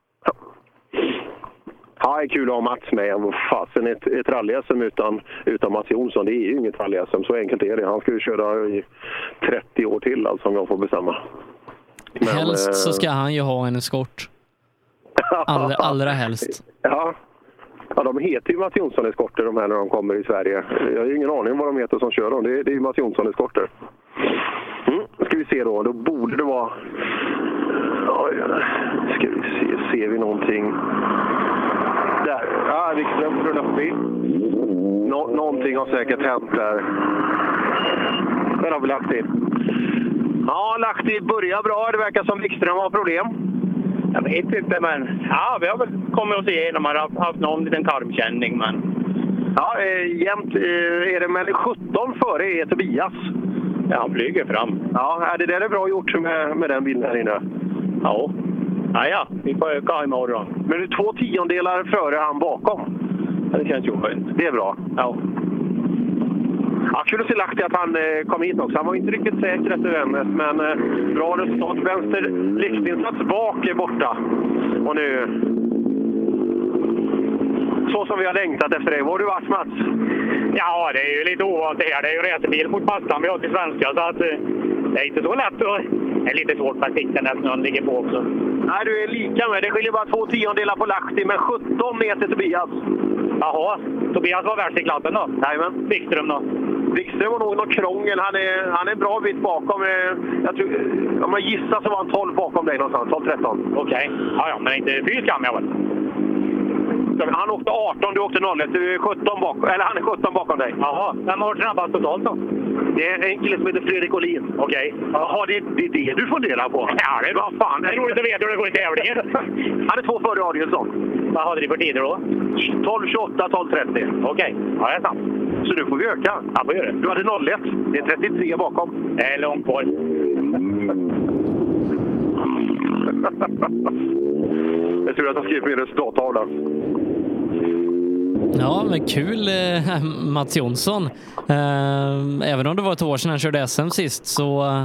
Ja, det är kul att ha Mats med. Fasen, ett, ett rally-S M utan, utan Mats Jonsson, det är ju inget rally-S M. Så enkelt är det. Han ska ju köra i trettio år till, alltså, om jag får bestämma. Men, helst så ska han ju ha en eskort. Allra, allra helst. Ja. Ja, de heter ju Mats Jonsson-eskorter, de här, när de kommer i Sverige. Jag har ju ingen aning om vad de heter som kör dem. Det är, det är ju Mats Jonsson-eskorter. Mm, ska vi se då. Då borde det vara... Oj, ska vi se. Ser vi någonting... Där. Ja, Wikström rullar förbi. Nå- någonting har säkert hänt där. Den har vi lagt in. Ja, Lahti börjar bra. Det verkar som Wikström har problem. Jag vet inte, men ja, vi har väl kommit oss igenom. Man har haft någon liten karmkänning, men... Ja, eh, jämt eh, är det med sjutton före är Tobias. Ja, han flyger fram. Ja, det där är bra gjort med, med den bilden här inne. Ja. Ja, ja, vi får öka imorgon. Men du är två tiondelar före han bakom. Ja, det känns ju skönt. Det är bra. Ja. Ja, kul att se Lahti att han eh, kom hit också. Han var inte riktigt säker efter vändret, men eh, bra resultat. Vänster liftinsats bak är borta. Och nu... Så som vi har längtat efter det. Var du varit, Mats? Ja, det är ju lite ovant det här. Det är ju racerbil mot pastan vi har till svenska, så att eh, det är inte så lätt. Och det är lite svårt att sikta när snön ligger på också. Nej, du är lika med. Det skiljer bara två tiondelar på Lahti, men sjutton meter Tobias. Jaha, Tobias var värst i klassen då? Jajamän. Wikström då? Wikström var nog någon krångel. Han är, han är en bra bit bakom. Jag tror, om jag gissar så var han tolv bakom dig någonstans. tolv tretton. Okej. Okay. Ja, ja, men inte fyra skam jag väl. Han åkte arton, du åkte noll ett. Du är sjutton bakom, eller han är sjutton bakom dig. Jaha, vem har snabbast totalt då? Det är en kille som heter Fredrik Olin. Okej. Okay. Jaha, det, det är det du funderar på? Ja, det är bra. Fan, det är roligt att veta hur det går i tävlingen. Han är två före Adielsson. Vad hade ni för tider då? tolv tjugoåtta, tolv trettio. Okej, okay. Ja, det är sant. Så nu får vi öka. Ja, får göra det. Du hade noll ett. Det är trettiotre bakom. Det är långt kvar. Jag tror att jag skrivit min resultattavla. Ja, men kul eh, Mats Jonsson. Eh, även om det var ett år sedan han körde S M sist, så eh,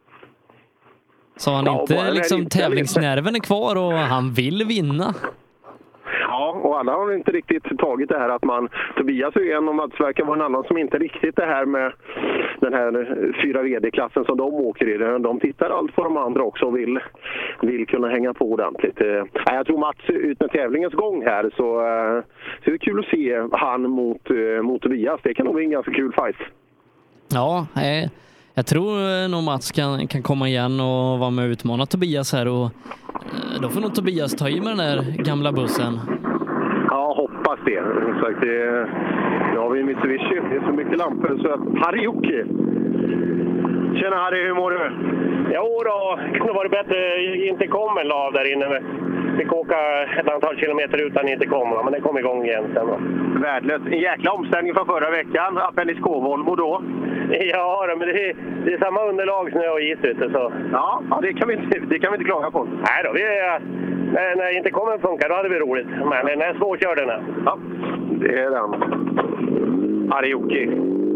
så han ja, inte liksom tävlingsnerven är kvar och han vill vinna. Ja, och alla har inte riktigt tagit det här att man... Tobias är en och Mats verkar vara en annan som inte riktigt det här med den här fyra V D-klassen som de åker i. De tittar allt på de andra också och vill, vill kunna hänga på ordentligt. Jag tror Mats ut med tävlingens gång här så, så är det kul att se han mot, mot Tobias. Det kan nog bli en ganska kul fight. Ja, jag, jag tror nog Mats kan, kan komma igen och vara med och utmana Tobias här och då får nog Tobias ta i med den där gamla bussen. Ja, hoppas det. Exakt, det nu har vi Mitsubishi. Det är så mycket lampor så att Harryuki. Tjena Harry, hur mår du? Jo då, det kunde varit bättre. Inte kom en lav där inne. Vi fick åka ett antal kilometer utan inte komma, men det kom igång igen sen. Värdelöst. En jäkla omställning från förra veckan. Appendix K-Volvo då. Ja, men det är, det är samma underlag, snö och is ute. Så. Ja, ja det, kan vi inte, det kan vi inte klaga på. Nej då, vi, när, när inte kommer funkar, då hade vi roligt. Men den är svårkörd den här. Ja, det är den. Harryuki.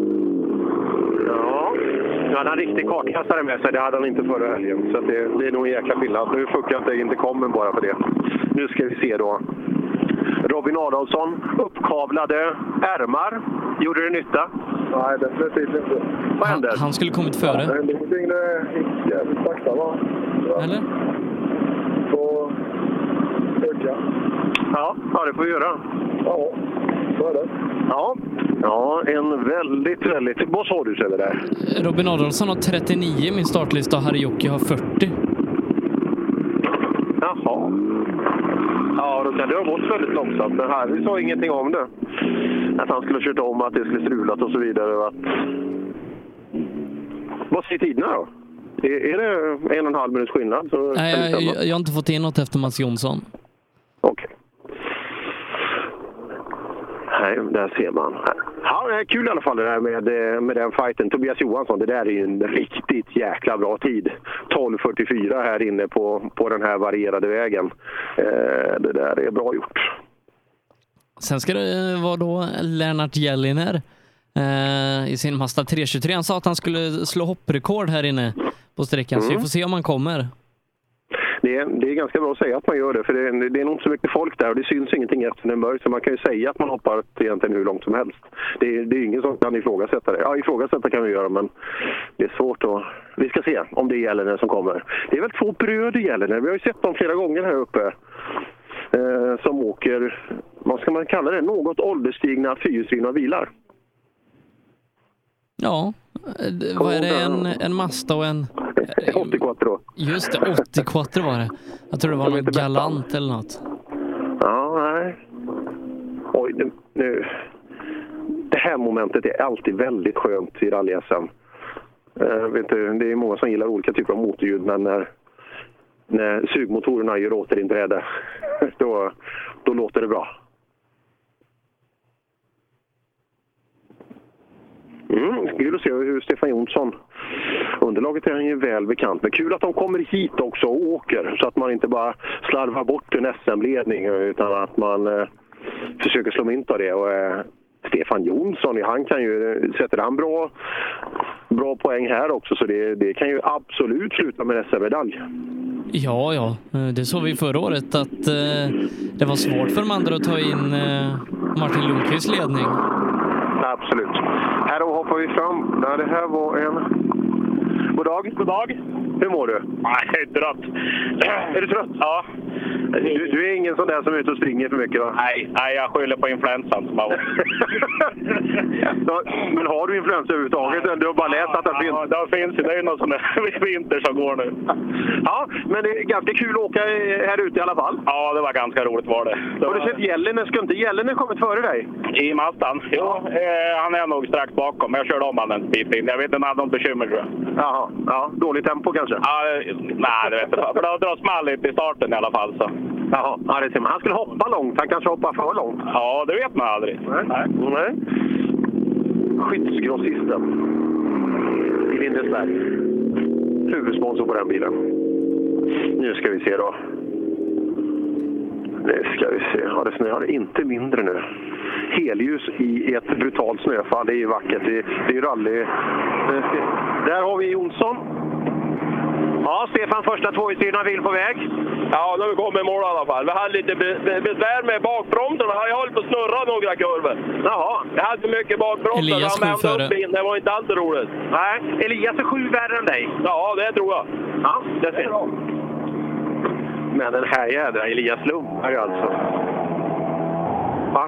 Ja, nu hade han en riktig kartkastare med sig. Det hade han inte förra helgen. Så det, det är nog en jäkla skillnad. Nu funkar att det inte kommer bara för det. Nu ska vi se då. Robin Adolfsson, uppkavlade ärmar. Gjorde det nytta? Nej, definitivt inte. Vad hände? Han, han skulle kommit före. Det gick jävligt sakta, va? Eller? får öka. Ja, ja, det får vi göra. Ja, så är det. Ja, ja en väldigt, väldigt... Vad sa du, Sebbe, där? Robin Adolfsson har trettionio, min startlista, och Harry Jocke har fyrtio. Jaha. Ja, då kan det ha gått väldigt långsamt. Men Harry sa ingenting om det. Att han skulle ha kört om, att det skulle strulat och så vidare. Och att... Vad säger tiderna då? Är, är det en och en halv minuts skillnad? Så Nej, jag, jag, jag har inte fått in något efter Mats Jonsson. Okej. Okay. Nej, där ser man. Ja, det är kul i alla fall det där med, med den fighten. Tobias Johansson, det där är ju en riktigt jäkla bra tid. tolv fyrtiofyra här inne på, på den här varierade vägen. Eh, det där är bra gjort. Sen ska det vara då Lennart Jelliner eh, i sin Mazda tre tjugotre. Han sa att han skulle slå hopprekord här inne på sträckan. Mm. Så vi får se om han kommer. Det är, det är ganska bra att säga att man gör det, för det, det är nog inte så mycket folk där och det syns ingenting efter den mörk, så man kan ju säga att man hoppar egentligen hur långt som helst. Det är, det är ingen som kan ifrågasätta det. Ja, ifrågasätta kan vi göra, men det är svårt att... Vi ska se om det är Jelliner som kommer. Det är väl två bröder Jelliner. Vi har ju sett dem flera gånger här uppe eh, som åker, vad ska man kalla det, något ålderstigna fyrhjulsdrivna bilar. Ja, vad är det? En, en Mazda och en... åttio Quattro. Just det, åttio Quattro var det. Jag tror det var något Galant eller något. Ja, nej. Oj, det, nu... Det här momentet är alltid väldigt skönt i rally-S M. Uh, vet du, det är många som gillar olika typer av motorljud, men när, när sugmotorerna gör återinträde, då, då låter det bra. Mm, kul att se hur Stefan Jonsson, underlaget är han ju väl bekant, men kul att de kommer hit också och åker, så att man inte bara slarvar bort en S M-ledning, utan att man eh, försöker slå mynt av det. Och eh, Stefan Jonsson, han kan ju, sätter han bra, bra poäng här också, så det, det kan ju absolut sluta med en S M-medalj. Ja, ja. Det såg vi förra året att eh, det var svårt för de andra att ta in eh, Martin Lundqvists ledning. Absolut. Här då hoppar vi fram. Nej, det här var en... God dag. God dag. Hur mår du? Nej, jag är trött. Är du trött? Ja. Du, du är ingen sån där som är ute och springer för mycket, va? Nej, nej, jag skyller på influensan. Som har... ja, men har du influensa överhuvudtaget? Du har bara läst att det ja, finns. Ja, det finns ju. Det är ju någon sån där vinter som går nu. Ja, men det är ganska kul att åka här ute i alla fall. Ja, det var ganska roligt var det. det har var... du sett Jelliner? Ska inte Jelliner kommit före dig? I Mazdan? Jo, eh, han är nog strax bakom. Jag körde om han en bit in. Jag vet inte om han hade något bekymmer, tror jag. Jaha, ja. Dåligt tempo kanske? Ja, nej, det vet jag. För det drar small lite i starten i alla fall, så... Jaha, ja, det ser man. Han skulle hoppa långt. Han kanske hoppar för långt. Ja, det vet man aldrig. Nej. Nej. Nej. Skyddsgrossisten i Lindesberg. Huvudsponsor på den bilen. Nu ska vi se då. Nu ska vi se. Ja, det snöar inte mindre nu. Helljus i ett brutalt snöfall. Det är ju vackert. Det är, det är rally. Där har vi Jonsson. Ja, Stefan, första tvåhjulsdrivna bil på väg. Ja, nu har vi kommit i mål i alla fall. Vi hade lite be be besvär med bakbromsen. Jag höll på att snurra några kurvor. Jaha. Jag hade för mycket bakbromsen. Elias sju före. Det var inte alls roligt. Nej, Elias är sju värre än dig. Ja, det tror jag. Ja, det är bra. Men den här jädra Elias lumpar ju alltså. Va?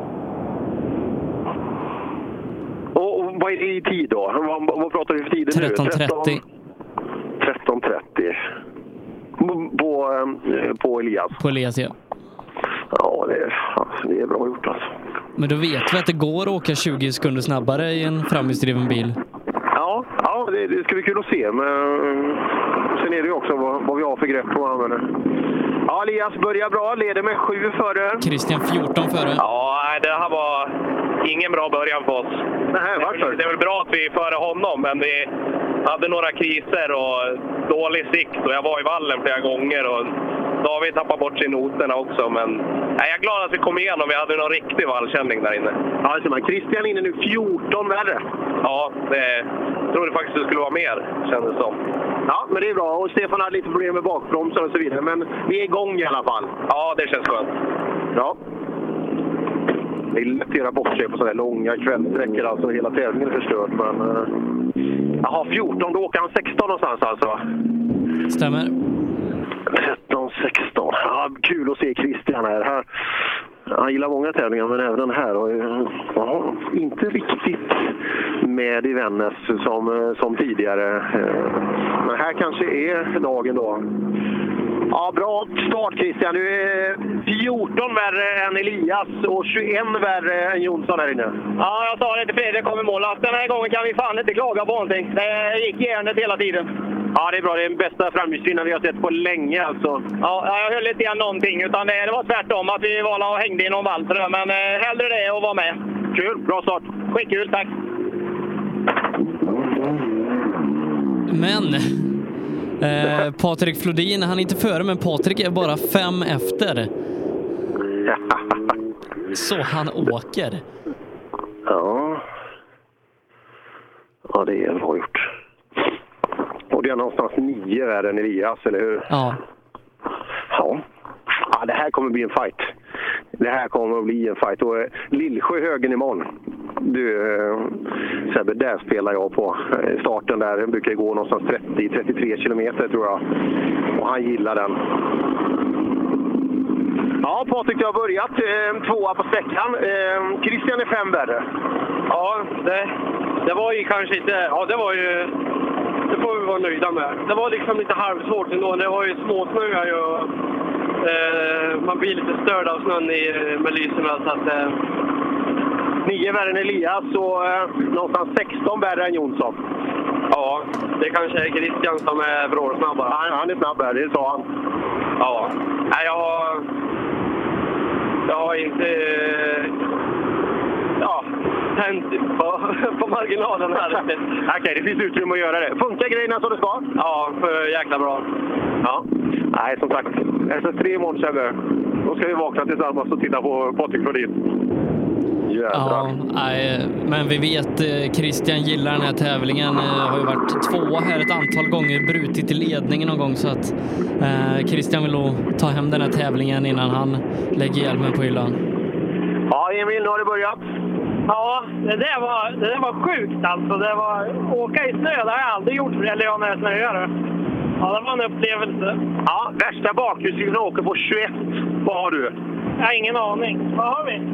Och, och vad är det i tid då? Vad, vad pratar vi för tider nu? tretton trettio. tretton trettio. På, på Elias. På Elias, ja. Ja, det är, alltså, det är bra gjort alltså. Men då vet vi att det går att åka tjugo sekunder snabbare i en framhjulsdriven bil. Ja, ja det, det ska bli kul att se. Men sen är det ju också vad, vad vi har för grepp på använder. Ja, Elias börjar bra. Leder med sju före. Christian fjorton före. Ja, det här var ingen bra början för oss. Nej, varför? Det är väl bra att vi är före honom, men vi hade några kriser och dålig sikt. Och jag var i vallen flera gånger och David tappade bort sin noterna också. Men nej, jag är glad att vi kom igenom. Vi hade någon riktig vallkänning där inne. Ja, alltså, man. Christian är inne nu fjorton värre. Ja, det jag trodde faktiskt det skulle vara mer, kändes som. Ja, men det är bra. Och Stefan hade lite problem med bakbromsar och så vidare. Men vi är igång i alla fall. Ja, det känns skönt. Ja. Det är lätt att göra bort sig på sådana här långa kvällsträckor. Alltså hela tävlingen är förstört. Men, uh... Jaha, fjorton. Då åker han sexton någonstans alltså. Stämmer. tretton sexton. Ja, kul att se Christian här. här. Han gillar många tävlingar, men även den här. Och, ja, inte riktigt med i Vännäs som, som tidigare. Men här kanske är dagen då. Ja, bra start Christian. Du är fjorton värre än Elias och tjugoett värre än Jonsson här inne. Ja, jag sa det till Fredrik kommer mål. Den här gången kan vi fan inte klaga på någonting. Det gick järnet hela tiden. Ja, det är bra. Det är den bästa framhjulsvinnaren vi har sett på länge alltså. Ja, jag höll inte igen någonting, utan det, det var tvärtom att vi var och hängde i någon vall. Men eh, hellre det och vara med. Kul, bra start. Skitkul, tack. Men eh, Patrik Flodin, han är inte före, men Patrik är bara fem efter. Så han åker. Ja. Ja, det är bra gjort. Och det är någonstans nio värre än Elias, eller hur? Ja. Ja. Ja, det här kommer bli en fight. Det här kommer att bli en fight. Och Lillsjö högen imorgon. Du, Sebbe, där spelar jag på. Starten där brukar gå någonstans trettio till trettiotre kilometer tror jag. Och han gillar den. Ja, Patrik, du har börjat. Eh, tvåa på sträckan. Eh, Christian är fem värre. Ja, det, det var ju kanske inte... Ja, det var ju... Det får vi vara nöjda med. Det var liksom lite halvsvårt ändå. Det var ju småsnöar ju. Eh, man blir lite störd av snön i, med lyserna. Så att, eh... nio värre än Elias och eh, någonstans sexton värre än Jonsson. Ja, det kanske är Christian som är vrålsnabbare. Han, han är snabb här, det sa han. Ja, nej, jag har... Jag har inte... Ja, tänt på, på marginalen här. Okej, okay, det finns utrymme att göra det. Funkar grejerna som det ska? Ja, för jäkla bra. Ja, nej som sagt. Efter tre månader sedan, då ska vi vakna tillsammans och titta på Patrik Flodin. Ja, nej, men vi vet Christian gillar den här tävlingen. Har ju varit tvåa här ett antal gånger, brutit i ledningen någon gång, så att eh, Christian vill nog ta hem den här tävlingen innan han lägger hjälmen på hyllan. Ja, Emil, nu har det börjat. Ja, det där var, det där var sjukt alltså. Det var åka i snö, det har jag aldrig gjort, eller jag när jag snöar. Ja, det var en upplevelse. Ja, värsta bakhjulsdriven åker på tjugoett. Vad har du? Jag har ingen aning. Vad har vi?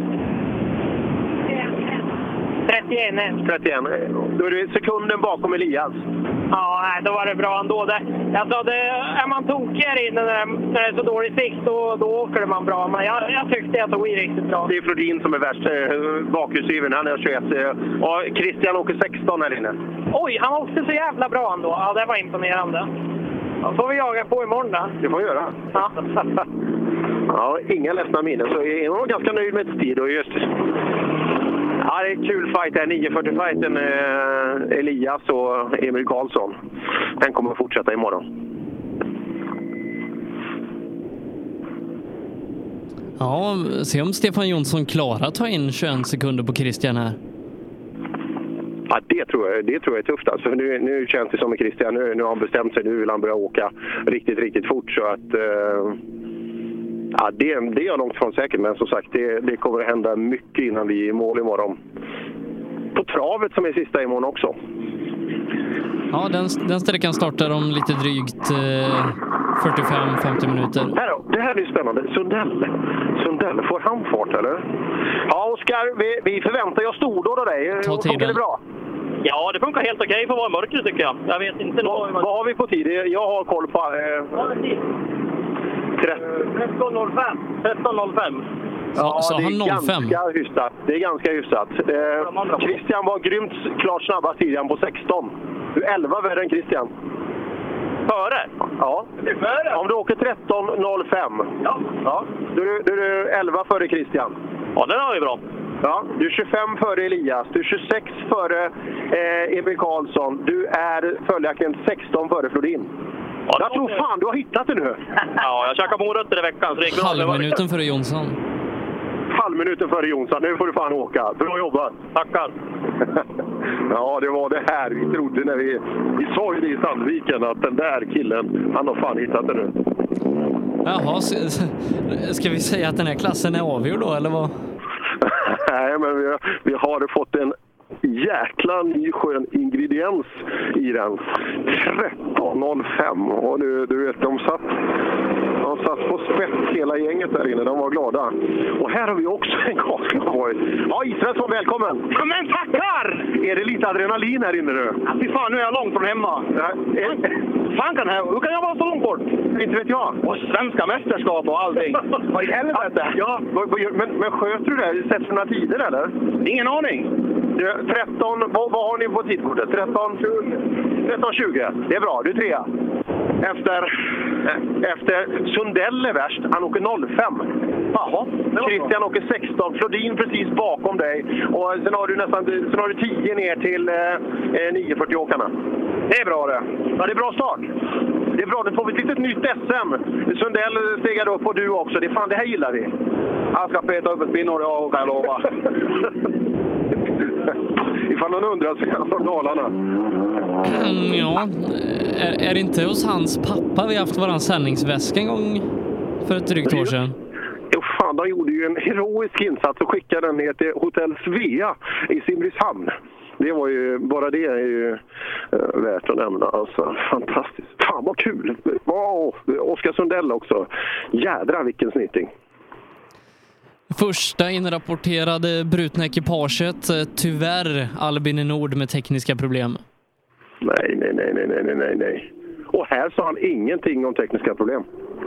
trettioen. trettioen. Då är du sekunden bakom Elias. Ja, nej, då var det bra ändå. Det, alltså, det, är man tokigare inne när, när det är så dålig sikt, då, då åker man bra. Men jag, jag tyckte jag tog i riktigt bra. Det är Flodin som är värst. Eh, bakhjulsdriven, han är tjugoett. Eh, och Christian åker sexton här inne. Oj, han åkte så jävla bra ändå. Ja, det var imponerande. Ja, får vi jaga på imorgon då? Det får vi göra. Ja. Ja, inga ledsna minnen. Så är man ganska nöjd med ett tid. Och just... Ja, det är en kul fight här. nio fyrtio-fighten eh, Elias och Emil Karlsson. Den kommer att fortsätta imorgon. Ja, se om Stefan Jonsson klarar att ta in tjugoett sekunder på Christian här. Ja, det tror jag, det tror jag är tufft. Alltså, nu, nu känns det som med Christian. Nu, nu har han bestämt sig. Nu vill han börja åka riktigt, riktigt fort. Så att... Eh, Ja, det, det är jag långt från säker, men som sagt, det, det kommer att hända mycket innan vi är i mål imorgon. På travet som är sista imorgon också. Ja, den, den sträckan startar om lite drygt eh, fyrtiofem till femtio minuter. Här då, det här är spännande. Sundell. Sundell, får han fart eller? Ja, Oskar, vi, vi förväntar oss stordåd av dig. Ta tiden. Funkar det bra? Ja, det funkar helt okej för att vara mörker tycker jag. Jag vet inte vad, vad har vi på tid? Jag har koll på... Eh, tretton noll fem. tretton noll fem. Ja, så det han är noll fem. ganska hyfsat. Det är ganska hyfsat. Eh, Christian var grymt klart snabbast tidigare på sexton. Du är elva värre än Christian. Före? Ja. Före? Om du åker tretton noll fem. Ja. Ja. Då är du, då är du elva före Christian. Ja, den har vi bra. Ja, du är tjugofem före Elias. Du är tjugosex före eh, Emil Karlsson. Du är följaktligen sexton före Flodin. Ja, jag tror fan du har hittat det nu. Ja, jag käkade morötter i veckan. Så det gick bra. Halvminuten före Jonsson. Halvminuten före Jonsson. Nu får du fan åka. Bra jobbat. Tackar. Ja, det var det här vi trodde när vi, vi sa ju det i Sandviken att den där killen, han har fan hittat det nu. Jaha, ska vi säga att den här klassen är avgjord då, eller vad? Nej, men vi har, vi har fått en jäkla ny skön ingrediens i den. tretton noll fem. Och du, du vet, de satt, de satt på spets hela gänget där inne. De var glada. Och här har vi också en gaskonvoj. Ja, Israelsson, välkommen! Ja, men tackar! Är det lite adrenalin här inne nu? Ja, fy fan, nu är jag långt från hemma. Ja, är... Fan kan här, hur kan jag vara så långt bort? Inte vet jag. Och svenska mästerskap och allting. Vad i helvete? Ja, men, men sköter du det? Sätter du några tider eller? Ingen aning. Du, tretton, vad, vad har ni på tidkortet? tretton tjugo. Det är bra, du är trea. Efter, efter Sundell är värst. Han åker noll fem. Jaha. Christian åker sexton. Flodin precis bakom dig. Och sen har du nästan sen har du tio ner till eh, nio fyrtio-åkarna. Det är bra det. Ja, det är bra start. Det är bra, nu får vi ett litet nytt S M. Sundell stegade upp och du också. Det, fan, det här gillar vi. Han ska peta upp ett spinnor, jag kan lova. Ifall någon undrar så är han från Dalarna. Mm, ja, är, är det inte hos hans pappa vi haft våran sändningsväska en gång för ett drygt år sedan? Jo, fan, de gjorde ju en heroisk insats och skickade den ner till Hotell Svea i Simrishamn. Det var ju, bara det är ju äh, värt att nämna. Alltså, fantastiskt. Fan vad kul! Wow, Oskar Sundell också. Jädra vilken snitting. Första inrapporterade brutna ekipaget, tyvärr Albin i Nord med tekniska problem. Nej, nej, nej, nej, nej, nej, nej. Och här sa han ingenting om tekniska problem.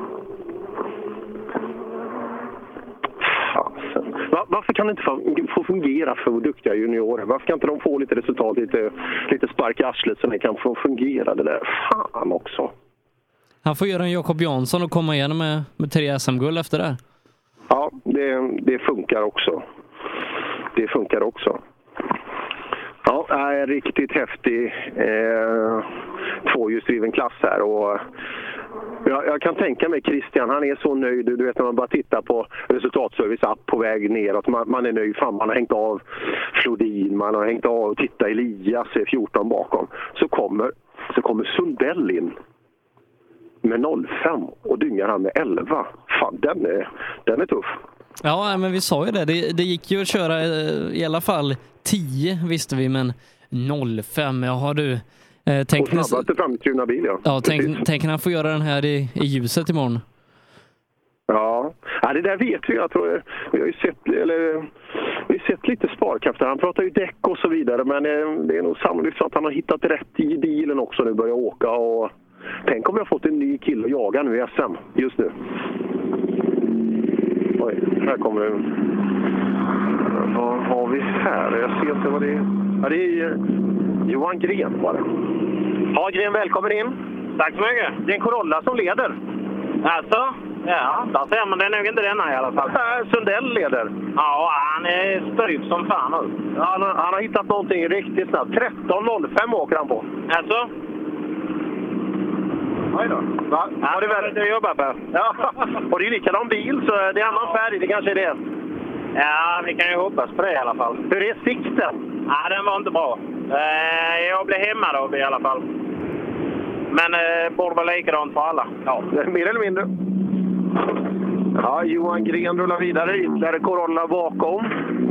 Fasen. Var, varför kan det inte få, få fungera för duktiga juniorer? Varför kan inte de få lite resultat, lite, lite spark i arslet så det kan få fungera det där? Fan också. Han får göra en Jakob Jansson och komma igen med, med tre S M-guld efter det. Ja, det, det funkar också. Det funkar också. Ja, är riktigt häftig eh, tvåhjulsdriven klass här. Och jag, jag kan tänka mig Christian, han är så nöjd. Du vet när man bara tittar på resultatservice app på väg neråt. Man, man är nöjd. Fan, man har hängt av Flodin, man har hängt av och titta Elias är fjorton bakom. Så kommer, så kommer Sundell in med noll fem och dyngar han med elva. Fan, den är, den är tuff. Ja, men vi sa ju det. det. Det gick ju att köra i alla fall tio visste vi, men noll fem, ja har du eh, tänkt... Och snabbaste framtrivna bil, ja. Ja, tänk, tänk när han får göra den här i, i ljuset imorgon. Ja. ja, det där vet vi. Jag tror, vi har ju sett, eller, vi har sett lite sparkraft. Han pratar ju däck och så vidare, men det är nog sannolikt så att han har hittat rätt i bilen också nu, börjar åka. Och tänk om vi har fått en ny kille att jaga nu i S M just nu. Oj, här kommer det. Vad har vi här? Jag ser inte vad det är. Ja, det är Johan Gren bara. Ja, Gren, välkommen in. Tack så mycket. Det är en Corolla som leder. Alltså? Ja, där ser man. Det är nog inte denna i alla fall. Äh, Sundell leder. Ja, han är stryp som fan nu. Ja, han, har, han har hittat någonting riktigt snabbt. tretton noll fem åker han på. Alltså? Oj då. Va? Ja, det är väl det jag jobbar på. Ja, och det är likadan bil så det är annan färg. Det kanske är det. Ja, vi kan ju hoppas på det i alla fall. Hur är sikten? Ja, den var inte bra. Jag blev hemma då i alla fall. Men det borde vara likadant för alla. Ja, mer eller mindre. Ja, Johan Gren rullar vidare. Ytterligare Corolla bakom.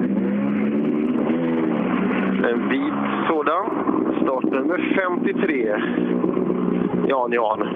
En vit sådan. Startnummer femtiotre. Jan Jan.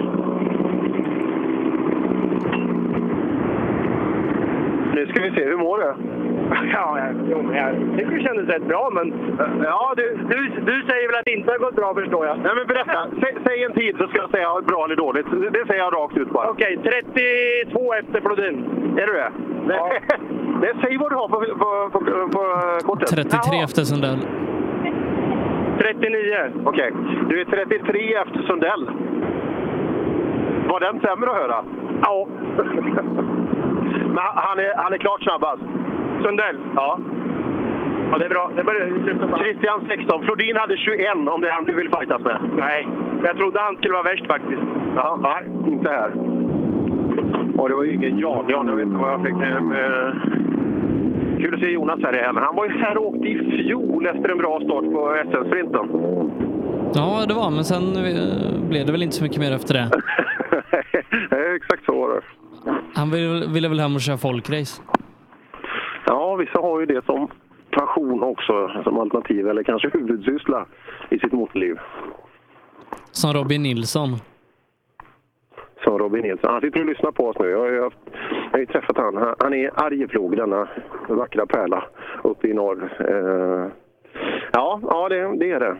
Nu ska vi se, hur mår du? Ja, jag, jag tycker det kändes rätt bra, men... Ja, du, du, du säger väl att det inte har gått bra, förstår jag. Nej, men berätta. Sä, säg en tid så ska jag säga bra eller dåligt. Det säger jag rakt ut bara. Okej, trettiotvå efter Flodin. Är du det? Ja. Det, säg vad du har på, på, på, på kortet. trettiotre Jaha. Efter Sundell. trettionio. Okej, okay. Du är trettiotre efter Sundell. Var den sämre att höra? Ja. Men han är, han är klart snabbast. Sundell? Ja. Ja, det är bra. Det börjar... Christian sexton. Flodin hade tjugoett om det är han du vill fightas med. Nej, jag trodde han skulle vara värst faktiskt. Ja, nej, inte här. Och det var ju ingen Jan. Jan, jag vet inte vad jag fick med... Kul att se Jonas här igen. Han var ju här och åkte i fjol efter en bra start på S M-sprinten. Ja, det var, men sen blev det väl inte så mycket mer efter det. Exakt så var det. Han ville, ville väl hem och köra folkrace? Ja, vissa har ju det som passion passion också som alternativ eller kanske huvudsyssla i sitt motorliv. Som Robin Nilsson. Som Robin Nilsson. Han sitter och lyssnar på oss nu. Jag har ju, haft, jag har ju träffat han. Han är i Arjeplog, denna vackra pärla uppe i norr. Uh, ja, ja det, det är det.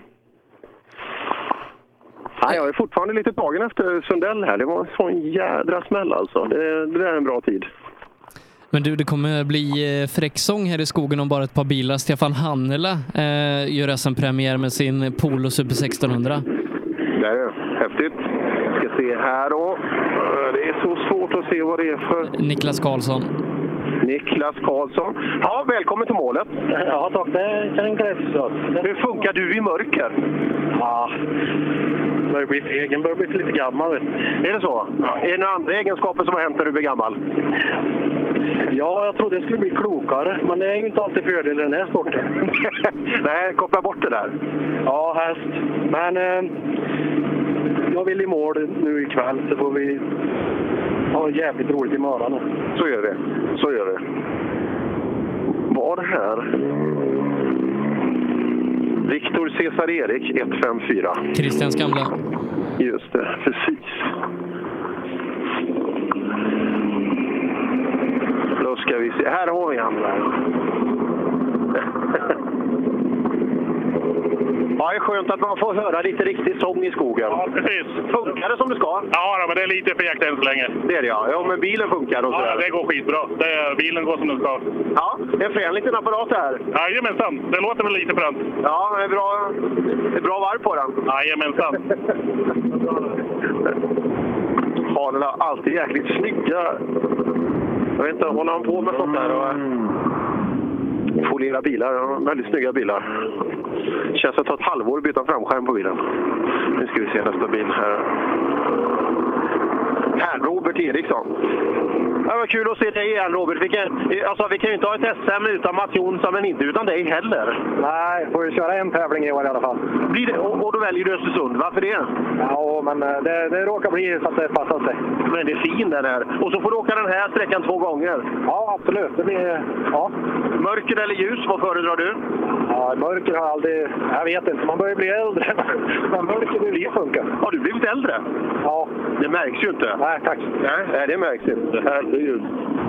Ja, jag är fortfarande lite tagen efter Sundell här. Det var en sån jädra smäll alltså. Det, det är en bra tid. Men du, det kommer bli fräcksång här i skogen om bara ett par bilar. Stefan Hannela eh, gör S M-premiär med sin Polo Super sextonhundra. Det är det. Häftigt. Ska se här då. Det är så svårt att se vad det är för... Niklas Karlsson. Niklas Karlsson. Ja, välkommen till målet. Ja, tack. Det kan inte rätt. Hur funkar du i mörker? Ja, börjar bli egen, börjar bli lite gammal. Är det så? Ja. Är det några andra egenskaper som har hänt när du blir gammal? Ja, jag trodde det skulle bli klokare, men det är ju inte alltid fördel i den här sporten. Nej, koppla bort det där. Ja, helst. Men eh, jag vill i mål nu ikväll, så får vi ha jävligt roligt imorgon. Så gör det. Så gör det. Vad är det här? Viktor Cesar Erik ett fem fyra. Christians gamla. Just det, precis. Då ska vi se. Här har vi han där. Ja, det är skönt att man får höra lite riktigt sång i skogen. Ja, precis. Funkar det som det ska? Ja, men det är lite fegt än så länge. Det är det, ja. Ja, men bilen funkar och så. Ja, det går skitbra. Det, bilen går som den ska. Ja, det är en frän liten apparat här. Jajamensan, det låter väl lite fränt. Ja, det är bra, det är bra varv på den. Jajamensan. Hanen har alltid jäkligt snygga. Jag vet inte, håller han på med sånt där och folera bilar, väldigt snygga bilar. Känns att det tar ett halvår att byta framskärm på bilen. Nu ska vi se nästa bil här. Här, Robert Eriksson. Det var kul att se dig igen, Robert. Vi kan, alltså, vi kan ju inte ha ett S M utan Mats Jonsson, men inte utan dig heller. Nej, får ju köra en tävling i år i alla fall. Blir det, och, och då väljer du Östersund. Varför det? Ja, men det, det råkar bli så att det passar sig. Men det är fin den här. Och så får du åka den här sträckan två gånger. Ja, absolut. Det blir, ja. Mörker eller ljus, vad föredrar du? Ja, mörker har aldrig... Jag vet inte, man börjar bli äldre. Men mörker, det funkar. Har du blivit äldre? Ja. Det märks ju inte. Nej, tack. Nej, det märks inte. Herregud.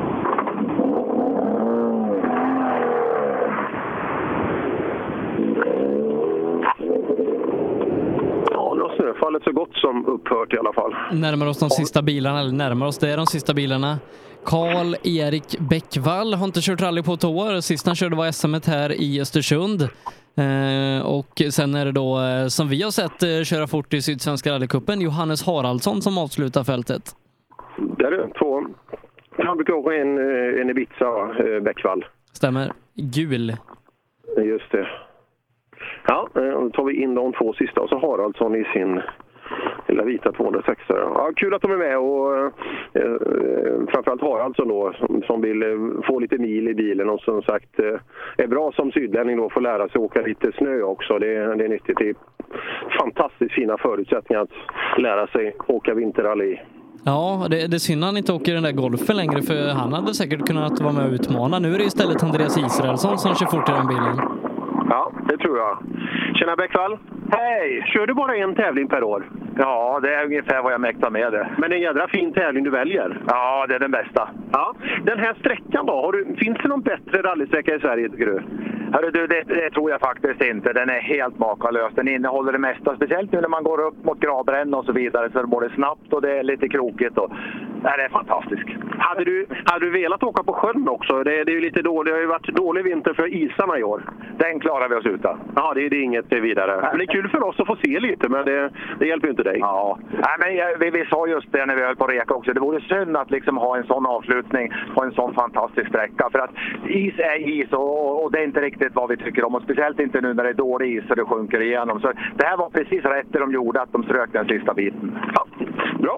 Ja, nu har snöfallet så gott som upphört i alla fall. Närmar oss de sista bilarna, eller närmar oss, det är de sista bilarna. Karl-Erik Bäckvall har inte kört rally på ett år. Sist han körde var S M här i Östersund. Eh, och sen är det då, eh, som vi har sett eh, köra fort i Sydsvenska rallycupen, Johannes Haraldsson som avslutar fältet. Där är det två. Han brukar åka en, en Ibiza, eh, Bäckvall. Stämmer. Gul. Just det. Ja, då tar vi in de två sista och så Haraldsson i sin lilla vita tvåhundrasex. Ja, kul att de är med och eh, framförallt Haraldsson då som, som vill eh, få lite mil i bilen och som sagt eh, är bra som sydlänning då, får lära sig åka lite snö också. Det, det är nyttigt. Det är fantastiskt fina förutsättningar att lära sig åka vinterrally. Ja, det, det är synd han inte åker den där golfen längre, för han hade säkert kunnat vara med och utmana. Nu är det istället Andreas Israelsson som kör fort i den bilen. Ja, det tror jag. Tjena Bäckvall. Hej! Kör du bara en tävling per år? Ja, det är ungefär vad jag mäktar med det. Men det är en jädra fin tävling du väljer. Ja, det är den bästa. Ja. Den här sträckan då, har du, finns det någon bättre rallysträcka i Sverige tycker du? Hörru du, det, det tror jag faktiskt inte. Den är helt makalös. Den innehåller det mesta, speciellt nu när man går upp mot Gravbränn och så vidare. Så det är både snabbt och det är lite krokigt. Och, nej, det är fantastiskt. Hade du, hade du velat åka på sjön också? Det, det är ju lite dåligt. Det har ju varit dålig vinter för isarna i år. Den klarar vi oss utan. Ja, det, det är inget vidare. Men det är kul för oss att få se lite, men det, det hjälper ju inte dig. Ja, nej, men vi, vi sa just det när vi höll på reka också. Det vore synd att liksom ha en sån avslutning på en sån fantastisk sträcka. För att is är is och, och det är inte riktigt vad vi tycker om. Och speciellt inte nu när det är dålig is och det sjunker igenom. Så det här var precis rätt det de gjorde, att de strök den sista biten. Ja, bra.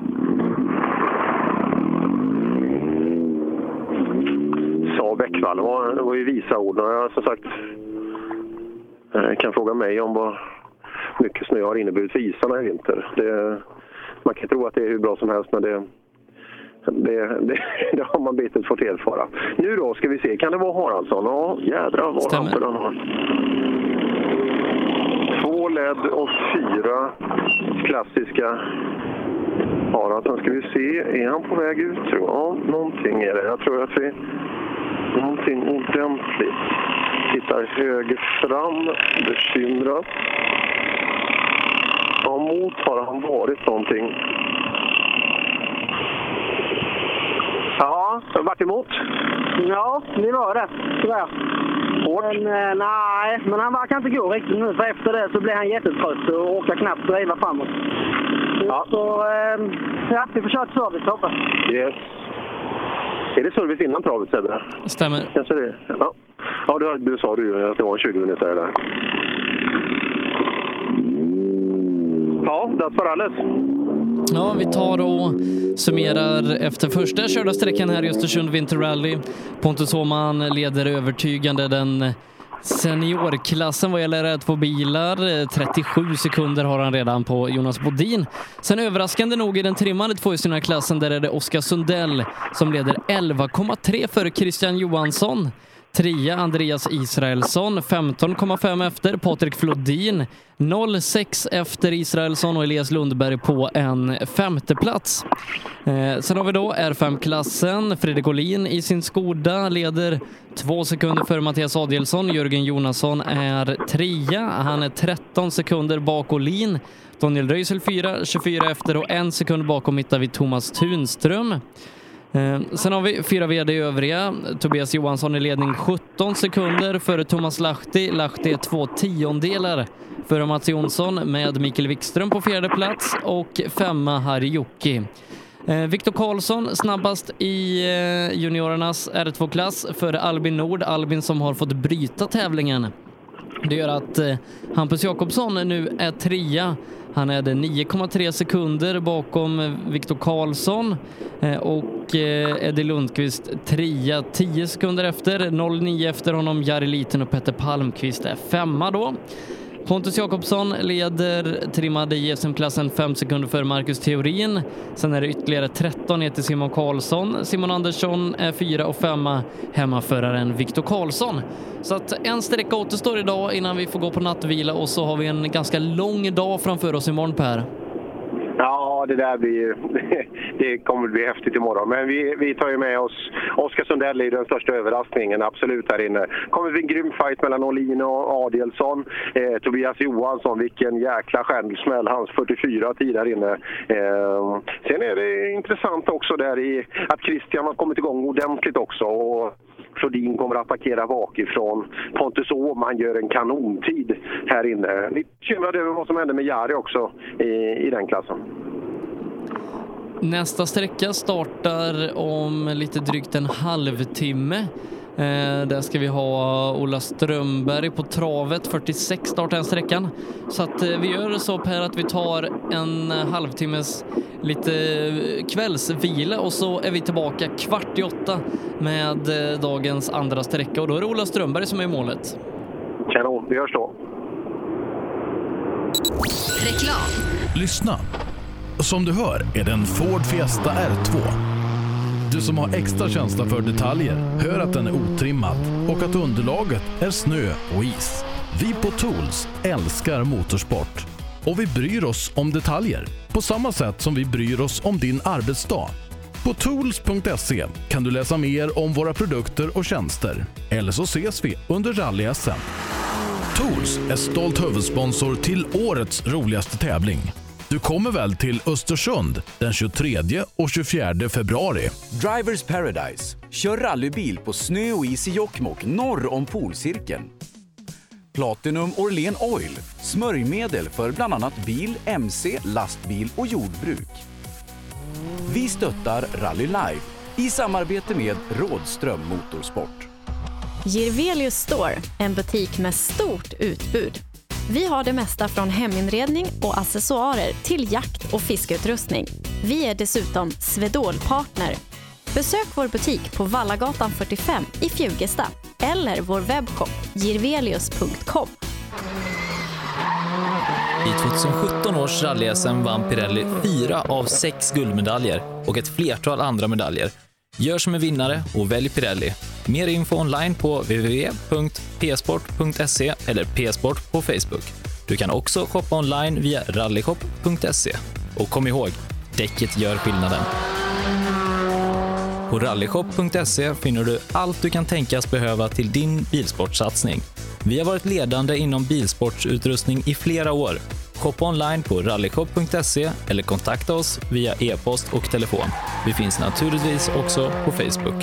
Sa Bäckvall, det var, det var ju visa ord. Och jag som sagt jag kan fråga mig om vad mycket snö har inneburit för isarna i vinter. Det, man kan tro att det är hur bra som helst, men det, Det, det, det har man bitet fått erfara. Nu då ska vi se, kan det vara Haraldsson? Ja, jädrar vad han för den har. Två L E D och fyra klassiska Haraldsson. Ska vi se, är han på väg ut? Ja, någonting är det. Jag tror att vi... Någonting ordentligt. Tittar höger fram, bekymrat. Ja, mot har han varit någonting. Ja, har varit emot? Ja, det var det. Tyvärr. Hårt? Men, eh, nej, men han verkar inte gå riktigt nu. För efter det så blir han jättetrött och orkar knappt driva framåt. Ja. Så, eh, ja, vi får köra ett service, hoppas. Yes. Är det service innan travet, Sebbe? Stämmer. Kanske det. Ja, ja du, du sa ju att det var tjugo minuter där. Ja, det var alldeles. Ja, vi tar och summerar efter första körda sträckan här i Östersund Winter Rally. Pontus Åhman leder övertygande den seniorklassen vad gäller rätt på bilar. trettiosju sekunder har han redan på Jonas Bodin. Sen överraskande nog i den trimmade tvåhjulsdrivna-klassen där är det Oskar Sundell som leder elva komma tre för Christian Johansson. Trea Andreas Israelsson, femton komma fem efter Patrik Flodin, noll komma sex efter Israelsson och Elias Lundberg på en femte plats. Eh, sen har vi då R fem-klassen. Fredrik Olin i sin Skoda leder två sekunder för Mattias Adielsson. Jörgen Jonasson är trea. Han är tretton sekunder bak Olin. Daniel Röisel fyra, tjugofyra efter och en sekund bakom hittar vi Thomas Tunström. Eh, sen har vi fyra vd övriga. Tobias Johansson i ledning sjutton sekunder före Thomas Lahti. Lahti är två tiondelar före Mats Jonsson med Mikael Wikström på fjärde plats och femma Harry Jocki. Eh, Viktor Karlsson snabbast i eh, juniorernas R två-klass för Albin Nord. Albin som har fått bryta tävlingen. Det gör att eh, Hampus Jakobsson nu är trea. Han är nio komma tre sekunder bakom Viktor Karlsson eh, och eh, Eddie Lundqvist trea, tio sekunder efter. noll komma nio efter honom Jari Liten och Petter Palmqvist är femma då. Pontus Jakobsson leder trimmade i S M-klassen fem sekunder för Marcus Theorin. Sen är det ytterligare tretton ner till Simon Karlsson. Simon Andersson är fyra och femma hemmaföraren Viktor Karlsson. Så att en sträcka återstår idag innan vi får gå på nattvila och så har vi en ganska lång dag framför oss imorgon, Per. Ja, det där blir, det kommer bli häftigt imorgon. Men vi, vi tar ju med oss Oskar Sundell i den största överraskningen, absolut här inne. Kommer bli en grym fight mellan Olin och Adielsson. Eh, Tobias Johansson, vilken jäkla stjärnsmäll, hans fyrtiofyra tid här inne. Eh, sen är det intressant också där i att Christian har kommit igång ordentligt också. Och Flodin kommer att attackera bakifrån. Pontus Åhman gör en kanontid här inne. Lite bekymrad över vad som händer med Jari också i, i den klassen. Nästa sträcka startar om lite drygt en halvtimme. Eh, där ska vi ha Ola Strömberg på travet, fyrtiosex startar den sträckan. Så att eh, vi gör så, Per, att vi tar en halvtimmes lite kvällsvila och så är vi tillbaka kvart i åtta med eh, dagens andra sträcka och då är det Ola Strömberg som är i målet. Kanon, vi hörs då. Reklam. Lyssna. Som du hör är det en Ford Fiesta R två. Du som har extra känsla för detaljer hör att den är otrimmad och att underlaget är snö och is. Vi på Tools älskar motorsport och vi bryr oss om detaljer på samma sätt som vi bryr oss om din arbetsdag. På tools punkt se kan du läsa mer om våra produkter och tjänster. Eller så ses vi under rally-S M. Tools är stolt huvudsponsor till årets roligaste tävling. Du kommer väl till Östersund den tjugotredje och tjugofjärde februari. Drivers Paradise. Kör rallybil på snö och is i Jokkmokk norr om polcirkeln. Platinum Orlen Oil. Smörjmedel för bland annat bil, mc, lastbil och jordbruk. Vi stöttar Rally Live i samarbete med Rådström Motorsport. Jirvelius Store, en butik med stort utbud. Vi har det mesta från heminredning och accessoarer till jakt- och fiskeutrustning. Vi är dessutom Swedol-partner. Besök vår butik på Vallagatan fyrtiofem i Fjugesta eller vår webbshop jirvelius punkt com. I tjugosjutton års rally-S M vann Pirelli fyra av sex guldmedaljer och ett flertal andra medaljer. Gör som en vinnare och välj Pirelli. Mer info online på w w w punkt p sport punkt se eller P-sport på Facebook. Du kan också shoppa online via rallyshop punkt se. Och kom ihåg, däcket gör skillnaden. På rallyshop punkt se finner du allt du kan tänkas behöva till din bilsportsatsning. Vi har varit ledande inom bilsportsutrustning i flera år. Shoppa online på rallyshop punkt se eller kontakta oss via e-post och telefon. Vi finns naturligtvis också på Facebook.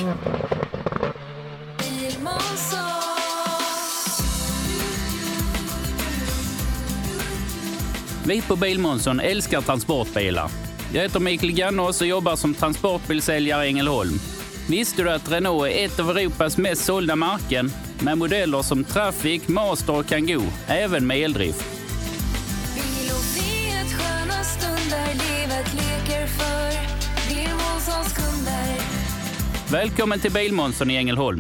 Vi på Bilmånsson älskar transportbilar. Jag heter Mikael Gannås och jobbar som transportbilsäljare i Ängelholm. Visste du att Renault är ett av Europas mest sålda märken med modeller som Traffic, Master och Kangoo, även med eldrift? Bil och Fiat, sköna stunder, livet leker för Bilmånssons kunder. Välkommen till Bilmånsson i Ängelholm.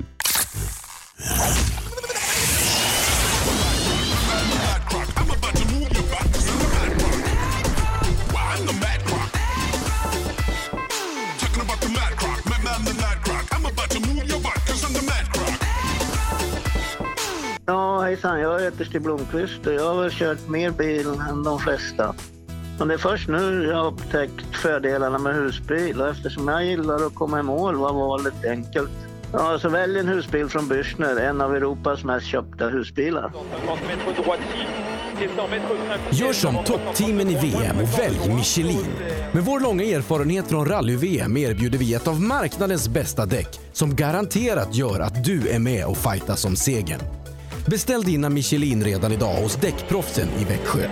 Ja, hejsan. Jag heter Stig Blomqvist och jag har väl kört mer bil än de flesta. Men det är först nu jag har upptäckt fördelarna med husbil och eftersom jag gillar att komma i mål var valet enkelt. Ja, så välj en husbil från Bürstner, en av Europas mest köpta husbilar. Gör som toppteamen i V M och välj Michelin. Med vår långa erfarenhet från rally-V M erbjuder vi ett av marknadens bästa däck som garanterat gör att du är med och fightas om segern. Beställ dina Michelin redan idag hos Däckproffsen i Växjö.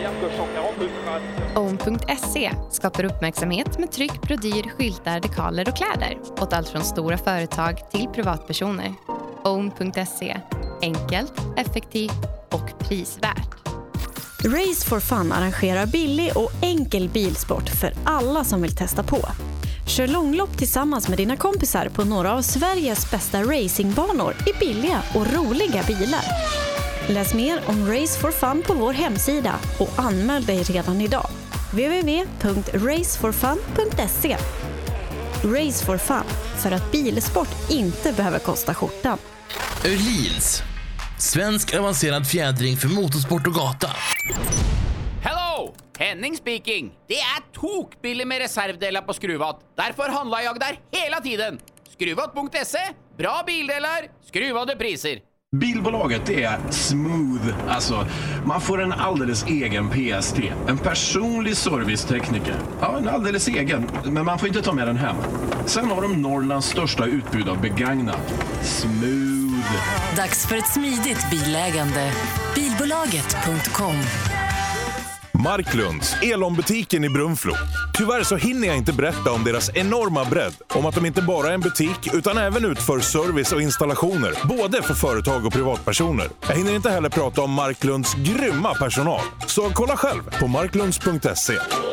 Own punkt se skapar uppmärksamhet med tryck, brodyr, skyltar, dekaler och kläder åt allt från stora företag till privatpersoner. Own punkt se. Enkelt, effektivt och prisvärt. Race for Fun arrangerar billig och enkel bilsport för alla som vill testa på. Kör långlopp tillsammans med dina kompisar på några av Sveriges bästa racingbanor i billiga och roliga bilar. Läs mer om Race for Fun på vår hemsida och anmäl dig redan idag. w w w punkt race for fun punkt se. Race for Fun, för att bilsport inte behöver kosta skjortan. Öhlins, svensk avancerad fjädring för motorsport och gata. Hello! Henning speaking. Det är tokbilligt med reservdelar på Skruvat. Därför handlar jag där hela tiden. Skruvat punkt se. Bra bildelar, skruvade priser. Bilbolaget är smooth. Alltså, man får en alldeles egen P S T. En personlig servicetekniker. Ja, en alldeles egen. Men man får inte ta med den hem. Sen har de Norrlands största utbud av begagnat. Smooth. Dags för ett smidigt bilägande. Bilbolaget punkt com. Marklunds, Elon-butiken i Brunflo. Tyvärr så hinner jag inte berätta om deras enorma bredd. Om att de inte bara är en butik utan även utför service och installationer. Både för företag och privatpersoner. Jag hinner inte heller prata om Marklunds grymma personal. Så kolla själv på marklunds punkt se.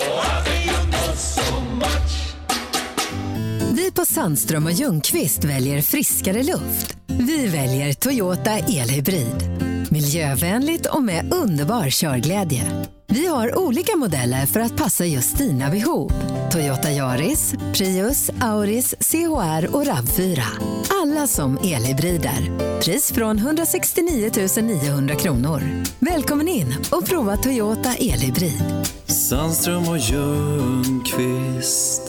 Vi på Sandström och Ljungqvist väljer friskare luft. Vi väljer Toyota Elhybrid. Miljövänligt och med underbar körglädje. Vi har olika modeller för att passa just dina behov. Toyota Yaris, Prius, Auris, C H R och RAV fyra. Alla som elhybrider. Pris från etthundrasextionio tusen niohundra kronor. Välkommen in och prova Toyota Elhybrid. Sandström och Ljungqvist.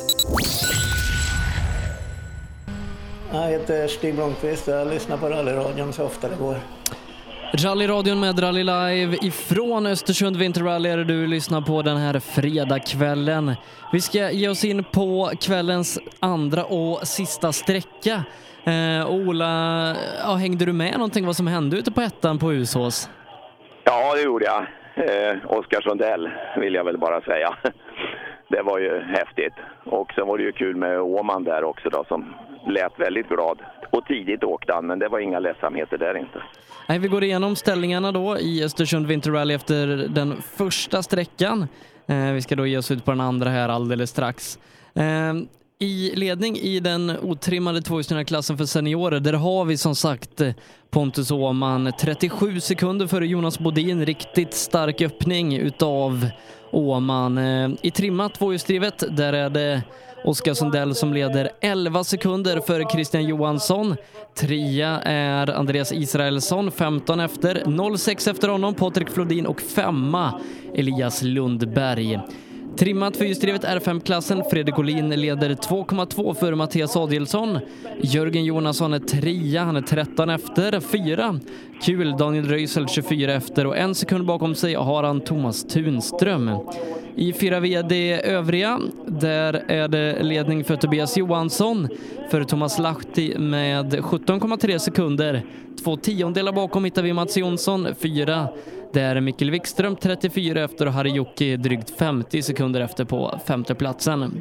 Jag heter Stig Blomqvist och jag lyssnar på rallyradion så ofta det går. Rallyradion med Rally Live ifrån Östersund Winter Rally är du lyssnar på den här fredagskvällen. Vi ska ge oss in på kvällens andra och sista sträcka. Eh, Ola, ja, hängde du med någonting vad som hände ute på ettan på Usås? Ja, det gjorde jag. Eh, Oskar Sundell vill jag väl bara säga. Det var ju häftigt. Och sen var det ju kul med Åman där också då, som lät väldigt glad. Och tidigt åkte han, men det var inga ledsamheter där inte. Nej, vi går igenom ställningarna då i Östersund Winter Rally efter den första sträckan. Eh, vi ska då ge oss ut på den andra här alldeles strax. Eh, I ledning i den otrimmade tvåhjulsdrivna klassen för seniorer, där har vi som sagt Pontus Åhman trettiosju sekunder före Jonas Bodin. Riktigt stark öppning utav Åhman. I trimmat tvåhjulsdrivet, där är det Oskar Sundell som leder elva sekunder före Christian Johansson. Trea är Andreas Israelsson, femton efter. noll sex efter honom Patrik Flodin och femma Elias Lundberg. Trimmat fyrhjulsdrivet R fem-klassen. Fredrik Olin leder två komma två för Mattias Adielsson. Jörgen Jonasson är trea, han är tretton efter. Fyra, kul, Daniel Röisel tjugofyra efter. Och en sekund bakom sig har han Thomas Tunström. I fyra V D övriga, där är det ledning för Tobias Johansson. För Thomas Lahti med sjutton komma tre sekunder. Två tiondelar bakom hittar vi Mats Jonsson, fyra. Där är Mikkel Wikström trettiofyra efter och Harry Jocke drygt femtio sekunder efter på femteplatsen.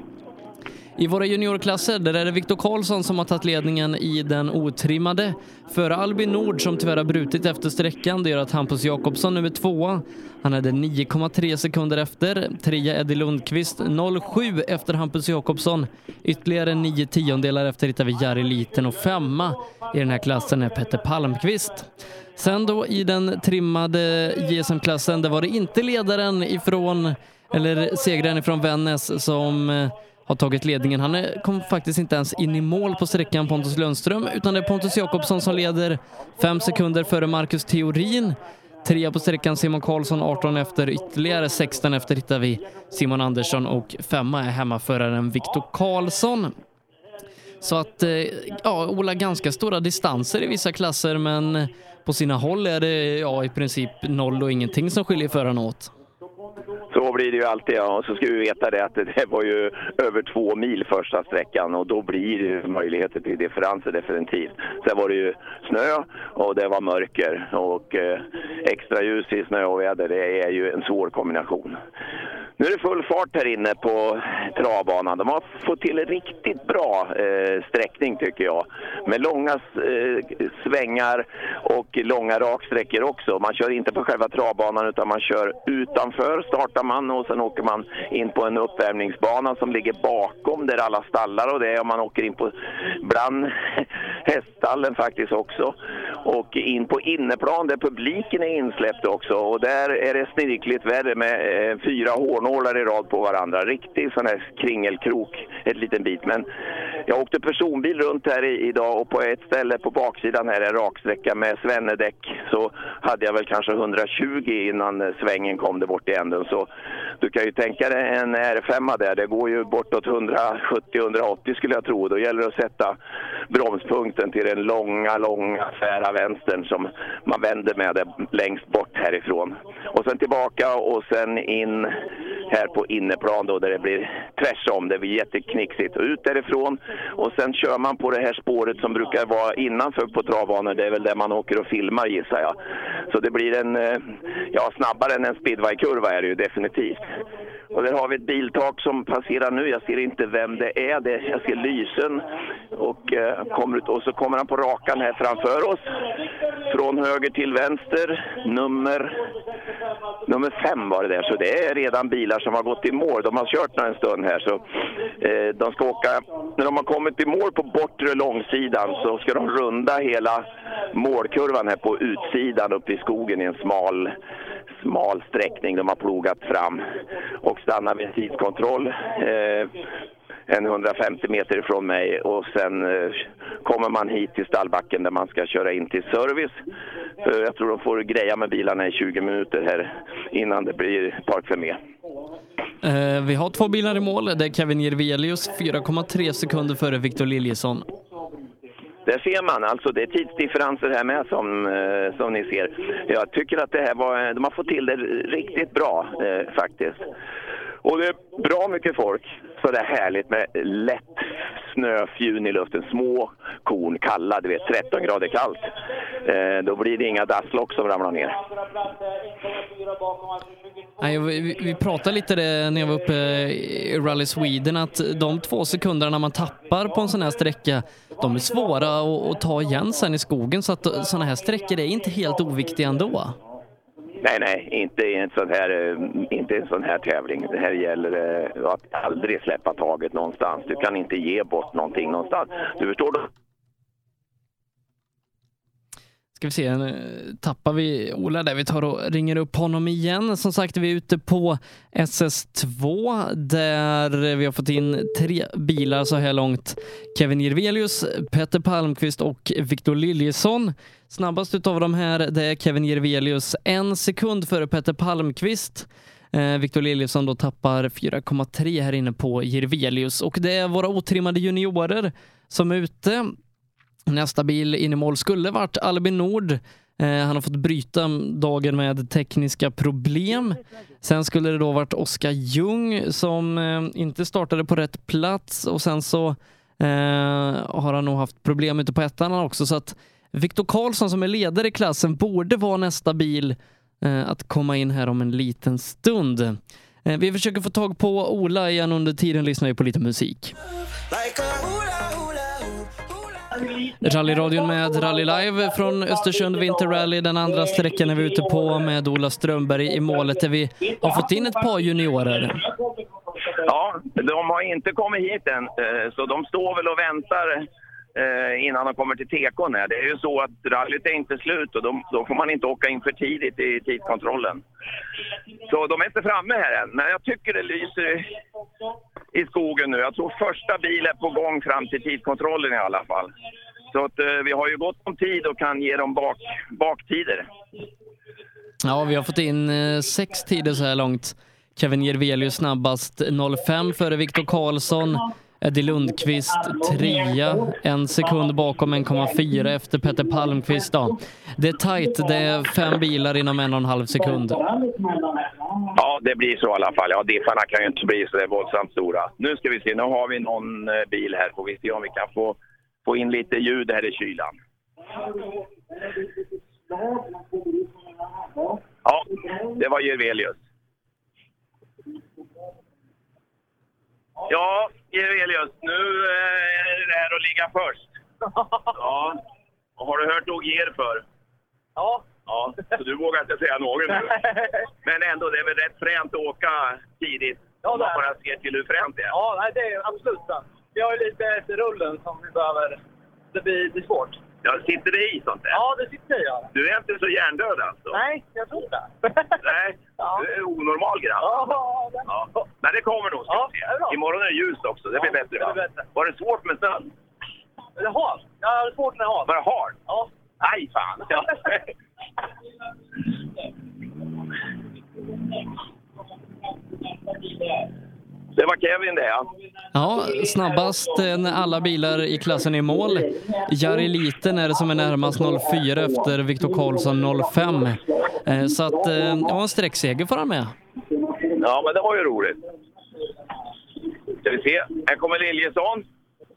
I våra juniorklasser, där är det Viktor Karlsson som har tagit ledningen i den otrimmade. För Albin Nord som tyvärr har brutit efter sträckan, det gör att Hampus Jakobsson nu är tvåa. Han hade nio komma tre sekunder efter. Trea Eddie Lundqvist, noll sju efter Hampus Jakobsson. Ytterligare nio tiondelar efter hittar vi Jari Liten och femma i den här klassen är Petter Palmqvist. Sen då i den trimmade J S M-klassen, där var det inte ledaren ifrån, eller segraren ifrån Vännäs som har tagit ledningen. Han kom faktiskt inte ens in i mål på sträckan, Pontus Lundström, utan det är Pontus Jakobsson som leder fem sekunder före Marcus Theorin. Trea på sträckan Simon Karlsson, arton efter. Ytterligare sexton efter hittar vi Simon Andersson och femma är hemmaföraren Viktor Karlsson. Så att, ja, Ola, ganska stora distanser i vissa klasser, men på sina håll är det ja, i princip noll och ingenting som skiljer förarna åt. Så blir det ju alltid, ja. Och så ska vi veta det att det var ju över två mil första sträckan och då blir det möjligheter till differenser definitivt. Sen var det ju snö och det var mörker och eh, extra ljus i snö och väder, det är ju en svår kombination. Nu är det full fart här inne på travbanan. De har fått till en riktigt bra eh, sträckning tycker jag. Med långa eh, svängar och långa raksträckor också. Man kör inte på själva travbanan utan man kör utanför, startar man och sen åker man in på en uppvärmningsbana som ligger bakom där alla stallar och det är om man åker in på bland häststallen faktiskt också. Och in på inneplan där publiken är insläppt också och där är det snirkligt väder med eh, fyra hårnålar i rad på varandra. Riktigt sån här kringelkrok ett liten bit. Men jag åkte personbil runt här i, idag och på ett ställe på baksidan här är raksträcka med svennedäck så hade jag väl kanske hundratjugo innan svängen kom där bort i änden. Så du kan ju tänka dig en R fem där, det går ju bortåt hundrasjuttio till hundraåttio skulle jag tro. Då gäller det att sätta bromspunkten till den långa, långa fära vänstern som man vänder med det längst bort härifrån. Och sen tillbaka och sen in här på inneplan då där det blir tvärsom, det blir jätteknixigt. Och ut därifrån och sen kör man på det här spåret som brukar vara innanför på travbanan. Det är väl där man åker och filmar gissar jag. Så det blir en, ja snabbare än en speedway-kurva är det ju definitivt. Och där har vi ett biltak som passerar nu. Jag ser inte vem det är. Det, jag ser lysen. Och, eh, kommer ut, och så kommer han på rakan här framför oss. Från höger till vänster. Nummer, nummer fem var det där. Så det är redan bilar som har gått i mål. De har kört en stund här. Så, eh, de ska åka, när de har kommit i mål på bortre långsidan så ska de runda hela målkurvan här på utsidan upp i skogen i en smal smal sträckning de har plogat fram och stannar vid tidskontroll eh, en hundrafemtio meter ifrån mig och sen eh, kommer man hit till stallbacken där man ska köra in till service. För jag tror de får greja med bilarna i tjugo minuter här innan det blir park för med. Eh, vi har två bilar i mål. Det är Kevin Jirvelius fyra komma tre sekunder före Victor Liljesson. Där ser man, alltså det är tidsdifferenser här med som, eh, som ni ser. Jag tycker att det här var, de har fått till det riktigt bra eh, faktiskt. Och det är bra mycket folk, så det är härligt med lätt snöfjun i luften. Små korn, kalla, du vet, tretton grader kallt. Eh, då blir det inga dasslock som ramlar ner. Nej, vi, vi pratade lite det när jag var uppe i Rally Sweden att de två sekunderna man tappar på en sån här sträcka, de är svåra att, att ta igen sen i skogen, så att såna här sträckor är inte helt oviktiga ändå. Nej, nej, inte i en sån här, inte en sån här tävling. Det här gäller eh, att aldrig släppa taget någonstans. Du kan inte ge bort någonting någonstans. Du förstår då? Ska vi se, nu tappar vi Ola där. Vi tar och ringer upp honom igen. Som sagt, vi är ute på S S två där vi har fått in tre bilar så här långt. Kevin Jirvelius, Petter Palmqvist och Victor Liljesson. Snabbast utav de här, det är Kevin Jirvelius. En sekund före Petter Palmqvist. Eh, Victor Liljesson då tappar fyra komma tre här inne på Jirvelius. Och det är våra otrimmade juniorer som är ute. Nästa bil in i mål skulle varit Albin Nord. Eh, han har fått bryta dagen med tekniska problem. Sen skulle det då varit Oskar Ljung som eh, inte startade på rätt plats. Och sen så eh, har han nog haft problem ute på ettan också. Så att Viktor Karlsson som är ledare i klassen borde vara nästa bil eh, att komma in här om en liten stund. Eh, vi försöker få tag på Ola igen under tiden, lyssnar vi på lite musik. Rallyradion med Rally Live från Östersund Winter Rally. Den andra sträckan är vi ute på med Ola Strömberg i målet där vi har fått in ett par juniorer. Ja, de har inte kommit hit än, så de står väl och väntar innan de kommer till T K. Det är ju så att rallyt är inte slut och de, då får man inte åka in för tidigt i tidkontrollen. Så de är inte framme här än, men jag tycker det lyser i skogen nu. Jag tror första bilen är på gång fram till tidkontrollen i alla fall. Så att eh, vi har ju gått om tid och kan ge dem bak, baktider. Ja, vi har fått in eh, sex tider så här långt. Kevin Jirvelius snabbast noll fem före Viktor Karlsson. Eddie Lundqvist trea, en sekund bakom en komma fyra efter Petter Palmqvist då. Det är tajt, det är fem bilar inom en och en halv sekund. Ja, det blir så i alla fall. Ja, diffarna kan ju inte bli så där våldsamt stora. Nu ska vi se, nu har vi någon bil här. Får vi se om vi kan få, få in lite ljud här i kylan. Ja, det var Jirvelius. Ja, Jirvelius, nu är det här att ligga först. Ja. Och har du hört Ogier för? Ja. Ja, så du vågar inte säga något nu. Men ändå, det är väl rätt fränt att åka tidigt. Ja, om man bara ser till hur fränt det är. Ja, nej, det är absolut sant. Vi har ju lite efter rullen som vi behöver. Det blir, blir svårt. Ja, sitter det i sånt där? Ja, det sitter i. Ja. Du är inte så hjärndöd alltså? Nej, jag tror det. Nej, ja. Du är onormal grann. Ja, det... ja. Men det kommer nog, ska ja, vi se. Imorgon är det ljust också, det blir ja, bättre, va? Bättre. Var det svårt med snön? Det är halt. Ja, det är svårt med halt. Var det halt? Ja. Aj, fan. Ja. Det var Kevin det, ja. Ja, snabbast när alla bilar i klassen är i mål. Jari Liten är det som är närmast noll fyra efter Viktor Karlsson noll fem. Så att, ja, en sträckseger får han med. Ja, men det var ju roligt. Ska vi se, här kommer Liljesson.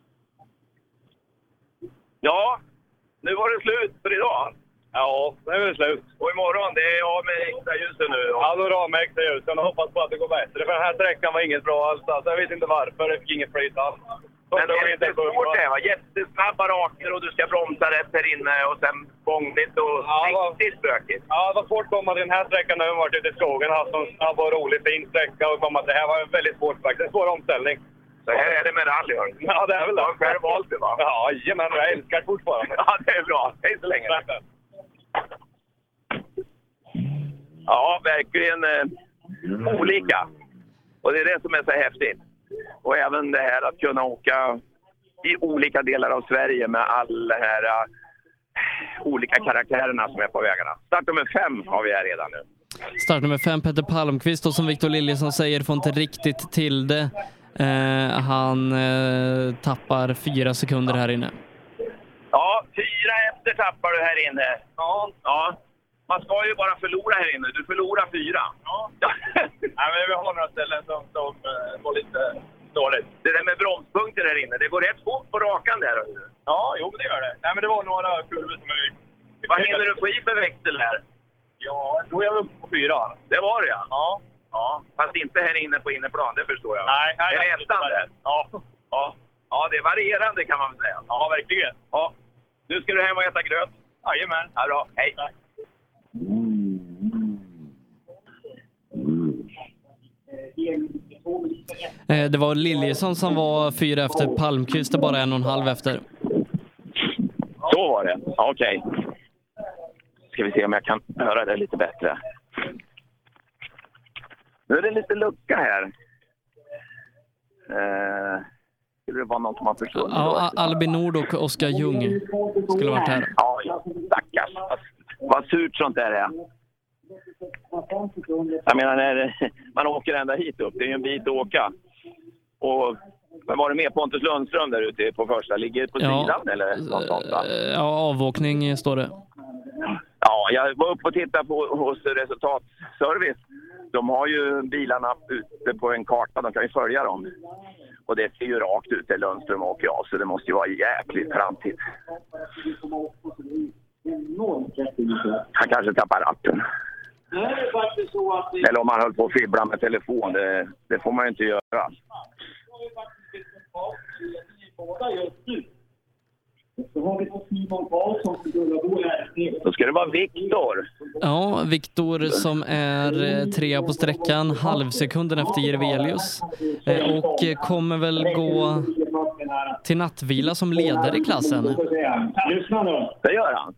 Ja, nu var det slut för idag. Ja, det är väl slut. Och imorgon, det är av med extra ljusen nu. Ja, då är det av med extra ljusen och hoppas på att det går bättre. För den här sträckan var inget bra alls. Alltså, jag vet inte varför, det fick inget flyt alls. Men det är inte svårt det, va? Jättesnabba raker och du ska bromsa rätt här inne och sen bångligt och ja, riktigt bökigt. Ja, det var svårt att komma till den här sträckan när vi varit ute i skogen. Haft en snabb och rolig fin sträcka och komma till det här var en väldigt svårt faktiskt. En svår omställning. Så här är det med rally, hör. Ja, det är väl det. Du har själv valt det, va? Ja, men jag älskar det fortfarande. Ja, det är bra. Hej så länge. Ja, verkligen eh, olika. Och det är det som är så häftigt. Och även det här att kunna åka i olika delar av Sverige med alla de här uh, olika karaktärerna som är på vägarna. Start nummer fem har vi här redan nu. Start nummer fem, Petter Palmqvist, och som Victor Liljesson säger får inte riktigt till det. Eh, han eh, tappar fyra sekunder här inne. Ja, fyra efter tappar du här inne. Ja. Ja. Man ska ju bara förlora här inne. Du förlorar fyra. Ja. Nej, men vi har några ställen som, som uh, var lite dåligt. Det där med bromspunkter här inne, det går rätt fort på rakan där. Ja, jo, men det gör det. Nej, men det var några kurvor som vi... Vad hinner du få i för växel här? Ja, då är jag uppe på fyra. Det var det, ja. Ja. Ja, fast inte här inne på inneplan, det förstår jag. Nej, nej. Är det ettan där? Ja. Ja. Ja, det är varierande kan man väl säga. Ja, verkligen. Ja. Nu ska du hem och äta gröt. Jajamän. Ja, bra. Hej. Tack. Eh, det var Liljesson som var fyra efter, Palmqvist är bara en och en halv efter. Så var det, okej. Okay. Ska vi se om jag kan höra det lite bättre. Nu är det lite lucka här. Eh, skulle det vara något man förstår? Ja, Albin Nord och Oskar Ljung skulle varit här. Ja, stackars. Vad surt sånt där är. Jag menar, när man åker ända hit upp, det är ju en bit att åka. Och men var det med Pontus Lundström där ute på första? Ligger på sidan ja, eller något sånt? Ja, avåkning står det. Ja, jag var uppe och tittade på, hos Resultatservice. De har ju bilarna ute på en karta, de kan ju följa dem. Och det ser ju rakt ut till Lundström och jag, så det måste ju vara jäkligt framtid. Han kanske tappar ratten. Eller om man höll på att fibbla med telefon, det, det får man ju inte göra. Då ska det vara Viktor. Ja, Viktor som är trea på sträckan, halvsekunden efter Jirvelius. Och kommer väl gå till nattvila som leder i klassen. Det gör han.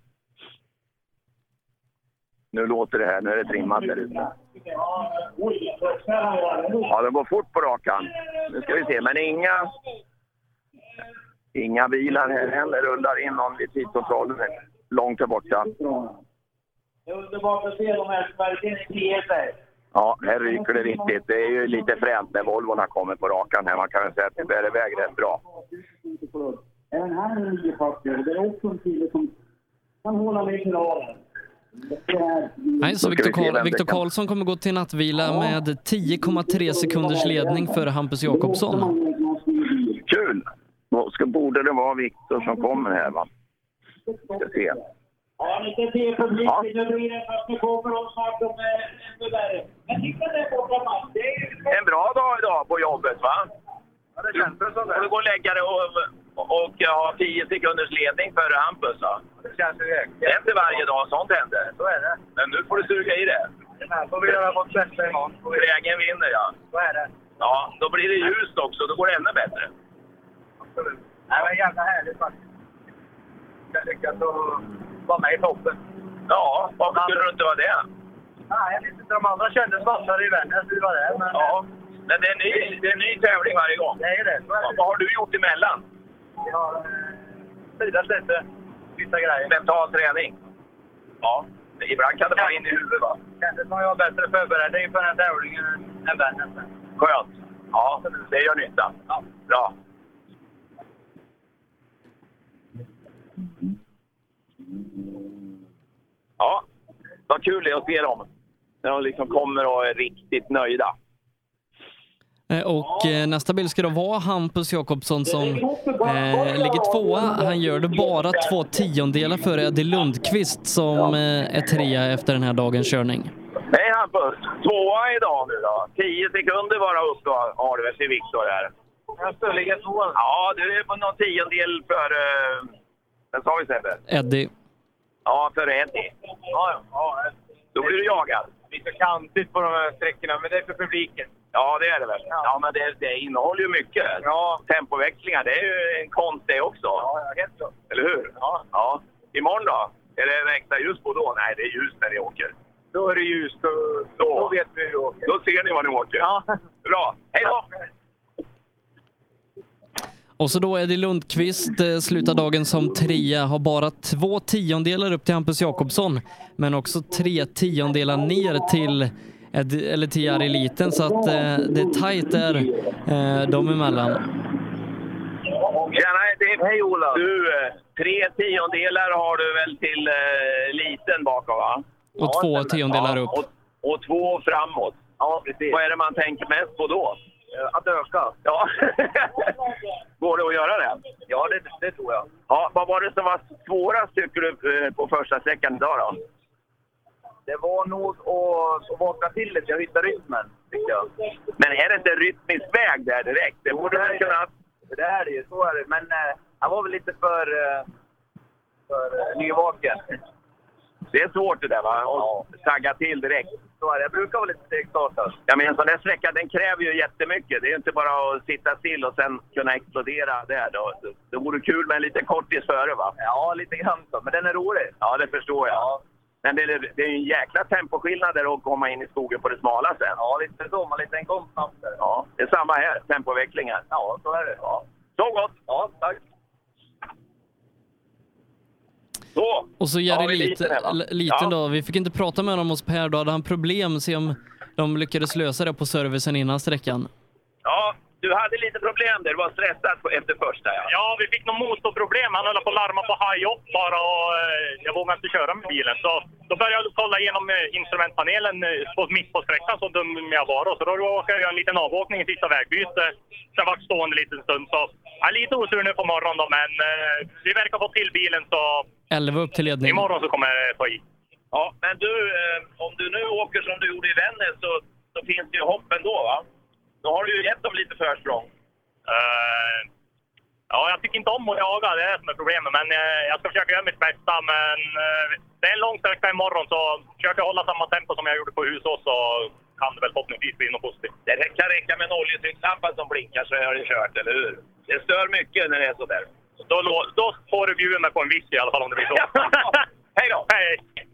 Nu låter det här, nu är det trimmat där ute. Ja, det går fort på rakan. Nu ska vi se, men inga inga bilar här heller rullar in någon vid tidkontrollen långt där borta. Det är underbart att se de här verkligen. Ja, här ryker det riktigt. Det är ju lite fränt när Volvon har kommit på rakan här. Man kan väl säga att det bär iväg rätt bra. Även här är det nio faktor. Det är också en kille som kan hålla med i ralen. Nej, så Viktor, Karl, Viktor Karlsson kommer gå till nattvila med tio komma tre sekunders ledning för Hampus Jakobsson. Kul! Då ska, borde det vara Viktor som kommer här, va? Ska se. Ja, ni ska se publiken. Nu blir det fast nu kommer de snart. De är ännu värre. Men titta där borta, man. Det är en bra dag idag på jobbet, va? Ja, det känns det som det. Du går och lägga dig och, och ha tio sekunders ledning före Hampus, va? Det känns ju högt. Det är inte varje dag sånt händer. Så är det. Men nu får du suga i det. Det här får vi göra vårt bästa imorgon. Vägen vinner, ja. Så är det. Ja, då blir det ljust också. Då går det ännu bättre. Absolut. Nej, men jävla härligt faktiskt. Jag lyckas att vara med i toppen. Ja, varför skulle du inte vara det? Nej, jag vet inte. De andra kändes vassare i Vännäs. Vi var där, men... Ja, men det är en ny, det är en ny tävling varje gång. Det är det. Ja, vad har du gjort emellan? Vi har eh, firat lite. Vissa grejer. Mental träning? Ja, ibland kan det vara in i huvudet, va? Kändes som jag var bättre förberedd inför den här tävlingen än Vännäs. Skönt. Ja, det gör nytta. Ja. Bra. Ja, vad kul det är att se dem. När de liksom kommer och är riktigt nöjda. Och eh, nästa bild ska då vara Hampus Jakobsson som eh, ligger tvåa. Han gör det bara två tiondelar före Eddie Lundqvist som eh, är trea efter den här dagens körning. Hej Hampus, tvåa idag nu då. Tio sekunder bara upp då har du väl till Viktor här. Jag skulle ligga tvåa. Ja, du är på någon tiondel för... Uh, den sa vi Sebbe? Eddie. Ja, för Eddie. Ja, ja. Då blir du jagad. Lite kantigt på de här sträckorna, men det är för publiken. Ja, det är det väl. Ja, ja men det, det innehåller ju mycket. Ja. Tempoväxlingar, det är ju en konst det också. Ja, helt klart. Eller hur? Ja. Ja. Imorgon då? Är det extra ljus på då? Nej, det är ljus när ni åker. Då är det ljus. Då, då. då vet vi hur vi åker. Då ser ni vad ni åker. Ja. Bra. Hej då! Och så då Eddie Lundqvist eh, slutar dagen som trea, har bara två tiondelar upp till Hampus Jakobsson, men också tre tiondelar ner till Ed, eller till Jari Liten, så att eh, det är tajt där eh, de emellan. Tjena, det är hej Ola. Du, tre tiondelar har du väl till eh, Liten bakom, va? Och ja, två tiondelar ja, upp. Och, och två framåt. Ja, precis. Vad är det man tänker mest på då? Att öka. Ja. Går det att göra det? Ja, det, det tror jag. Ja, vad var det som var svårast tycker du på första sträckan idag då? Det var nog att, att vakna till lite. Jag hittade rytmen, tycker jag. Men är det inte rytmisk väg där direkt? Det borde det man kunna... Det är det ju, så är det. Men äh, jag var väl lite för, äh, för äh, nyvaken. Det är svårt det där, va? Och tagga till direkt. Så är det. Jag brukar vara lite segstartad. Ja, men en sån där sträcka, den kräver ju jättemycket. Det är ju inte bara att sitta still och sen kunna explodera där då. Det vore kul med en liten kortis före, va? Ja, lite grann så. Men den är rolig. Ja, det förstår jag. Ja. Men det är, det är ju en jäkla temposkillnad där att komma in i skogen på det smala sen. Ja, lite så. Man lite en kom snabbt där. Ja, det är samma här. Tempoväxlingar. Ja, så är det. Ja. Så gott. Ja, tack. Så. Och så Jari ja, liten, liten ja. då. Vi fick inte prata med honom hos Per då. Hade han problem? Se om de lyckades lösa det på servicen innan sträckan. Ja, du hade lite problem där. Du var stressad efter första. Ja, ja vi fick någon motorproblem. Han höll på att larma på high up bara och eh, jag vågade inte köra med bilen. Så då började jag kolla igenom eh, instrumentpanelen eh, på, mitt på sträckan så dum jag var. Och så då råkade jag göra en liten avåkning i sista vägbyte. Sen var jag stående en liten stund. Så jag är lite otur nu på morgonen då, men eh, vi verkar få till bilen så... elva upp till ledning. Imorgon så kommer jag få i. Ja, men du, eh, om du nu åker som du gjorde i Vännäs så, så finns det ju hopp ändå, va? Då har du ju gett dem lite försprång. Uh, ja, jag tycker inte om att jaga, det är det som är problemet. Men uh, jag ska försöka göra mitt bästa. Men uh, det är en lång sträcka imorgon så försöker jag hålla samma tempo som jag gjorde på Husås så kan det väl förhoppningsvis bli något positivt. Det kan räcka med en oljesynkslampa som blinkar så har det kört, eller hur? Det stör mycket när det är så där. Då, då får du bjuda mig på en whisky i alla fall om det blir så. Hej då! Hej!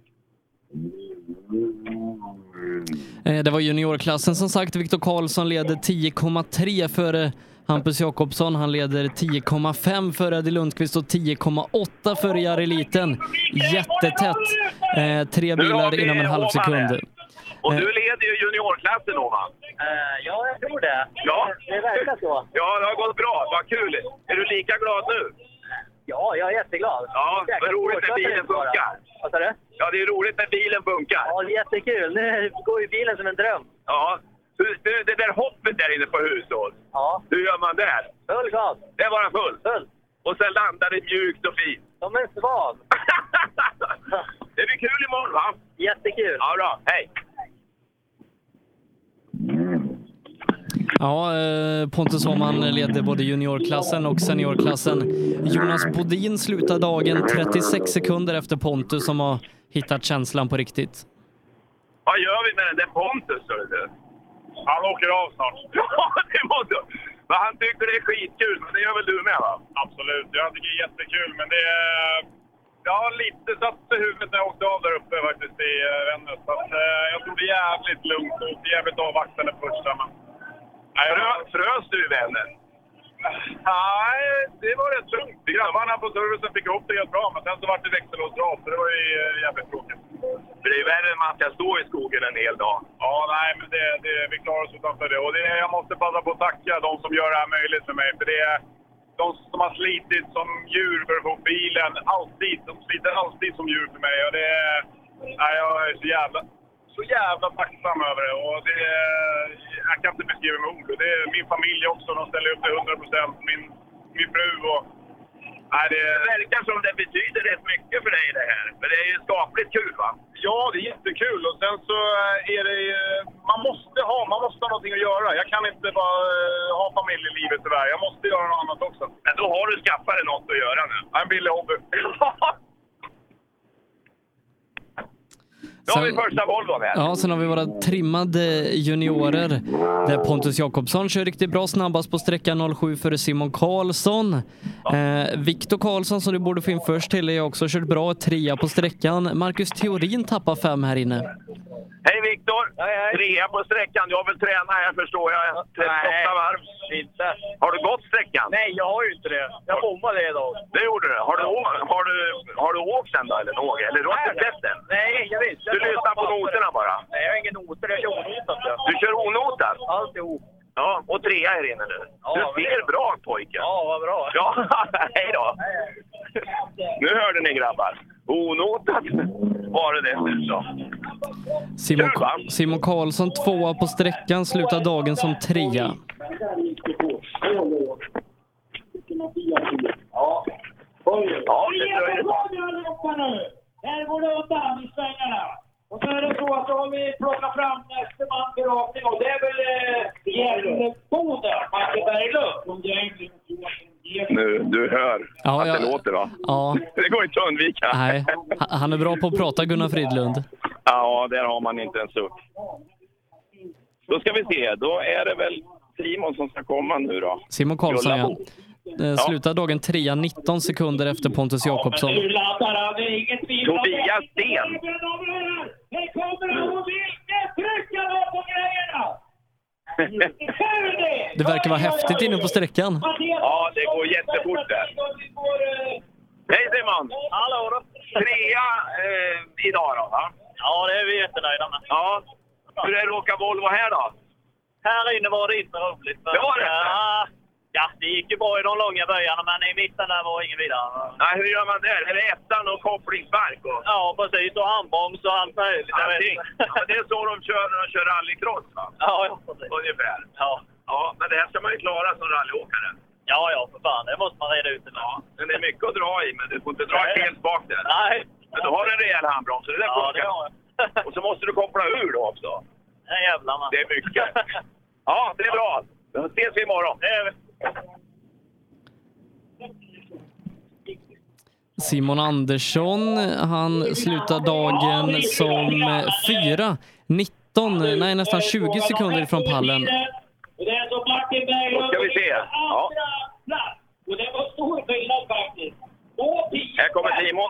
Det var juniorklassen som sagt. Viktor Karlsson leder tio komma tre före Hampus Jakobsson. Han leder tio komma fem före Eddie Lundqvist och tio komma åtta före Jari Liten. Jättetätt. Eh, tre bilar inom en halv sekund. Och du leder ju juniorklassen då, va? Uh, ja, jag tror det. Ja, det verkar så. Ja, det har gått bra. Vad kul. Är du lika glad nu? Ja, jag är jätteglad. Ja, vad roligt när bilen funkar. Vad sa du? Ja, det är roligt när bilen funkar. Ja, det är jättekul. Nu går ju bilen som en dröm. Ja, du, det där hoppet där inne på Husås. Ja. Hur gör man där? Full gas. Det är bara full? Full. Och sen landar det mjukt och fint. Som en svan. Det blir kul imorgon, va? Jättekul. Ja, bra. Hej. Ja, Pontus Åhman leder både juniorklassen och seniorklassen. Jonas Bodin slutar dagen trettiosex sekunder efter Pontus som har hittat känslan på riktigt. Vad gör vi med den där Pontus, hör du? Han åker av snart. Ja, det måste... Men han tycker det är skitkul, men det gör väl du med, va? Absolut, jag tycker det är jättekul, men det är... Jag har lite satt i huvudet när jag åkte av där uppe faktiskt i Vännäs. Så att, eh, jag tror det är jävligt lugnt och jävligt avvaktande första, men... Nej, frös du i Vännäs? Nej, det var rätt lugnt. Grabbarna på servicen fick ihop det helt bra, men sen så var det växellåsdrag, så det var ju jävligt tråkigt. För det är värre än man ska stå i skogen en hel dag. Ja, nej, men det, det, vi klarar oss utanför det. Och det, jag måste passa på att tacka de som gör det här möjligt för mig. För det är de som har slitit som djur för att få bilen. Alltid, de sliter alltid som djur för mig. Och det är, nej, jag är så jävla... så jävla tacksam över det och det är, jag kan inte beskriva med ord. Det är min familj också, de ställer upp till hundra procent, min, min fru och... Nej, det... det verkar som det betyder rätt mycket för dig det här, för det är ju skapligt kul, va? Ja, det är jättekul och sen så är det, man måste ha, man måste ha någonting att göra. Jag kan inte bara ha familj i livet tyvärr, jag måste göra något annat också. Men då har du skaffat dig något att göra nu. En billig hobby. Då har vi första Volvo här. Ja, sen har vi våra trimmade juniorer där Pontus Jakobsson kör riktigt bra, snabbast på sträckan noll sju för Simon Karlsson. Ja. Eh, Viktor Karlsson som du borde få in först till är också kört bra, trea på sträckan. Marcus Theorin tappar fem här inne. Hej Viktor, trea på sträckan. Du har väl tränat här förstår jag. trettioåtta varv. Inte. Har du gått sträckan? Nej, jag har ju inte det. Jag bommade det idag. Det gjorde du. Har du, har du, har du åkt sen då eller något? Eller du har inte sett den? Nej, jag vet. Du lyssnar på noterna bara? Nej, jag har ingen noter. Jag kör onotat. Ja. Du kör onotat? Alltihop. Ja, och trea är inne nu. Ja, du ser bra pojken. Ja, vad bra. Ja, hej då. Nu hörde ni grabbar. Onotat var det dessutom. Simon, Simon Karlsson tvåa på sträckan, slutar dagen som trea. Ja, ja det tror jag. Här går det undan i svängarna. Och så är det så att då har vi plockat fram nästa man till rakning och det är väl eh, Gävleboda, Macke Berglund. Nu, du hör ja, att ja, det låter va? Ja. Det går inte att undvika. Nej, han är bra på att prata, Gunnar Fridlund. Ja, där har man inte en suck. Då ska vi se, då är det väl Simon som ska komma nu då. Simon Karlsson, ja. Ja. Slutar dagen trea nitton sekunder efter Pontus Jakobsson. Tobias Sten. Det kommer att vilken trycka på grejerna! Det verkar vara häftigt inne på sträckan. Ja, det går jättefort där. Hej Simon! Hallå då! Trea eh, idag då, va? Ja, det är vi jättenöjda med. Ja. Hur är det att åka Volvo här då? Här inne var det inte roligt. Men, det var det? Ja, ja, det gick ju bra i de långa böjarna, men i mitten där var ingen vidare. Nej, hur gör man där? Är det ettan och kopplingspark? Och... Ja, precis. Och handbroms och allt möjligt. Allting. Ja, det är så de kör när de kör rallycross, va? Ja, ja, precis. Ungefär. Ja. Ja, men det här ska man ju klara som rallyåkare. Ja, ja, för fan. Det måste man reda ut. Ja, men det är mycket att dra i, men du får inte dra Nej. helt bak där. Nej. Men du har en rejäl handbroms, så det där Ja, funkar. det har jag. Och så måste du koppla ur då också. Ja, jävlar man. Det är mycket. Ja, det är bra. Då ses vi imorgon. Det är vi. Simon Andersson, han slutar dagen som fyra nitton, nej nästan tjugo sekunder ifrån pallen. Och det är så Martin Berglund. Då ska vi se. Ja. Och det var stor skillnad faktiskt. Här kommer Simon.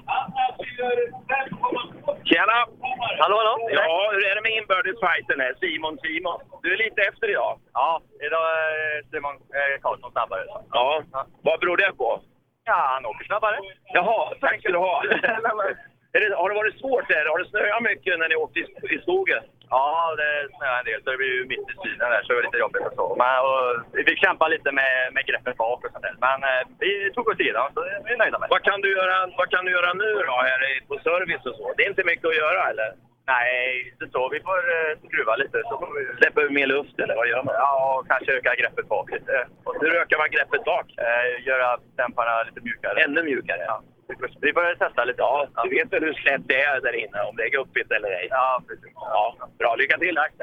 Tjena! Hallå, hallå? Ja, hur är det med inbördesfighten här? Simon, Simon. Du är lite efter idag. Ja, idag är Simon eh, Karlsson snabbare. Ja. Vad beror det på? Ja, han åker snabbare. Jaha, tack ska du ha. Är det, har det varit svårt där? Har det snöat mycket när ni åkte i, i skogen? Ja, det snöade en del. Så det blir ju mitt i synen där, så det är lite jobbigt och så. Men och, vi fick kämpa lite med, med greppet bak och sånt där. Men eh, vi tog oss sidan, så vi är nöjda med det. Vad kan du göra, vad kan du göra nu då här på service och så? Det är inte mycket att göra, eller? Nej, inte så. Vi får eh, skruva lite. Så får vi... Släppa ur mer luft, eller vad gör man? Ja, och kanske öka greppet bak lite. Hur ökar man greppet bak? Eh, göra dämparna lite mjukare. Ännu mjukare? Ja. Vi börjar testa lite. Ja, du vet väl hur slätt det är där inne, om det är guppigt eller ej? Ja, precis. Ja, bra. Lycka till. Tack.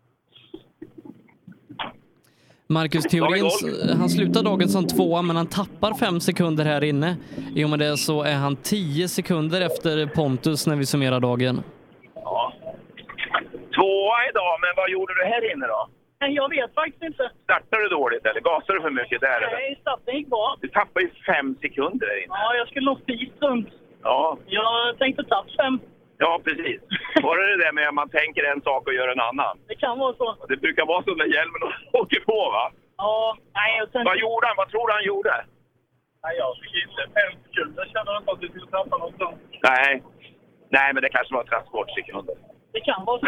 Marcus Theorin, han slutar dagen som tvåa, men han tappar fem sekunder här inne. I och med det så är han tio sekunder efter Pontus när vi summerar dagen. Ja. Tvåa idag, men vad gjorde du här inne då? Jag vet faktiskt inte. Startade du dåligt eller gasade du för mycket där? Nej, eller? starten gick bra. Du tappade ju fem sekunder där inne. Ja, jag skulle nog fis runt. Ja. Jag tänkte tappa fem. Ja, precis. Var det det där med att man tänker en sak och gör en annan? Det kan vara så. Det brukar vara så när hjälmen åker på, va? Ja, nej. Och sen... Vad gjorde han? Vad tror du han gjorde? Nej, jag fick inte fem sekunder. Jag kände inte att vi skulle tappa någonstans. Nej. Nej, men det kanske var transportsekunder. Det kan vara så.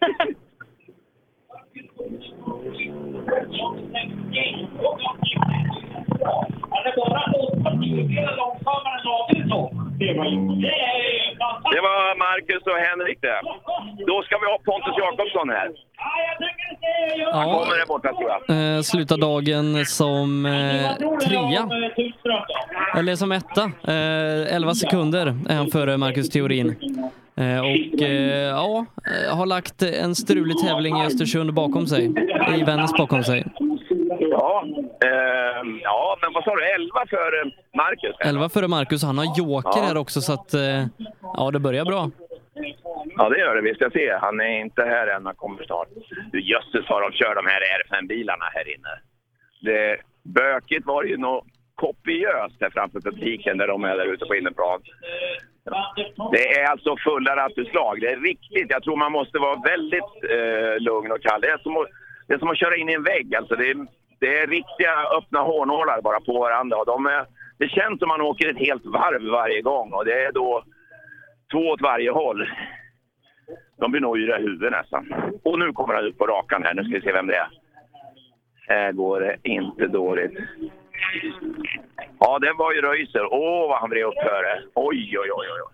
Det var Marcus och Henrik där. Då ska vi ha Pontus Jakobsson här. Han Ja. kommer där borta, tror jag. Eh, slutar dagen som eh, trea. Eller som etta. Eh, elva sekunder är han före Marcus Theorin. Eh, och eh, ja, har lagt en strulig tävling i Östersund bakom sig. I Vännäs bakom sig. Ja, eh, ja, men vad sa du? elva för Marcus? elva före Marcus. Han har joker Ja. här också, så att eh, ja, det börjar bra. Ja, det gör det. Vi ska se. Han är inte här än. Han kommer snart. Du, jösses vad de kör de här R fem-bilarna här inne. Det bökigt var ju något kopiöst här framför publiken där de är där ute på inneplan. Det är alltså fulla rattuslag. Det är riktigt. Jag tror man måste vara väldigt eh, lugn och kall. Det är, som att, det är som att köra in i en vägg. Alltså det, är, det är riktiga öppna hårnålar bara på varandra. Och de är, det känns som man åker ett helt varv varje gång. Och det är då två åt varje håll. De blir nog yra i huvudet nästan. Och nu kommer han ut på rakan här. Nu ska vi se vem det är. Här går det inte dåligt. Ja, det var ju Röiser. Åh, vad han blev upp före. Oj, oj, oj, oj.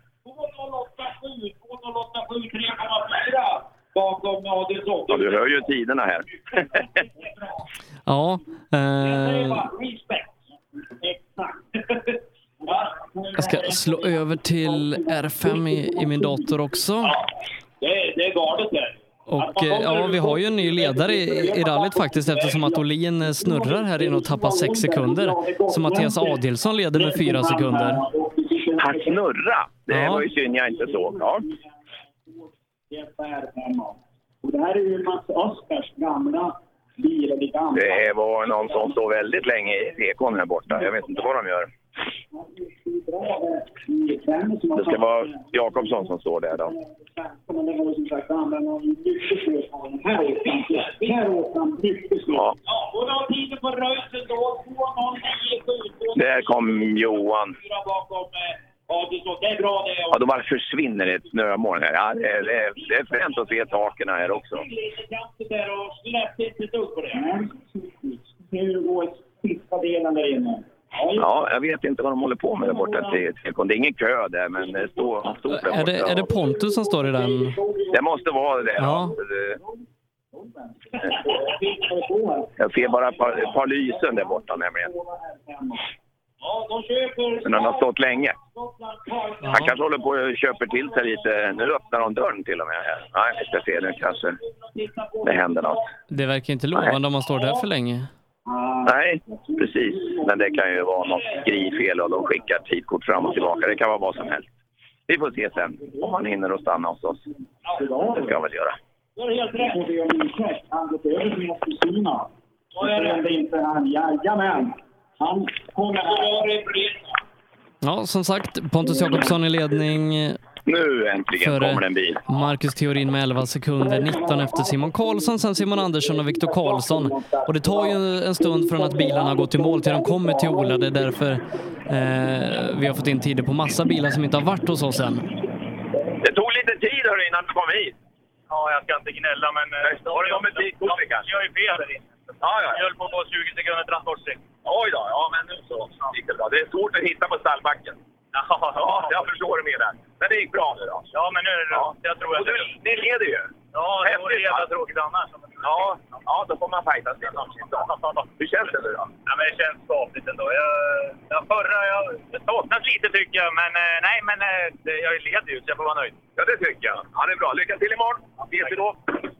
Ja, du hör ju tiderna här. Ja. Eh, jag ska slå över till R fem i, i min dator också. Det är, det är galet där. Och eh, ja, vi har ju en ny ledare i, i rallyt faktiskt, eftersom att Olin snurrar här inne och tappar sex sekunder. Så Mattias Adilsson leder med fyra sekunder. Han snurra. Det Ja. var ju synd jag inte såg. Ja. Och det här är ju Mats Oskars gamla bil. Det var någon som står väldigt länge i tekon här borta. Jag vet inte vad de gör. Det ska vara Jakobsson som står där då. Ja. Där kom Johan. Ja, då bara försvinner ett snömoln här. Ja, det, är, det, är, det är fränt att se taken här också. Ja, jag vet inte vad de håller på med där borta. Det är ingen kö där, men det står stort där borta. Är det, är det Pontus som står i den? Det måste vara det. Ja. Jag ser bara ett par, ett par lysen där borta nämligen. Men han har stått länge. Han kanske håller på och köper till sig lite. Nu öppnar de dörren till och med här. Nej, vi ska se, nu kanske det händer något. Det verkar inte lovande om man står där för länge. Nej, precis. Men det kan ju vara något skrivfel och de skickar tidkort fram och tillbaka. Det kan vara vad som helst. Vi får se sen om han hinner att stanna hos oss. Det ska han väl göra. Det är helt rätt. Det är en check. Han går över till Eskilstuna. Så är det inte han. Jajamän. Han kommer här. Ja, som sagt, Pontus Jakobsson i ledning. Nu äntligen kommer en bil. Marcus Theorin med elva sekunder, nitton efter Simon Karlsson, sen Simon Andersson och Viktor Karlsson. Och det tar ju en stund från att bilarna går till mål till de kommer till Ola. Det är därför eh, vi har fått in tider på massa bilar som inte har varit hos oss än. Det tog lite tid hör, innan du kom hit. Ja, jag ska inte gnälla, men... Har du något tidkort kanske? Jag är fel där inne. Ja, ja. Jag höll på att få tjugo sekunder transportsträck. Oj då, ja men nu så gick det bra. Det är svårt att hitta på stallbacken. Ja, ja, jag förstår det med det. Men det gick bra nu då. Ja, men nu är det bra. Ja. Jag tror att du, ni leder ju. Ja, det var det jävla tråkigt annars. Ja, ja, då får man fightas lite. Hur känns det nu då? Ja, men det känns skapligt ändå. Jag, jag förra, jag, det saknas lite tycker jag, men nej, men jag leder ju så jag får vara nöjd. Ja, det tycker jag. Ja, det är bra. Lycka till imorgon. Ses vi då.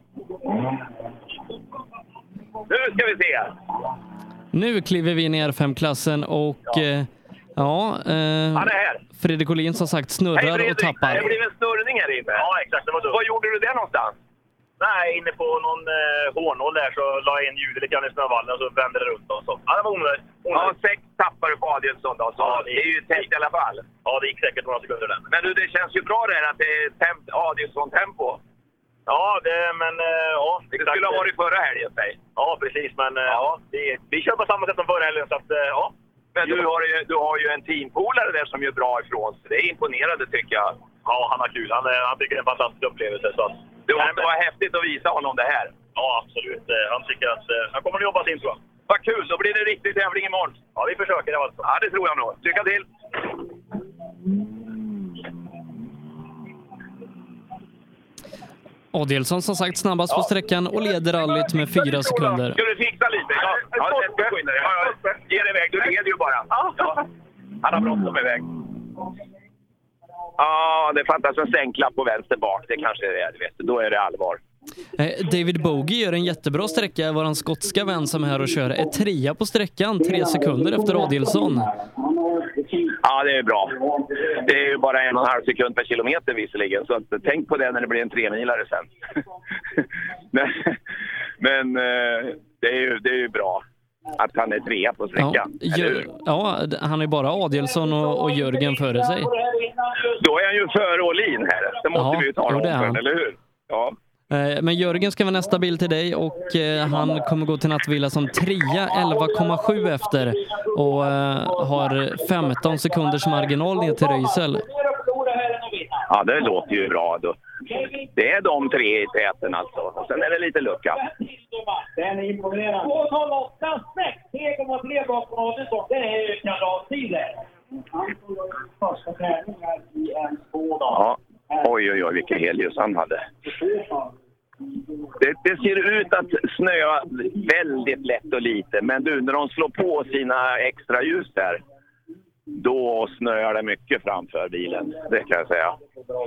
Nu ska vi se. Nu kliver vi ner fem-klassen och ja, eh, ja eh, Han är här. Fredrik Olin som sagt snurrar Hej, och tappar. Det blev en snurrning här inne. Ja, exakt. Det var du. Var gjorde du det någonstans? Nej, inne på någon eh, hårnål där så la jag in ljudet lite grann i snövallen och så vände det runt och så. Ja, det var onödigt. Ja, sex tappar du på Adielsson då. Så ja, det, det är ju tätt i alla fall. Ja, det gick säkert några sekunder där. Men du, det känns ju bra där att det är temp- Adielsson-tempo. Ja, det, men äh, ja. Det exakt. Skulle ha varit förra helgen, säg. Ja, precis. Men äh, ja. vi, vi kör på samma sätt som förra helgen, så att äh, ja. Men du har, ju, du har ju en teampolare där som gör bra ifrån sig. Det är imponerande, tycker jag. Ja, han har kul. Han, han tycker det är en fantastisk upplevelse. Så att, det måste men, vara häftigt att visa honom det här. Ja, absolut. Han tycker att äh, han kommer att jobba sin, tror jag. Vad kul, då blir det riktigt tävling imorgon. Ja, vi försöker det alltså. Ja, det tror jag nog. Lycka till! Adielsson som sagt snabbast på sträckan och leder rallyt med fyra sekunder. Ska du fixa lite? Ja, ja, ja, ja, ge det iväg, du leder ju bara. Ja. Han har bråttom iväg. Ja, det fattas en sängklapp på vänster bak. Det kanske är det, vet du. Då är det allvar. David Bogie gör en jättebra sträcka. Våran skotska vän som är här och kör är trea på sträckan, tre sekunder efter Adielsson. Ja, det är bra. Det är ju bara en och en halv sekund per kilometer visserligen, så att, tänk på det när det blir en tremilare sen. men men det, är ju, det är ju bra att han är trea på sträckan. Ja, Jör, ja han är bara Adielsson och, och Jörgen före sig. Då är han ju före Olin här. Det måste ja, vi ju ta honom för, eller hur? Ja. Men Jörgen ska vara nästa bil till dig och han kommer gå till Nattvilla som trea, elva komma sju efter och har femton sekunders marginal ner till Röisel. Ja, det låter ju bra då. Det är de tre i täten alltså. Och sen är det lite lucka. Den är imponerande. två noll åtta sex, tre komma tre bakom Adielsson. Det är ju kanalstiler. Han får första träningar i en två dagar. Ja. Oj, oj, oj, vilka helljus han hade. Det, det ser ut att snöa väldigt lätt och lite. Men du, när de slår på sina extra ljus där, då snöar det mycket framför bilen. Det kan jag säga.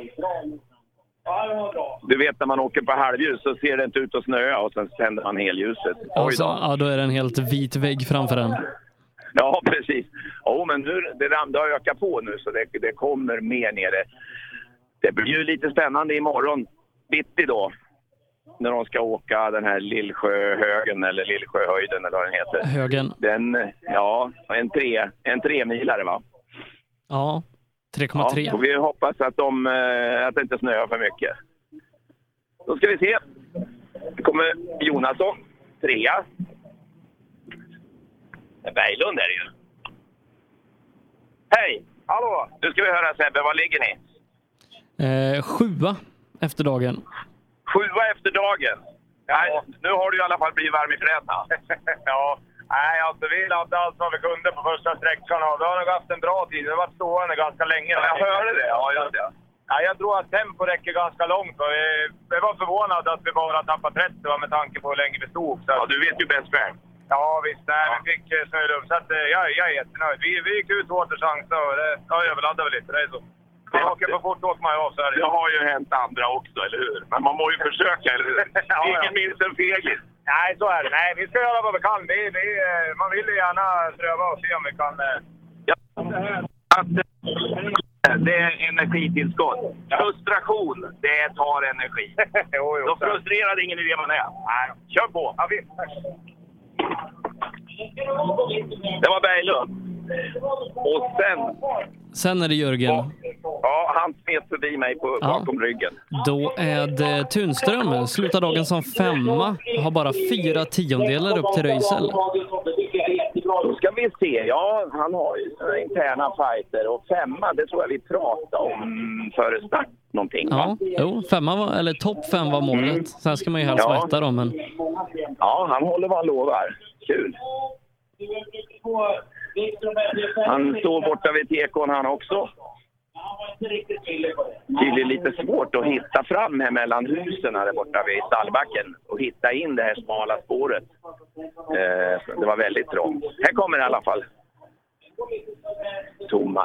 Du vet, när man åker på halvljus så ser det inte ut att snöa och sen tänder man helljuset. Alltså, ja, då är det en helt vit vägg framför den. Ja, precis. Oh, men nu, det har ökat på nu så det, det kommer mer nere. Det blir ju lite spännande imorgon bitti då. När de ska åka den här Lillsjöhögen eller Lillsjöhöjden eller vad den heter. Högen. Den, ja, en tre, en tre milare va? Ja, tre komma tre. Ja, och vi hoppas att, de, att det inte snöar för mycket. Då ska vi se. Det kommer Jonasson, trea. Berglund är det ju. Hej! Hallå! Nu ska vi höra Sebbe, var ligger ni? Eh, sjua efter dagen. Sjua efter dagen? Nej, nu har du i alla fall blivit varm i kläderna. Ja, nej alltså vi laddade allt vad vi kunde på första sträckan och då har vi haft en bra tid. Det har varit stående ganska länge. Ja, jag hörde det, ja just det. Ja, jag tror att tempo räcker ganska långt. Och vi var förvånade att vi bara tappade trettio med tanke på hur länge vi stod. Så. Ja, du vet ju bäst själv. Ja visst, nej, ja. Vi fick snörum. Så att, ja, jag är jättenöjd. Vi, vi gick ut hårt och chans och det, ja, överladdade väl lite. Det är så. Man åker för fort åker man ju av så här. Det har ju hänt andra också, eller hur? Men man må ju försöka, eller hur? Ja, ingen minst en fegis. Nej, så är det. Nej, vi ska göra vad vi kan. Vi, vi, man vill ju gärna pröva och se om vi kan... Ja. Att, det är energitillskott. Frustration, det tar energi. jo, jo, Då frustrerad ingen idé man är. Nej, kör på. Ja, vi... Det var Berglund. Och sen... Sen är det Jörgen. Ja, han smet förbi mig på, ja. bakom ryggen. Då är det Tunström. Slutar dagen som femma. Har bara fyra tiondelar upp till Röisel. Då ska vi se. Ja, han har ju interna fighter. Och femma, det tror jag vi pratade om före start någonting. Ja, va? jo, femma var, eller topp fem var målet. Mm. Sen ska man ju helst ja. veta då, men... Ja, han håller vad han lovar. Kul. Han står borta vid tekon han också. Det är lite svårt att hitta fram här mellan husen här borta vid stallbacken och hitta in det här smala spåret. Eh, det var väldigt trångt. Här kommer i alla fall Thomas.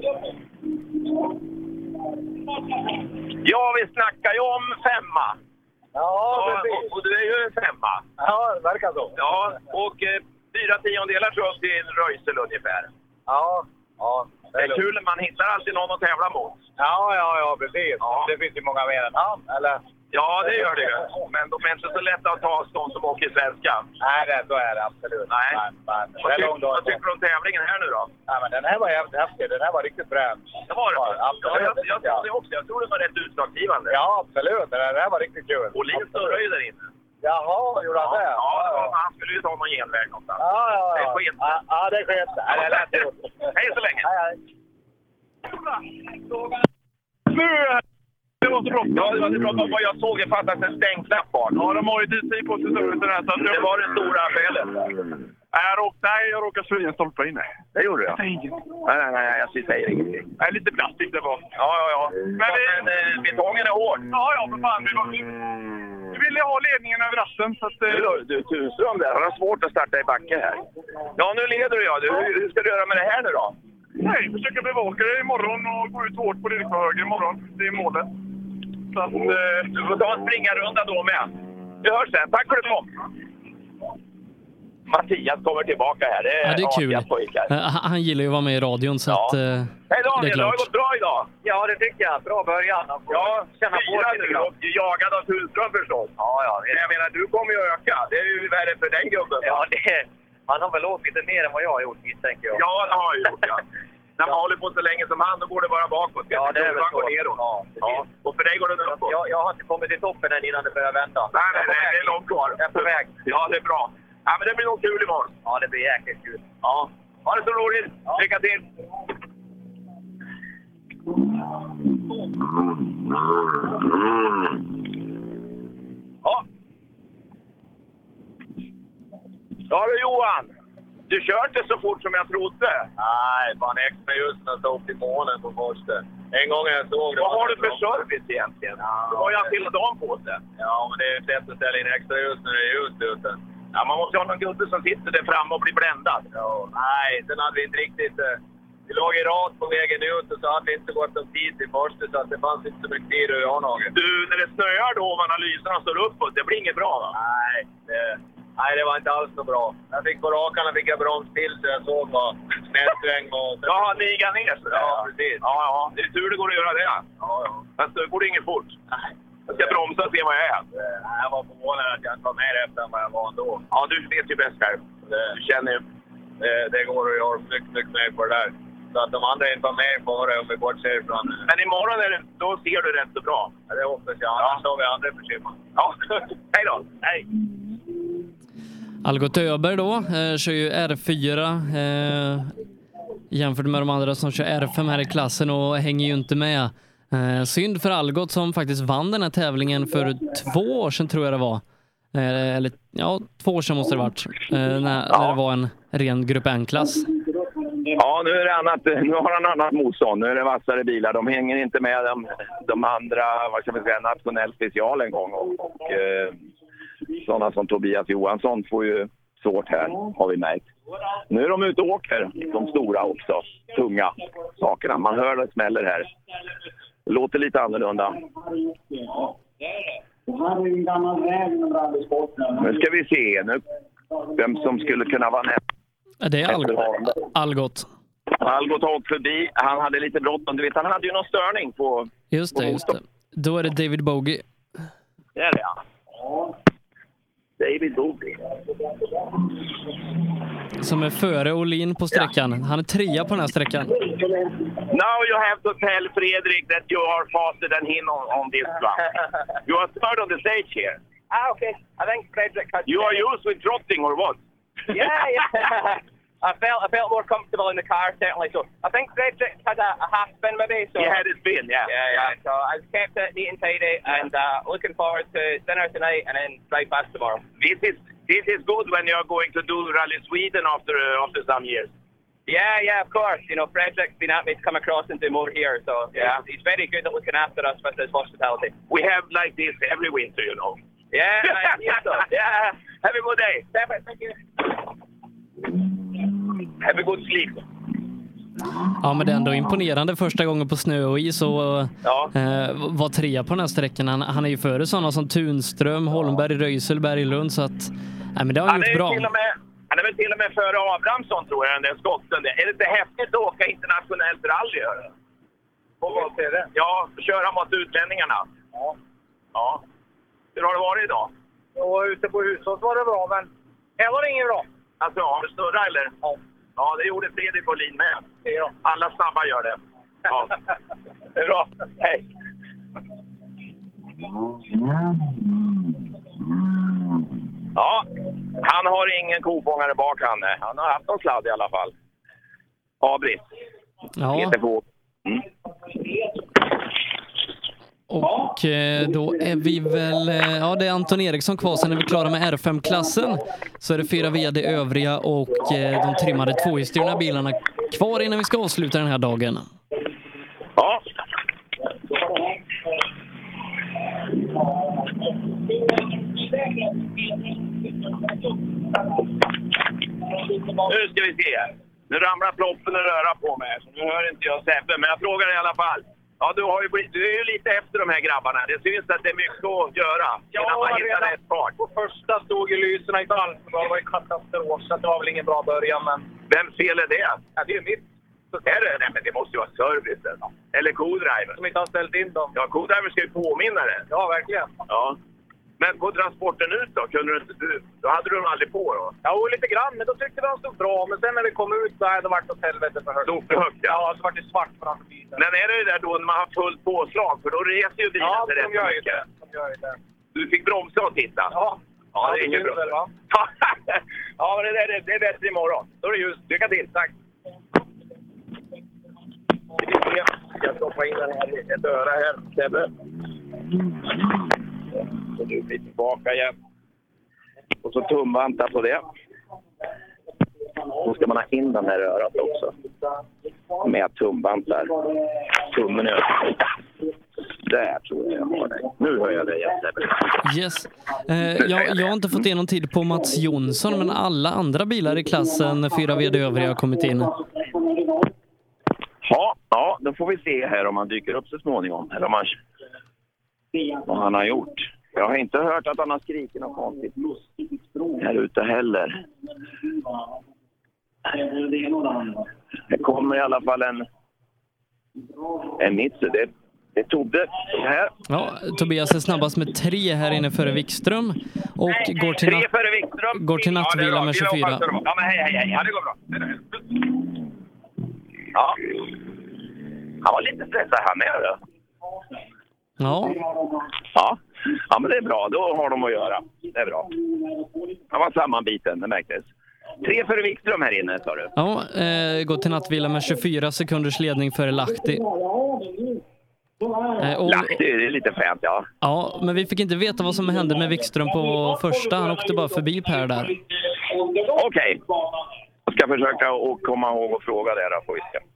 Ja, vi snackar ju om femma. Ja, ja och, och du är ju en femma. Ja, det verkar så. Ja, och eh, fyra tiondelar tror jag till Röisel ungefär. Ja, ja. Det är kul, man hittar alltid någon att tävla mot. Ja, ja, ja, precis. Ja. Det finns ju många mer än han, eller? Ja, det gör det ju. Men de är inte så lätta att ta oss de som åker svenska. Nej, det, så är det absolut. Nej. Men, men, vad, tyck, vad tycker du om tävlingen här nu då? Ja, men den här var jävligt häftig. Den här var riktigt bra. Det var det? Ja, absolut. Ja, jag, jag tror det också. Jag tror det var rätt utslagsgivande. Ja, absolut. Den här var riktigt kul. Och Liv snurrar ju där inne. Jaha, gjorde han ja, det? Ja, ja, han skulle ju ta någon genväg någonstans. Ja, ja, ja. Det är skit. Ja, ja, det är skit. Ja, det är lätt gjort. Hej så länge. Hej, hej. Nu! Det var så bra. Ja, det var så bra. Vad jag såg, det fattades en stängklapp bak. Ja, de har ju D C på sig servicen här. Så att det var det stora felet. Jag råkade, nej, jag råkade slå i en stolpe inne. Det gjorde jag. Jag inget. Nej, nej, nej, jag säger ingenting. Nej, lite plastik det var. Ja, ja, ja. Men, vi... Men äh, betongen är hård. Ja, ja, för fan. Vi, var... vi ville ha ledningen över ratten. Så att, du, du, Tunström där. Han har svårt att starta i backen här. Ja, nu leder du, ja. Du, hur ska du göra med det här nu då? Nej, försöka bevaka det imorgon och gå ut hårt på det på höger imorgon. Det är målet. Så att, eh... Du får ta en springarrunda då med. Vi hörs sen. Tack för att du kom. Mattias kommer tillbaka här. Det är, ja, det är kul. Pojkar. Han gillar ju att vara med i radion så ja. att... Uh, Hej Daniel, det har gått bra idag. Ja, det tycker jag. Bra början. Ja, fyra nu och jagad av Tunström förstås. Ja, ja. Det... Jag menar, du kommer ju öka. Det är ju värre för den gubben. Ja, det är... Han har väl åkt lite mer än vad jag har gjort, tänker jag. Ja, det har jag gjort, ja. När man håller på så länge som han, då går det bara bakåt. Ja, det är väl så. Ja, ja. Och för dig går det uppåt. Jag, jag har inte kommit till toppen än innan det börjar vända. Nej, nej, nej, det är långt kvar. Jag är på väg. Ja, det är bra. Ja, men det blir nog kul imorgon. Ja, det blir jäkligt kul. Ja. Ha det så roligt. Ja. Lycka till. Ja. Ja du Johan. Du kör inte så fort som jag trodde. Nej, fan extra just när jag stod upp i månen på första. En gång jag såg det. Vad har du för service egentligen? Ja, du har ju haft hela dagen på sig. Ja, men det är lätt att ställa in extra just när det är ljust ute. Ja, man måste ha någon gubbe som sitter där framme och blir bländad. Ja, nej, den hade vi inte riktigt... Vi låg i rad på vägen ut och så hade vi inte gått om tid till första så att det fanns inte så mycket tid att göra något. Du, när det snöar då och analyserna står uppåt, det blir inget bra va? Nej, det... Nej, det var inte alls så bra. Jag fick på rakarna, fick jag broms till så jag såg vad snedsträng och... Ja, niga ner så. Ja, precis. Ja, ja. Det är tur det går att göra det. Ja, ja. Fast det går inget fort. Nej. Jag ska bromsa och se vad jag är. Jag var förvånad att jag inte var med efter vad jag var ändå. Ja, du vet ju bäst själv. Du känner ju. Det, det går att göra mycket, mycket mer på det där. Så att de andra inte var med före om vi bortser från... Men imorgon är det, då ser du rätt så bra. Ja, det hoppas jag. Annars har vi andra bekymmer. Ja, hej då. Hej. Algot Öberg då eh, kör ju R fyra eh, jämfört med de andra som kör R fem här i klassen och hänger ju inte med. Eh, synd för Algot som faktiskt vann den här tävlingen för två år sedan tror jag det var. Eh, eller ja, två år sedan måste det varit. Eh, när, ja. när det var en ren grupp N-klass. Ja, nu är det annat, nu har han annat motstånd. Nu är det vassare bilar. De hänger inte med de, de andra, vad ska man säga, nationell special en gång. Och, och eh, sådana som Tobias Johansson får ju svårt här, har vi märkt. Nu är de ute och åker, de stora också. Tunga sakerna. Man hör det smäller här. Det låter lite annorlunda. Nu ska vi se nu vem som skulle kunna vara nästa. Det är Algot. Algot. Algot har åkt förbi. Han hade lite bråttom. Du vet, han hade ju någon störning på... Just det, på just det. Då är det David Bogie. Det är det, ja. David Bogie. Som är före Olin på sträckan. Ja. Han är trea på den här sträckan. Now you have to tell Fredrik that you are faster than him on, on this one. You are third on the stage here. Ah, okay. I think Fredrik has... You are used with trotting or what? Yeah, yeah. I felt I felt more comfortable in the car, certainly. So I think Frederick had a, a half spin maybe. So he had a spin, yeah. Yeah, yeah. So I kept it neat and tidy, and uh, looking forward to dinner tonight and then drive past tomorrow. This is this is good when you're going to do Rally Sweden after uh, after some years. Yeah, yeah, of course. You know, Frederick's been at me to come across and do more here, so yeah, he's very good at looking after us with his hospitality. We have like this every winter, you know. Yeah, I knew so. Yeah. Have a good day. Perfect, thank you. Have a good sleep. Ja, men det är ändå imponerande första gången på snö och is och ja. eh, var trea på den här sträckan. Han, han är ju före sådana som Tunström, Holmberg, Röisel, Berglund, så att nej, men det har han, han gjort bra. Till och med, han är väl till och med före Abrahamsson, tror jag, den där skotten. Är det inte häftigt att åka internationellt rally? Och vad är det? Ja, köra mot utlänningarna. Ja. Ja. Hur har det varit idag? Och ute på Husås var det bra, men här var det inget bra. Alltså, har du snurrat eller? Ja. Ja, det gjorde Fredrik Olin med. Ja. Alla snabba gör det. Ja. Det är bra. Hej. Ja, han har ingen kofångare bak han. Han har haft någon sladd i alla fall. Abris. Ja. Mm. Och eh, då är vi väl, eh, ja det är Anton Eriksson kvar, sen är vi klara med R fem-klassen. Så är det fyra V D övriga och eh, de trimmade tvåhjulsdrivna bilarna kvar innan vi ska avsluta den här dagen. Ja. Nu ska vi se här. Nu ramlar ploppen och röra på mig, så nu hör inte jag Sebbe, men jag frågar i alla fall. Ja, du, har ju blivit, du är ju lite efter de här grabbarna. Det syns att det är mycket att göra. Ja, man hittar rätt fart. På första stod ju lyserna inte alls. Det var ju katastrof, så det var väl ingen bra början. Men... Vems fel är det? Ja, det är mitt. Så är det? Nej, men det måste ju vara servicen. Eller co-driver. Som inte har ställt in dem. Ja, co-driver ska ju påminna det. Ja, verkligen. Ja. Men på transporten ut då? Kunde du inte, du, då hade du dem aldrig på då? Ja, lite grann. Men då tyckte vi han stod bra. Men sen när vi kom ut så hade det varit åt helvete för högt. Stod för högt, ja. Ja, så var det svart framför bilen. Men är det där då när man har fullt påslag? För då reser ju bilen ja, sig rätt gör mycket. Ja, de gör ju det. Du fick bromsa och titta? Ja. Ja, det är inget bra. Väl, va? Ja, men det, det, det är bättre imorgon. Då är det just. Lycka till. Tack. Jag stoppar in den här i ett öra här, Sebbe. Så nu blir tillbaka igen. Och så tumvantar på det. Då ska man ha in den här örat också. Med tumvantar. Tummen är där tror jag jag har dig. Nu hör jag dig igen, Sebbe. Yes. Eh, jag, jag har inte fått igenom tid på Mats Jonsson, men alla andra bilar i klassen fyra V D övriga har kommit in. Ja, ja, då får vi se här om han dyker upp så småningom. Eller om han, vad han har gjort. Jag har inte hört att han har skrikit något konstigt här ute heller. Det kommer i alla fall en en Mitsu. Det, Det är Tobbe här. Ja, Tobias är snabbast med tre här inne före Wikström. Och går till, Tre nat- före Wikström. går till Ja, det är nattvila bra. med Vi hoppas tjugofyra. det då. Ja, men hej, hej, hej. Ja, det går bra. Ja. Han var lite stressad här med då. Ja. Ja. Ja, men det är bra. Då har de att göra. Det är bra. Han var sammanbiten, det märktes. Tre före Wikström här inne, sa du. Ja, eh, går till nattvila med tjugofyra sekunders ledning före Lahti. Eh, och, Lahti, det är lite fränt, ja. Ja, men vi fick inte veta vad som hände med Wikström på första. Han åkte bara förbi Per där. Okej. Okay. Jag ska försöka att komma ihåg och fråga det då, får vi se.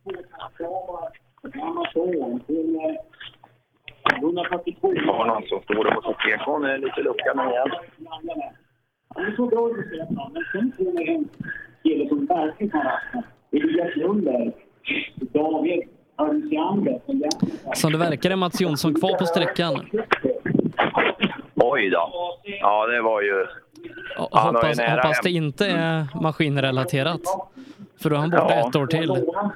Vi har någon som står och på tekon, är lite lucka med igen. Det är så bra att se honom, men sen får man en kille som verkligen kan räkna. Elias Lundberg, David Örnsiander. Som det verkar är Mats Jonsson kvar på sträckan. Oj då. Ja, det var ju... Och Ja, han var ju hoppas, nära hoppas hem. det inte är maskinrelaterat. För då är han borta Ja. ett år till.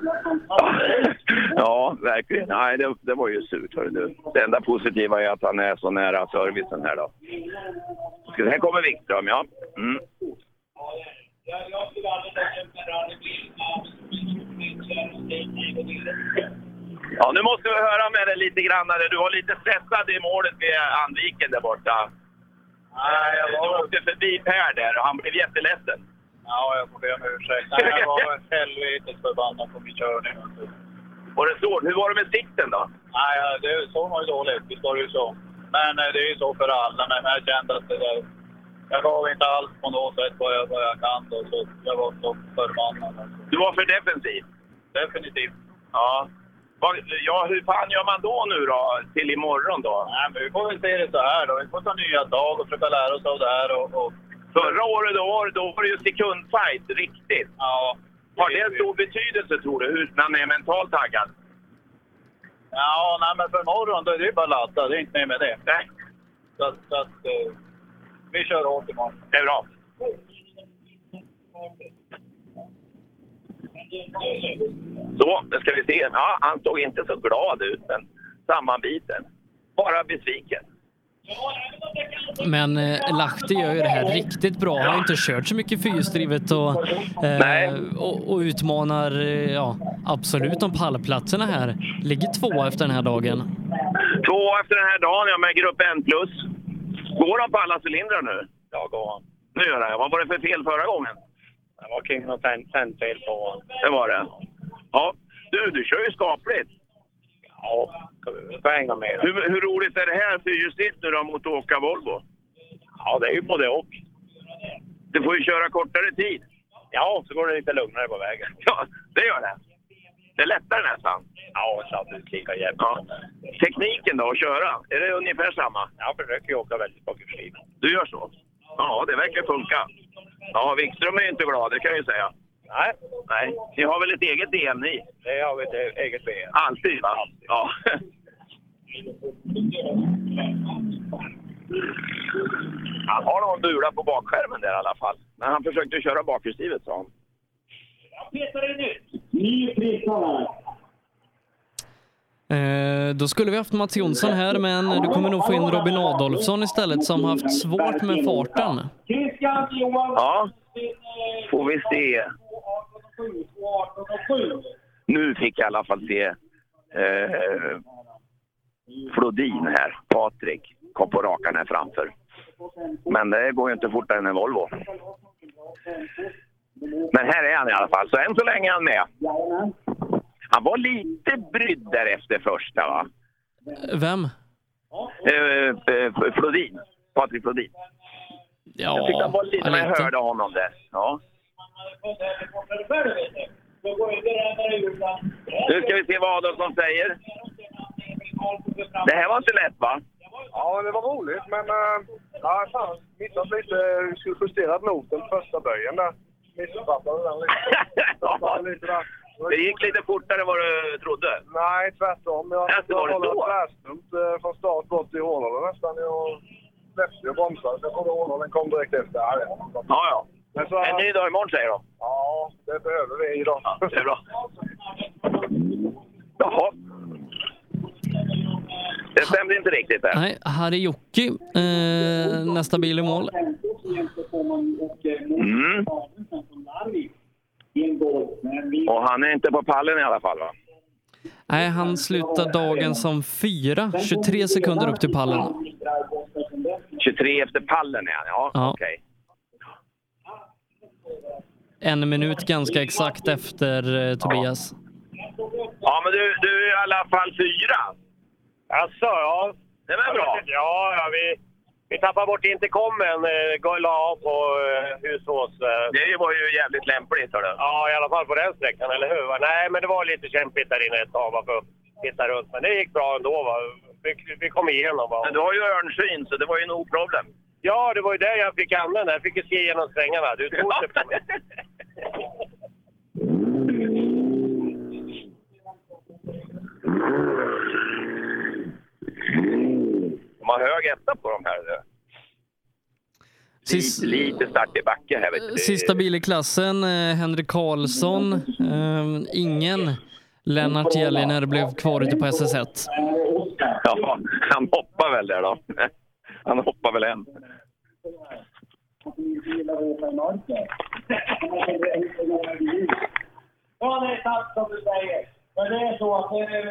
Ja, verkligen. Nej, det, det var ju surt, hörru du. Det enda positiva är att han är så nära servicen här då. Ska- Här kommer Wikström, ja. Mm. Ja, nu måste vi höra med dig lite grann. Du var lite stressad i målet vid Andviken där borta. Nej, jag var... Du åkte förbi Per där och han blev jätteledsen. Ja, jag får be om ursäkt. Nej, jag var helvetes förbannad på min körning. Var det så? Hur var det med sikten då? Nej, det såg nog dåligt. Det står ju så. Men eh, det är ju så för alla. Men jag kände att det där... Jag gav inte alls på något sätt vad jag, vad jag kan då. Så jag var så förbannad. Du var för defensiv? Definitivt. Ja. Vad- Ja, hur fan gör man då nu då? Till imorgon då? Nej, men vi får väl se det så här då. Vi får ta nya tag och försöka lära oss av det här. Och, och... Förra året då, var- då var det ju sekundfight, riktigt. Ja. Har det en stor betydelse, tror du, hur man är mentalt taggad? Ja, nej, men för morgon då är det ju bara ladda. Det är inte mer med det. Nej. Så, att- så att eh, vi kör hårt imorgon. Det är bra. Så, det ska vi se. Ja, han såg inte så glad ut, men sammanbiten. Bara besviken. Men eh, Lahti gör ju det här riktigt bra. Han har inte kört så mycket fyrhjulsdrivet och, eh, och, och utmanar eh, ja, absolut om pallplatserna här. Ligger två efter den här dagen. Två efter den här dagen, ja, med grupp N plus. Går de på alla cylindrar nu? Ja, går han. Nu gör det. Vad var det för fel förra gången? Det var kring något tändfel på honom. Det var det. Ja, du, du kör ju skapligt. Ja, vi ska hänga med. Hur, hur roligt är det här fyrhjulsdrift nu då mot att åka Volvo? Ja, det är ju både och. Du får ju köra kortare tid. Ja, så går det lite lugnare på vägen. Ja, det gör det. Det är lättare nästan. Ja, så att det är lika jämnt. Ja. Tekniken då att köra, är det ungefär samma? Jag försöker ju åka väldigt bakhjulsdrivet. Du gör så? Ja, det verkar funka. Ja, Wikström är ju inte glad, det kan jag ju säga. Nej. Nej. Ni har väl ett eget D M ni? Det har vi ett eget B. Alltid, va? Alltid. Ja. Han har någon bula på bakskärmen där i alla fall. Men han försökte köra bakhjulsdrivet, sa han. Petar är nytt. Ny prisare. Eh, då skulle vi haft Mats Jonsson här, men du kommer nog få in Robin Adolfsson istället som haft svårt med farten. Christian Johan. Ja, får vi se. Nu fick jag i alla fall se eh, Flodin här. Patrik kom på rakan här framför. Men det går ju inte fortare än en Volvo. Men här är han i alla fall, så än så länge är han med. Han var lite brydd där efter första, va? Vem? Eh, eh, Flodin. Patrik Flodin. Ja, jag tyckte han var lite när jag lite. hörde honom där. Ja. Nu ska vi se vad Adolfsson säger. Det här var inte lätt, va? Ja, det var roligt, men äh, ja, fan, missat lite. Vi skulle justera noten första böjen där. Missfattade den lite. Ja. lite där. Det gick lite fortare än vad du trodde. Nej, tvärtom. Jag Alltså, var det så? tvärstumt eh, från start bort i Hårdalen nästan. Jag släppte och bromsade. Jag trodde Hårdalen kom direkt efter. Ja, ja. ja. Men så, en ny dag imorgon, säger de. Ja, det behöver vi idag. Ja, det är bra. Jaha. Det stämde inte riktigt där. Nej, Harjoki, eh, nästa bil i mål. Mm. Och han är inte på pallen i alla fall, va? Nej, han slutar dagen som fyra, tjugotre sekunder upp till pallen. tjugotre efter pallen, ja. Ja, ja. Okej. En minut ganska exakt efter eh, Tobias. Ja, men du, du är i alla fall fyra. Alltså, ja. Det är bra. Ja, ja vi, vi tappade bort intercomen, eh, la av på eh, Husås. Eh. Det var ju jävligt lämpligt, hör du. Ja, i alla fall på den sträckan, eller hur? Va? Nej, men det var lite kämpigt där inne ett tag va, för att titta runt. Men det gick bra ändå, va? Vi, vi kom igenom. Va? Men du har ju örnsyn, så det var ju nog problem. Ja, det var ju det jag fick använda. Jag fick ju se igenom svängarna. Du tog det på mig. De har hög etta på de här. Sist, lite, lite start i backe här. Vet du. Sista bil i klassen, eh, Henrik Karlsson. Eh, ingen Lennart Gälliner blev kvar ute på S S ett. Ja, han hoppar väl där då. Han hoppar väl en. Ja, det är sant som du säger. Men det är så att...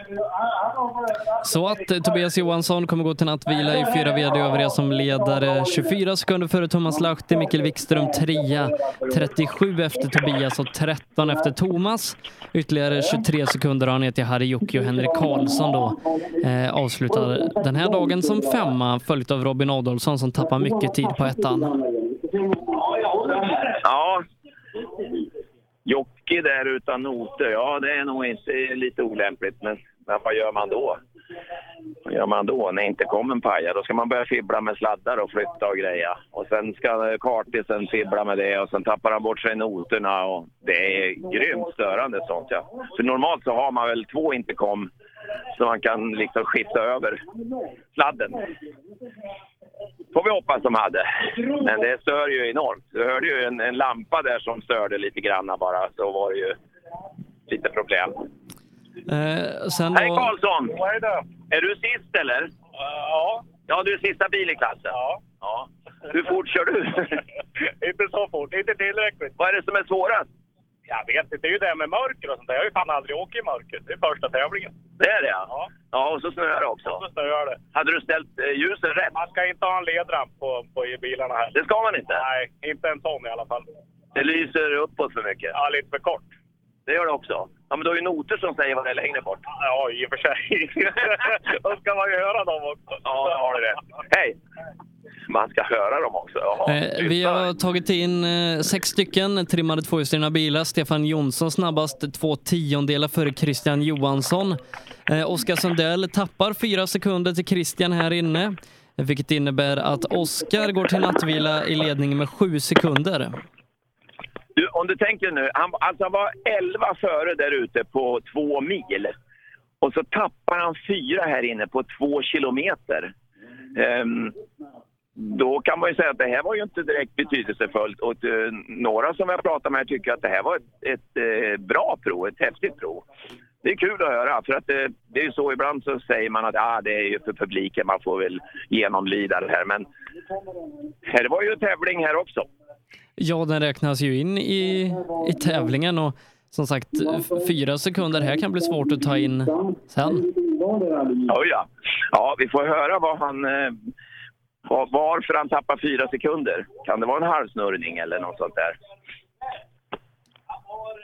Så att eh, Tobias Johansson kommer gå till nattvila i fyra V D övriga som ledare. tjugofyra sekunder före Thomas Lahti, Mikael Wikström trea, trettiosju efter Tobias och tretton efter Thomas. Ytterligare tjugotre sekunder har ner till Harjoki och Henrik Karlsson då. Eh, avslutar den här dagen som femma, följt av Robin Adolfsson som tappar mycket tid på ettan. Ja. Jocke där utan noter, ja det är nog inte lite olämpligt, men, men vad gör man då? Vad gör man då när inte kommer en paja? Då ska man börja fibbla med sladdar och flytta och greja. Och sen ska kartisen fibbla med det och sen tappar han bort sig noterna och det är grymt störande sånt, ja. För normalt så har man väl två intercom så man kan liksom skifta över sladden. Får vi hoppas de hade. Men det stör ju enormt. Du hörde ju en, en lampa där som störde lite grann bara. Så var det ju lite problem. Eh, sen då... Hej Karlsson! Är du sist eller? Uh, ja. Ja, du är sista bil i klassen. Ja. ja. Hur fort kör du? Inte så fort, inte tillräckligt. Vad är det som är svårast? Jag vet inte, det är ju det med mörker och sånt där. Jag har ju fan aldrig åkt i mörker. Det är första tävlingen. Det är det, ja. Ja, ja och så snöar det också. Och så snöar det. Hade du ställt eh, ljusen rätt? Man ska inte ha en ledramp på, på i bilarna här. Det ska man inte? Nej, inte en sån i alla fall. Det lyser uppåt för mycket? Ja, lite för kort. Det gör det också? Ja, men då är ju noter som säger vad det är längre bort. Ja, i och för sig. Då ska man ju höra dem också. Ja, det har du det. Hej! Man ska höra dem också. Jaha, eh, vi har tagit in eh, sex stycken trimmade tvåhjulsdrivna bilar. Stefan Jonsson snabbast, två tiondelar före Christian Johansson. Eh, Oskar Sundell tappar fyra sekunder till Christian här inne. Vilket innebär att Oskar går till nattvila i ledning med sju sekunder. Du, om du tänker nu, han, alltså han var elva före där ute på två mil. Och så tappar han fyra här inne på två kilometer. Um, då kan man ju säga att det här var ju inte direkt betydelsefullt. Och uh, några som jag pratar med tycker att det här var ett, ett uh, bra prov, ett häftigt prov. Det är kul att höra, för att det, det är ju så ibland så säger man att ah, det är ju för publiken, man får väl genomlida det här. Men här var ju en tävling här också. Ja, den räknas ju in i, i tävlingen och som sagt, fyra sekunder här kan bli svårt att ta in sen. Oh ja. Ja, vi får höra vad han, eh, var, varför han tappar fyra sekunder. Kan det vara en halvsnurrning eller något sånt där? Han har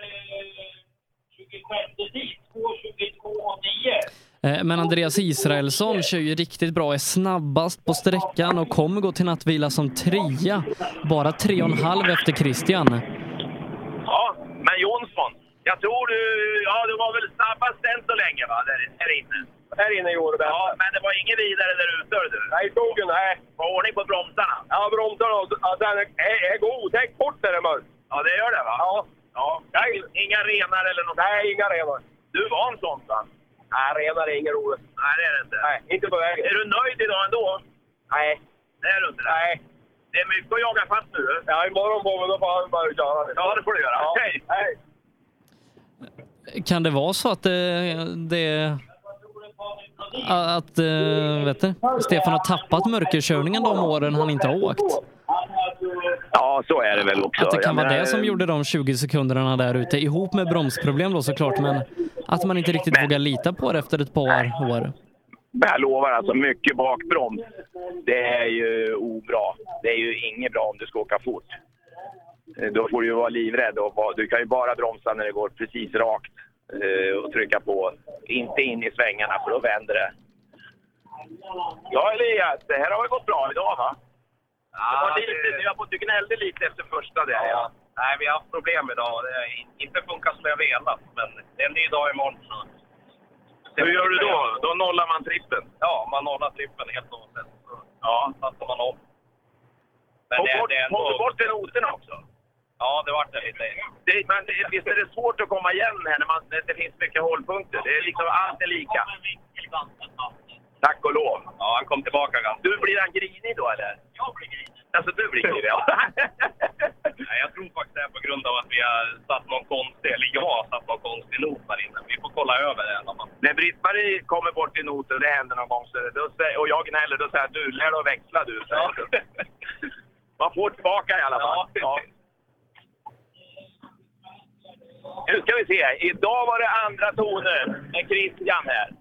tjugosjätte dit, två tjugotvå nio. Men Andreas Israelsson kör ju riktigt bra, är snabbast på sträckan och kommer gå till nattvila som trea. Bara tre och en halv efter Christian. Ja, men Jonsson, jag tror du, ja du var väl snabbast än så länge va, där, här inne. Här inne gjorde det. Ja, men det var ingen vidare där ute, du. Nej, skogen, nej. Få ordning på bromsarna. Ja, bromsarna, ja, den är, är god. Tänk bort det där mörkt. Ja, det gör det va? Ja. Ja, inga renar eller något? Nej, inga renar. Du var en sån va? Nej, renar är ingen roligt. Nej, det är det inte. Nej, inte på vägen. Är du nöjd idag ändå? Nej. Det är du inte? Nej. Det är mycket att jaga fast nu. Ja, imorgon får vi då får han börja köra. Ja, det får du göra. Ja. Hej. Hej. Kan det vara så att det, det att äh, vet du, Stefan har tappat mörkerkörningen de åren han inte har åkt. Ja, så är det väl också. Att det kan jag vara menar, det som gjorde de tjugo sekunderna där ute, ihop med bromsproblem då såklart, men att man inte riktigt men, vågar lita på det efter ett par nej. år. Men jag lovar, alltså mycket bakbroms, det är ju obra. Det är ju inget bra om du ska åka fort. Då får du ju vara livrädd. Och du kan ju bara bromsa när det går precis rakt och trycka på. Inte in i svängarna, för då vänder det. Ja, Elias, det här har ju gått bra idag, va? Ja, det var lite, det... jag har fått gnällde lite efter första där. Ja. Nej, vi har haft problem idag. Det har inte funkat som jag velat, men det är en ny dag imorgon. Så. Hur gör du då? Då nollar man trippen? Ja, man nollar trippen helt och hållet. Ja. Satsar man om. Men det, bort, det är ändå... bort den noterna också? Ja, det vart det lite. Det, men visst är det svårt att komma igen här när man, det finns mycket hållpunkter? Det är liksom allt är lika. Tack och lov. Ja, han kom tillbaka ganska. Du, blir han grinig då, eller? Jag blir grinig. Alltså, du blir grinig, ja. Nej, jag tror faktiskt det är på grund av att vi har satt någon konstig, eller jag har satt någon konstig not där inne. Vi får kolla över det. När Britt-Marie kommer bort i noter och det händer någon gång, så då säger, och jag gnäller, då säger du, lär dig att växla, du. Ja. Man får tillbaka i alla fall. Ja. Ja. Nu ska vi se. Idag var det andra toner med Christian här.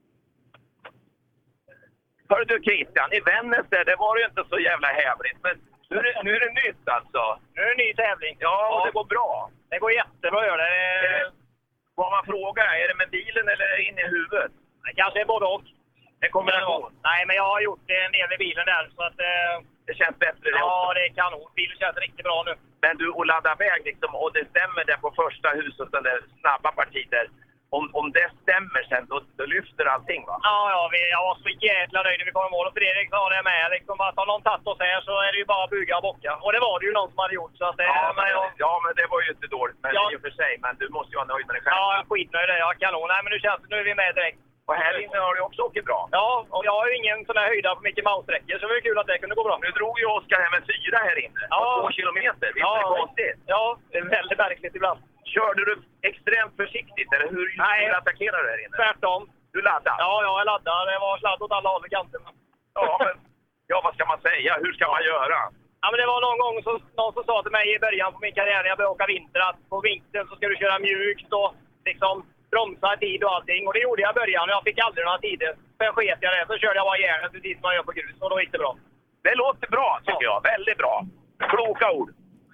Hör du Christian, i Vännäs där, det var ju inte så jävla hävligt. Men nu är, det, nu är det nytt alltså. Nu är det ny tävling. Ja, och ja. Det går bra. Det går jättebra, gör det. det vad man frågar, är det med bilen eller in i huvudet? Det kanske är både och. Det kommer ja. Nej, men jag har gjort en del i bilen där, så att... Eh... Det känns bättre det Ja, också. det är kanon. Bilen känns riktigt bra nu. Men du, och ladda väg liksom, och det stämmer där på första huset, den där snabba partiet där. Om, om det stämmer sen, då, då lyfter allting, va? Ja, ja, vi, jag var så jävla nöjd när vi kom i mål. Och Fredrik sa det med, liksom, att har någon tagit oss här så är det ju bara att buga och bocka. Och det var det ju någon som hade gjort, så att det... Ja, men, jag... ja, men det var ju inte dåligt, men ja. I och för sig. Men du måste ju vara nöjd med det själv. Ja, jag är skitnöjd. Ja, kanon. Nej, men nu känns det, nu är vi med direkt. Och här inne har du också åkt bra. Ja, och jag har ju ingen sån här höjda på Mickey Mouse-sträckor, så det var kul att det kunde gå bra. Nu drog ju Oskar här med fyra här inne. Ja. Två kilometer, visst ja. är det konstigt? Ja, det är väldigt märkligt ibland. Körde du extremt försiktigt, eller hur, hur attackerar du här inne? Tvärtom. Du laddar? Ja, ja, jag laddar. Det var sladd åt alla håll i kanten. Ja, men ja, vad ska man säga? Hur ska man göra? Ja, men det var någon gång så, någon som sa till mig i början på min karriär när jag började åka vinter att på vintern så ska du köra mjukt och liksom bromsa i tid och allting. Och det gjorde jag i början och jag fick aldrig några tider. Sen sket jag det, så körde jag bara järnet precis som man gör på grus och då gick det bra. Det låter bra tycker ja. jag, väldigt bra. Kloka ord.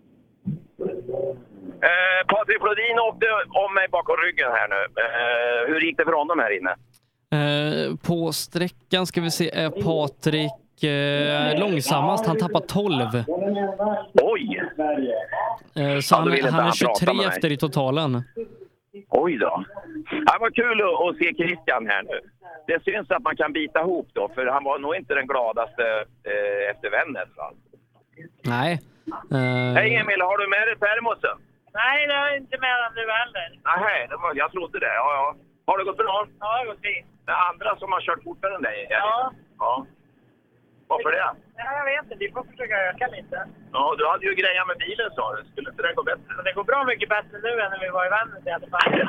Eh, Patrik Flodin åkte om mig bakom ryggen här nu. Eh, hur gick det för honom här inne? Eh, på sträckan ska vi se är Patrik eh, långsammast. Han tappar tolv. Oj! Eh, så ja, han, han är tjugotre efter i totalen. Oj då. Det var kul att, att se Christian här nu. Det syns att man kan bita ihop då, för han var nog inte den gladaste eh, efter Vännäs. Nej. Uh... Hej Emil, har du med dig termosen? Nej, det är inte med den nu heller. Nej, det var, jag trodde det. Ja, ja. Har det gått bra? Ja, det har gått fint. Det är andra som har kört fortare än dig? Ja. Ja. Varför det? Ja, jag vet inte. Vi får försöka öka lite. Ja, du hade ju grejer med bilen, sa du. Skulle inte den gå bättre? Det går bra mycket bättre nu än när vi var i Vännäs i alla fall.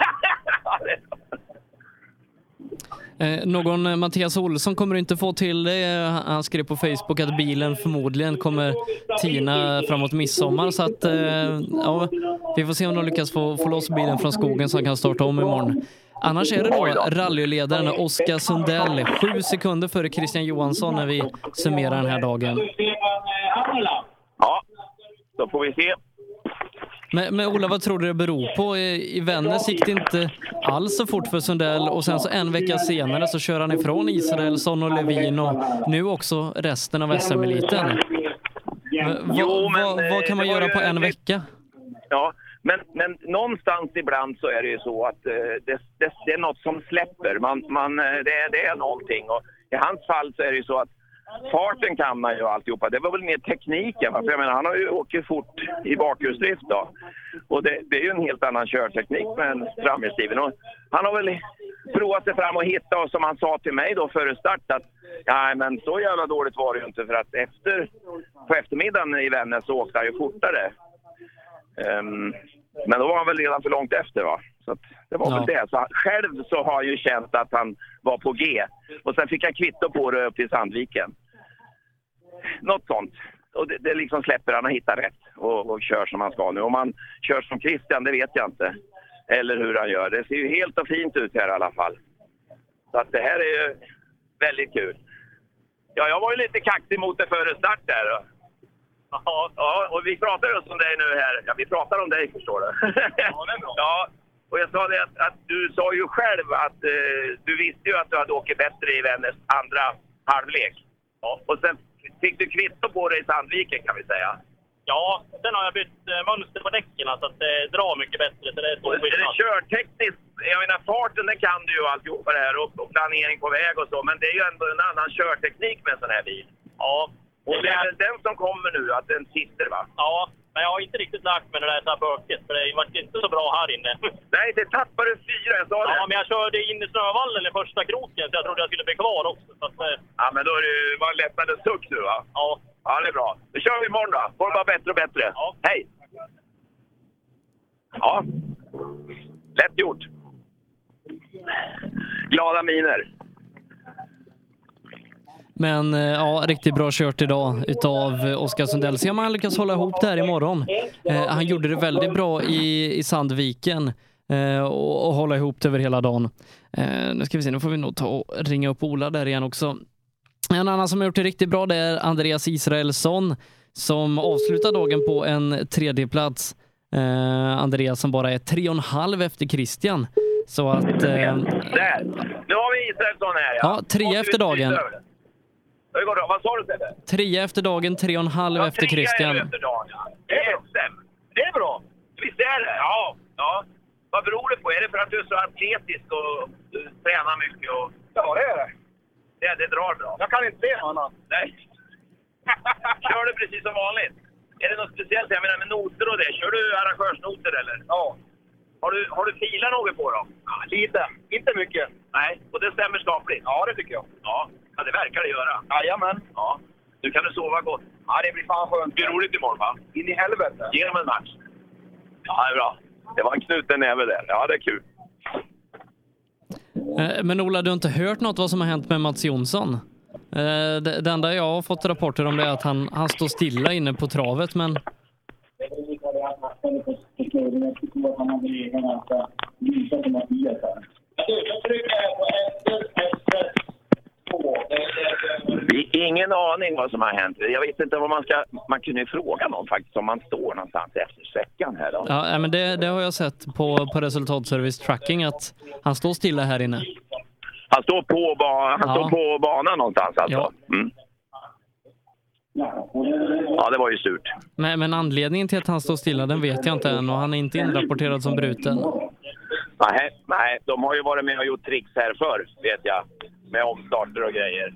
Eh, någon Mattias Olsson kommer inte få till det. Han skrev på Facebook att bilen förmodligen kommer tina framåt midsommar. Så att, eh, ja, vi får se om de lyckas få, få loss bilen från skogen så han kan starta om imorgon. Annars är det då rallyledaren Oskar Sundell, sju sekunder före Christian Johansson när vi summerar den här dagen. Ja, då får vi se. Men, men Ola, vad tror du det beror på? I, i Vännäs gick det inte alls så fort för Sundell och sen så en vecka senare så kör han ifrån Israelsson och Levin och nu också resten av S M-eliten. Jo, men, vad, vad kan man göra på en vecka? Ja, men, men någonstans ibland så är det ju så att eh, det, det, det är något som släpper. Man, man, det, det är någonting och i hans fall så är det ju så att farten kan man ju alltihopa. Det var väl mer tekniken. Va? För jag menar, han har ju åkt fort i bakhjulsdrift då. Och det, det är ju en helt annan körteknik med en framhjulsdriven. Och han har väl provat sig fram och hittat, och som han sa till mig då före start, att ja, men så jävla dåligt var det ju inte, för att efter, på eftermiddagen i Vännäs så åkte han ju fortare. Um, Men då var han väl redan för långt efter, va? Så att det var Ja. väl det. Så han, själv så har jag ju känt att han var på G. Och sen fick jag kvitto på det upp till Sandviken. Något sånt. Och det, det liksom släpper han och hittar rätt. Och, och kör som han ska nu. Om man kör som Christian, det vet jag inte. Eller hur han gör. Det ser ju helt och fint ut här i alla fall. Så att det här är ju väldigt kul. Ja, jag var ju lite kaxig mot det före start där. Ja, ja, och vi pratar just om dig nu här. Ja, vi pratar om dig, förstår du. Ja, det är bra. Ja, och jag sa det att, att du sa ju själv att eh, du visste ju att du hade åkt bättre i Vännäs andra halvlek. Ja. Och sen fick du kvitto på det i Sandviken, kan vi säga. Ja, sen har jag bytt eh, mönster på däcken så att det drar mycket bättre. Så det är, så och är det körtekniskt? Jag menar, farten den kan du ju alltihopa det här och, och planering på väg och så. Men det är ju ändå en annan körteknik med en sån här bil. Ja. Och det är väl den som kommer nu, att den sitter, va? Ja, men jag har inte riktigt lärt mig det där så här böket. För det var inte så bra här inne. Nej, det tappade fyra, jag sa det. Ja, men jag körde in i snövallen i första kroken så jag trodde jag skulle bli kvar också. Så att, eh... Ja, men då är det ju bara lättnade suck nu, va? Ja. Ja, det är bra. Då kör vi imorgon då. Får det bara bättre och bättre. Ja. Hej! Ja. Lätt gjort. Glada miner. Men eh, ja, riktigt bra kört idag utav Oskar Sundell. Se om han lyckas hålla ihop det här imorgon. Eh, han gjorde det väldigt bra i, i Sandviken eh, och, och hålla ihop det över hela dagen. Eh, nu ska vi se, nu får vi nog ta och ringa upp Ola där igen också. En annan som har gjort det riktigt bra, det är Andreas Israelsson som avslutar dagen på en tredje plats. Eh, Andreas som bara är tre och en halv efter Christian. Så att... Eh, där! Nu har vi Israelsson här, ja. Ja, tre efter dagen. Det går bra. Vad sa du, Sebbe? Tre efter dagen, tre och en halv Ja, efter Christian. Tre efter dagen, ja. Det är bra. Det är bra. Visst är det? Ja. Ja. Vad beror det på? Är det för att du är så atletisk och du tränar mycket? Och... Ja, det är det. Det, det drar bra. Jag kan inte se någon annan. Nej. Kör du precis som vanligt? Är det något speciellt? Jag menar med noter och det. Kör du arrangörsnoter eller? Ja. Har du, har du filat något på dem? Ja, lite. Inte mycket. Nej, och det stämmer skapligt. Ja, det tycker jag. Ja, ja det verkar det göra. Jajamän. Ja. Nu kan du sova gott. Ja, det blir fan skönt. Det blir roligt imorgon, va? In i helvete. Ge dem en match. Ja, det är bra. Det var en knuten näve där. Ja, det är kul. Men Ola, du har inte hört något vad som har hänt med Mats Jonsson? Det, det enda jag har fått rapporter om det är att han, han står stilla inne på travet, men... Ingen aning vad som har hänt. Jag vet inte vad man ska... Man kunde ju fråga någon faktiskt om man står någonstans efter sträckan här då. Ja, men det, det har jag sett på, på resultatservice tracking att han står stilla här inne. Han står på, ba- han Ja. står på banan någonstans alltså? Ja. Mm. Ja, det var ju surt. Men, men anledningen till att han står stilla, den vet jag inte än och han är inte inrapporterad som bruten. Nej, nej, de har ju varit med och gjort tricks här förr, vet jag. Med omstarter och grejer.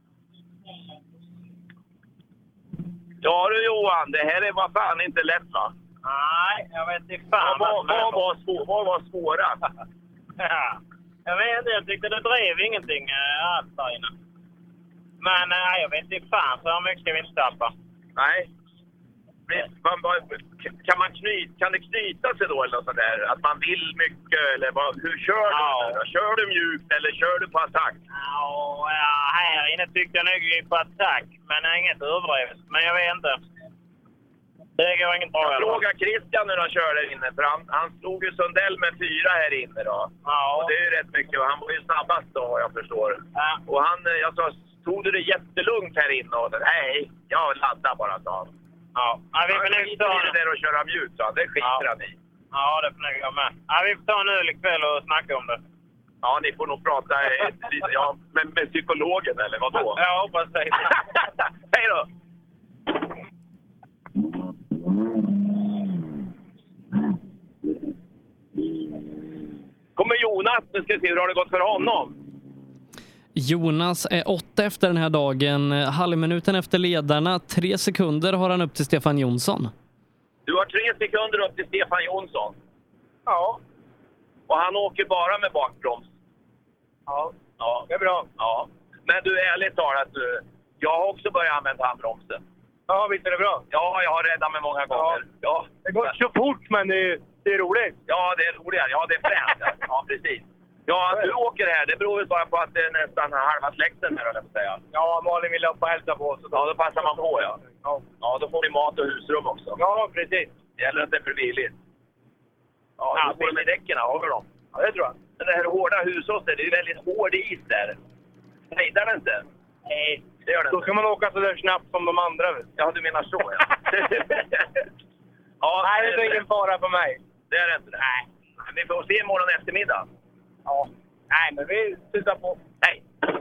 Ja du Johan, det här är vad fan inte lätt, va? Nej, jag vet inte fan. Vad, vad, vad, var, svår, vad var svårast? Jag vet inte, jag tyckte det drev ingenting äh, alls där inne. Men nej, jag vet inte fan, så mycket ska vi inte tappa. Nej. Man, kan, man knyt, kan det knyta sig då eller något sånt där? Att man vill mycket eller vad, hur kör du? Ja. Kör du mjukt eller kör du på attack? Ja, ja, här inne tyckte jag nog gick på attack, men inget överdrivet. Men jag vet inte. Det går inget bra. Jag frågade Christian när han körde där inne, för han, han slog ju Sundell med fyra här inne då. Ja. Och det är ju rätt mycket, och han var ju snabbast då, jag förstår. Ja. Och han, jag sa, tog du det jättelugnt här inne? Och nej, jag laddar bara, sa han. Ja, ja vi får nog ta det där och köra mjukt, så det skiter han ja. i. Ja, det får nog jag med. Ja, vi får ta en öl ikväll och snacka om det. Ja, ni får nog prata ja, med, med psykologen, eller vad då? Jag hoppas det. Hej då! Kommer Jonas, nu ska vi se hur har det gått för honom. Jonas är åtta efter den här dagen, halvminuten efter ledarna, tre sekunder har han upp till Stefan Jonsson. Du har tre sekunder upp till Stefan Jonsson. Ja. Och han åker bara med bakbroms. Ja. Ja, det är bra. Ja. Men du, ärligt talat nu, jag har också börjat använda handbromsen. Ja, visst är det bra? Ja, jag har räddat mig många gånger. Ja. Ja. Det går så fort, men det, Det är roligt. Ja, det är roligt. Ja, det är fränt. Ja, precis. Ja, du åker här. Det beror ju bara på att det är nästan halva släkten här, eller att säga. Ja, Malin vill upp och hälsa på. Så då... Ja, då passar man på, ja. ja. Ja, då får ni mat och husrum också. Ja, precis. Det gäller att det är för billigt. Ja, ja hur går det med däcken? Har vi dem? Ja, det tror jag. Men det här hårda hushållet, det är ju väldigt hård is där. Hejdar det inte? Nej, det gör det då inte. ska man åka så där snabbt som de andra. Ja, du menar så, ja. Ja, nej, det är ingen fara för mig. Det är det inte. Nej. Vi får se imorgon eftermiddag. Ja. Nej, men vi tittar på. Hej.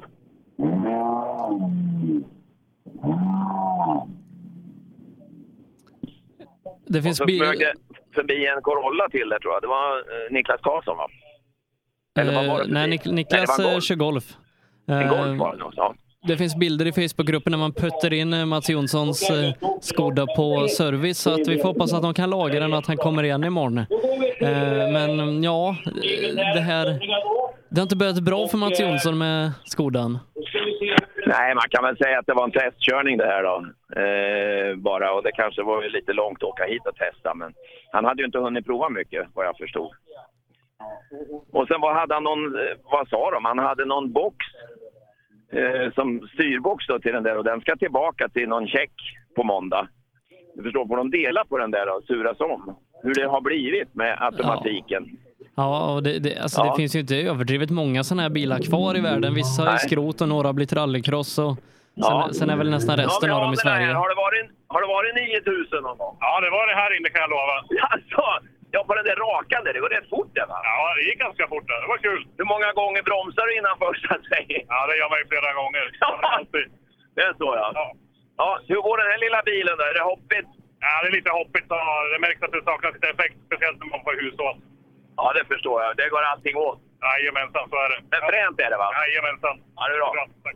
Det finns bil... förbi en Corolla till där, tror jag. Det var eh, Niklas Karlsson, va? Eller vad var det? Eh, nej, Nik- Niklas nej, golf. kör golf. En golf var det nog, ja. Det finns bilder i Facebookgruppen när man puttar in Mats Jonssons eh, Skoda på service, så att vi får hoppas att de kan laga den och att han kommer igen imorgon. Eh, men ja, det här det har inte börjat bra för Mats Jonsson med Skodan. Nej, man kan väl säga att det var en testkörning det här då. Eh, bara, och det kanske var lite långt att åka hit och testa, men han hade ju inte hunnit prova mycket, vad jag förstod. Och sen vad hade han någon, vad sa de? Han hade någon box eh, som styrbox då till den där, och den ska tillbaka till någon check på måndag. Du förstår, får de dela på den där och suras om? Hur det har blivit med automatiken. Ja. Ja, och det, det, alltså ja. det finns ju inte överdrivet många sådana här bilar kvar i världen. Vissa är skrot och några har blivit rallycross. Och sen, ja. sen är väl nästan resten ja, av dem i Sverige. Har det varit, har det varit nio tusen någon gång? Ja, det var det här inne, kan jag lova. Alltså, ja, på den där rakan där, det går rätt fort det, va? Ja, det gick ganska fort där. Det var kul. Hur många gånger bromsar du innan första säger? Ja, det gör man ju flera gånger. Det är så, ja. ja. Ja, hur går den här lilla bilen då? Är det hoppigt? Ja, det är lite hoppigt. Det märks att det saknas lite effekt, speciellt när man får hushåll. Ja, det förstår jag. Det går allting åt. Jajamensan, så är det. Men fränt är det, va? Jajamensan. Ja, det är bra. bra tack.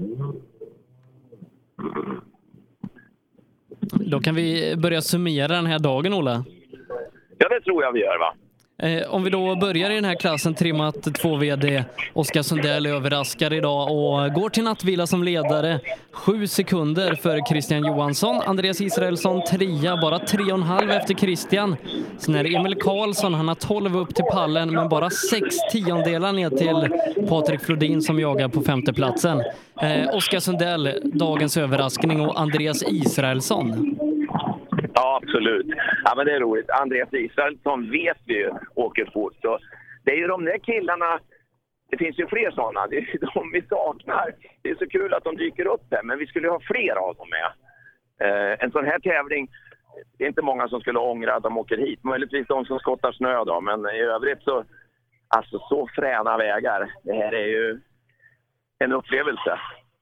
Då kan vi börja summera den här dagen, Ola. Ja, det tror jag vi gör, va? Eh, om vi då börjar i den här klassen, trimmat två V D, Oskar Sundell överraskar idag och går till nattvila som ledare. Sju sekunder för Christian Johansson. Andreas Israelsson trea, bara tre och en halv efter Christian. Sen är det Emil Karlsson, han har tolv upp till pallen, men bara sex tiondelar ner till Patrik Flodin som jagar på femteplatsen. Eh, Oskar Sundell, dagens överraskning, och Andreas Israelsson. Ja, absolut. Ja, men det är roligt. Andreas Israelsson vet vi ju åker fort. Så det är ju de där killarna, det finns ju fler sådana. Det är ju de vi saknar. Det är så kul att de dyker upp där, men vi skulle ha fler av dem med. Eh, en sån här tävling, det är inte många som skulle ångra att de åker hit. Möjligtvis de som skottar snö då, men i övrigt så, alltså så fräna vägar. Det här är ju en upplevelse.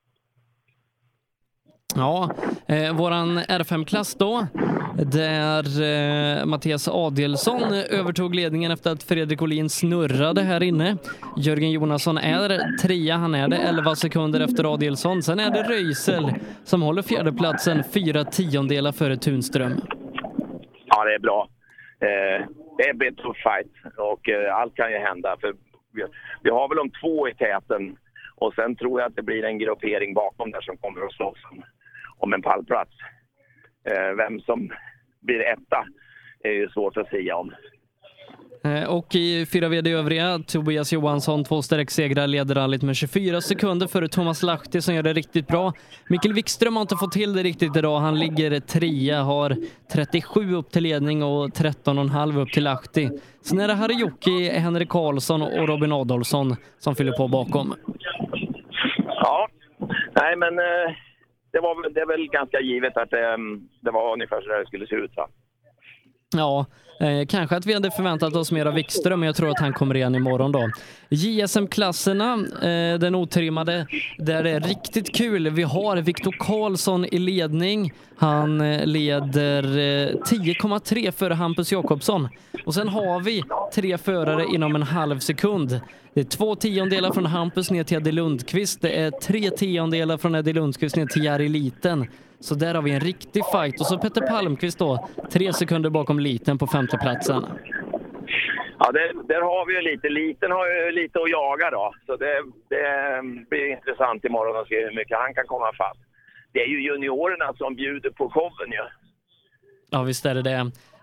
Ja, eh, våran R fem-klass då, där eh, Mattias Adelsson övertog ledningen efter att Fredrik Olin snurrade här inne. Jörgen Jonasson är trea, han är det elva sekunder efter Adelsson. Sen är det Röisel som håller fjärdeplatsen, fyra tiondelar före Tunström. Ja, det är bra. Eh, det är en tuff fight och eh, allt kan ju hända. För vi, vi har väl om två i täten, och sen tror jag att det blir en gruppering bakom där som kommer att slåss om, om en pallplats. Eh, vem som blir etta är ju svårt att säga om. Och i fyra V D övriga, Tobias Johansson, två sträcksegrar, leder rallyt med tjugofyra sekunder före Thomas Lahti som gör det riktigt bra. Mikael Wikström har inte fått till det riktigt idag. Han ligger trea, har trettiosju upp till ledning och tretton komma fem upp till Lahti. Sen är det Harjoki, Henrik Karlsson och Robin Adolfsson som fyller på bakom. Ja, nej men eh, det, var, det är väl ganska givet att eh, det var ungefär så där det skulle se ut, va? Ja, eh, kanske att vi hade förväntat oss mer av Wikström, men jag tror att han kommer igen imorgon då. J S M-klasserna, eh, den otrimmade, där det är riktigt kul. Vi har Viktor Karlsson i ledning. Han eh, leder eh, tio komma tre före Hampus Jakobsson. Och sen har vi tre förare inom en halv sekund. Det är två tiondelar från Hampus ner till Eddie Lundqvist. Det är tre tiondelar från Eddie Lundqvist ner till Jari Liten. Så där har vi en riktig fight. Och så Petter Palmqvist då, tre sekunder bakom Liten på femteplatsen. Ja, det, där har vi ju lite. Liten har ju lite att jaga då. Så det, det blir intressant imorgon att se hur mycket han kan komma fast. Det är ju juniorerna som bjuder på showen ju. Ja, visst är det det.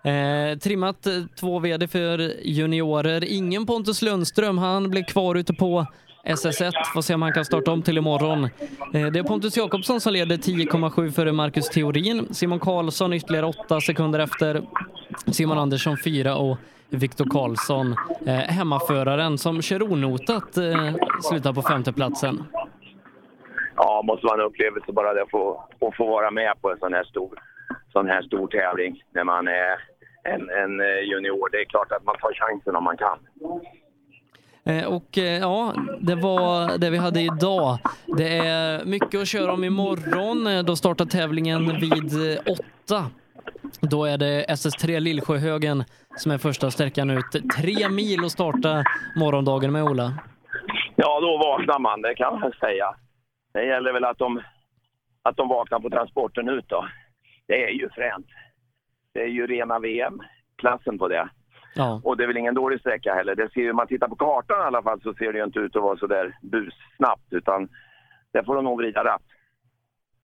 Eh, trimmat eh, två V D för juniorer. Ingen Pontus Lundström, han blev kvar ute på S S ett. Får se om han kan starta om till imorgon. Eh, det är Pontus Jakobsson som leder tio komma sju före Marcus Theorin. Simon Karlsson ytterligare åtta sekunder efter. Simon Andersson fyra och Viktor Karlsson, eh, hemmaföraren som kör onotat, eh, slutar på femteplatsen. Ja, måste vara en upplevelse bara det att få, att få vara med på en sån här stor, sån här stor tävling när man är en, en junior. Det är klart att man tar chansen om man kan. Eh, och eh, ja, det var det vi hade idag. Det är mycket att köra om imorgon. Eh, Då startar tävlingen vid eh, åtta. Då är det S S tre Lillsjöhögen som är första sträckan ut. Tre mil att starta morgondagen med, Ola. Ja, då vaknar man, det kan man säga. Det gäller väl att de, att de vaknar på transporten ut då. Det är ju fränt. Det är ju rena V M-klassen på det. Ja. Och det är väl ingen dålig sträcka heller. Det ser ju, om man tittar på kartan i alla fall, så ser det ju inte ut att vara så där bussnabbt, utan det får de nog vrida rätt.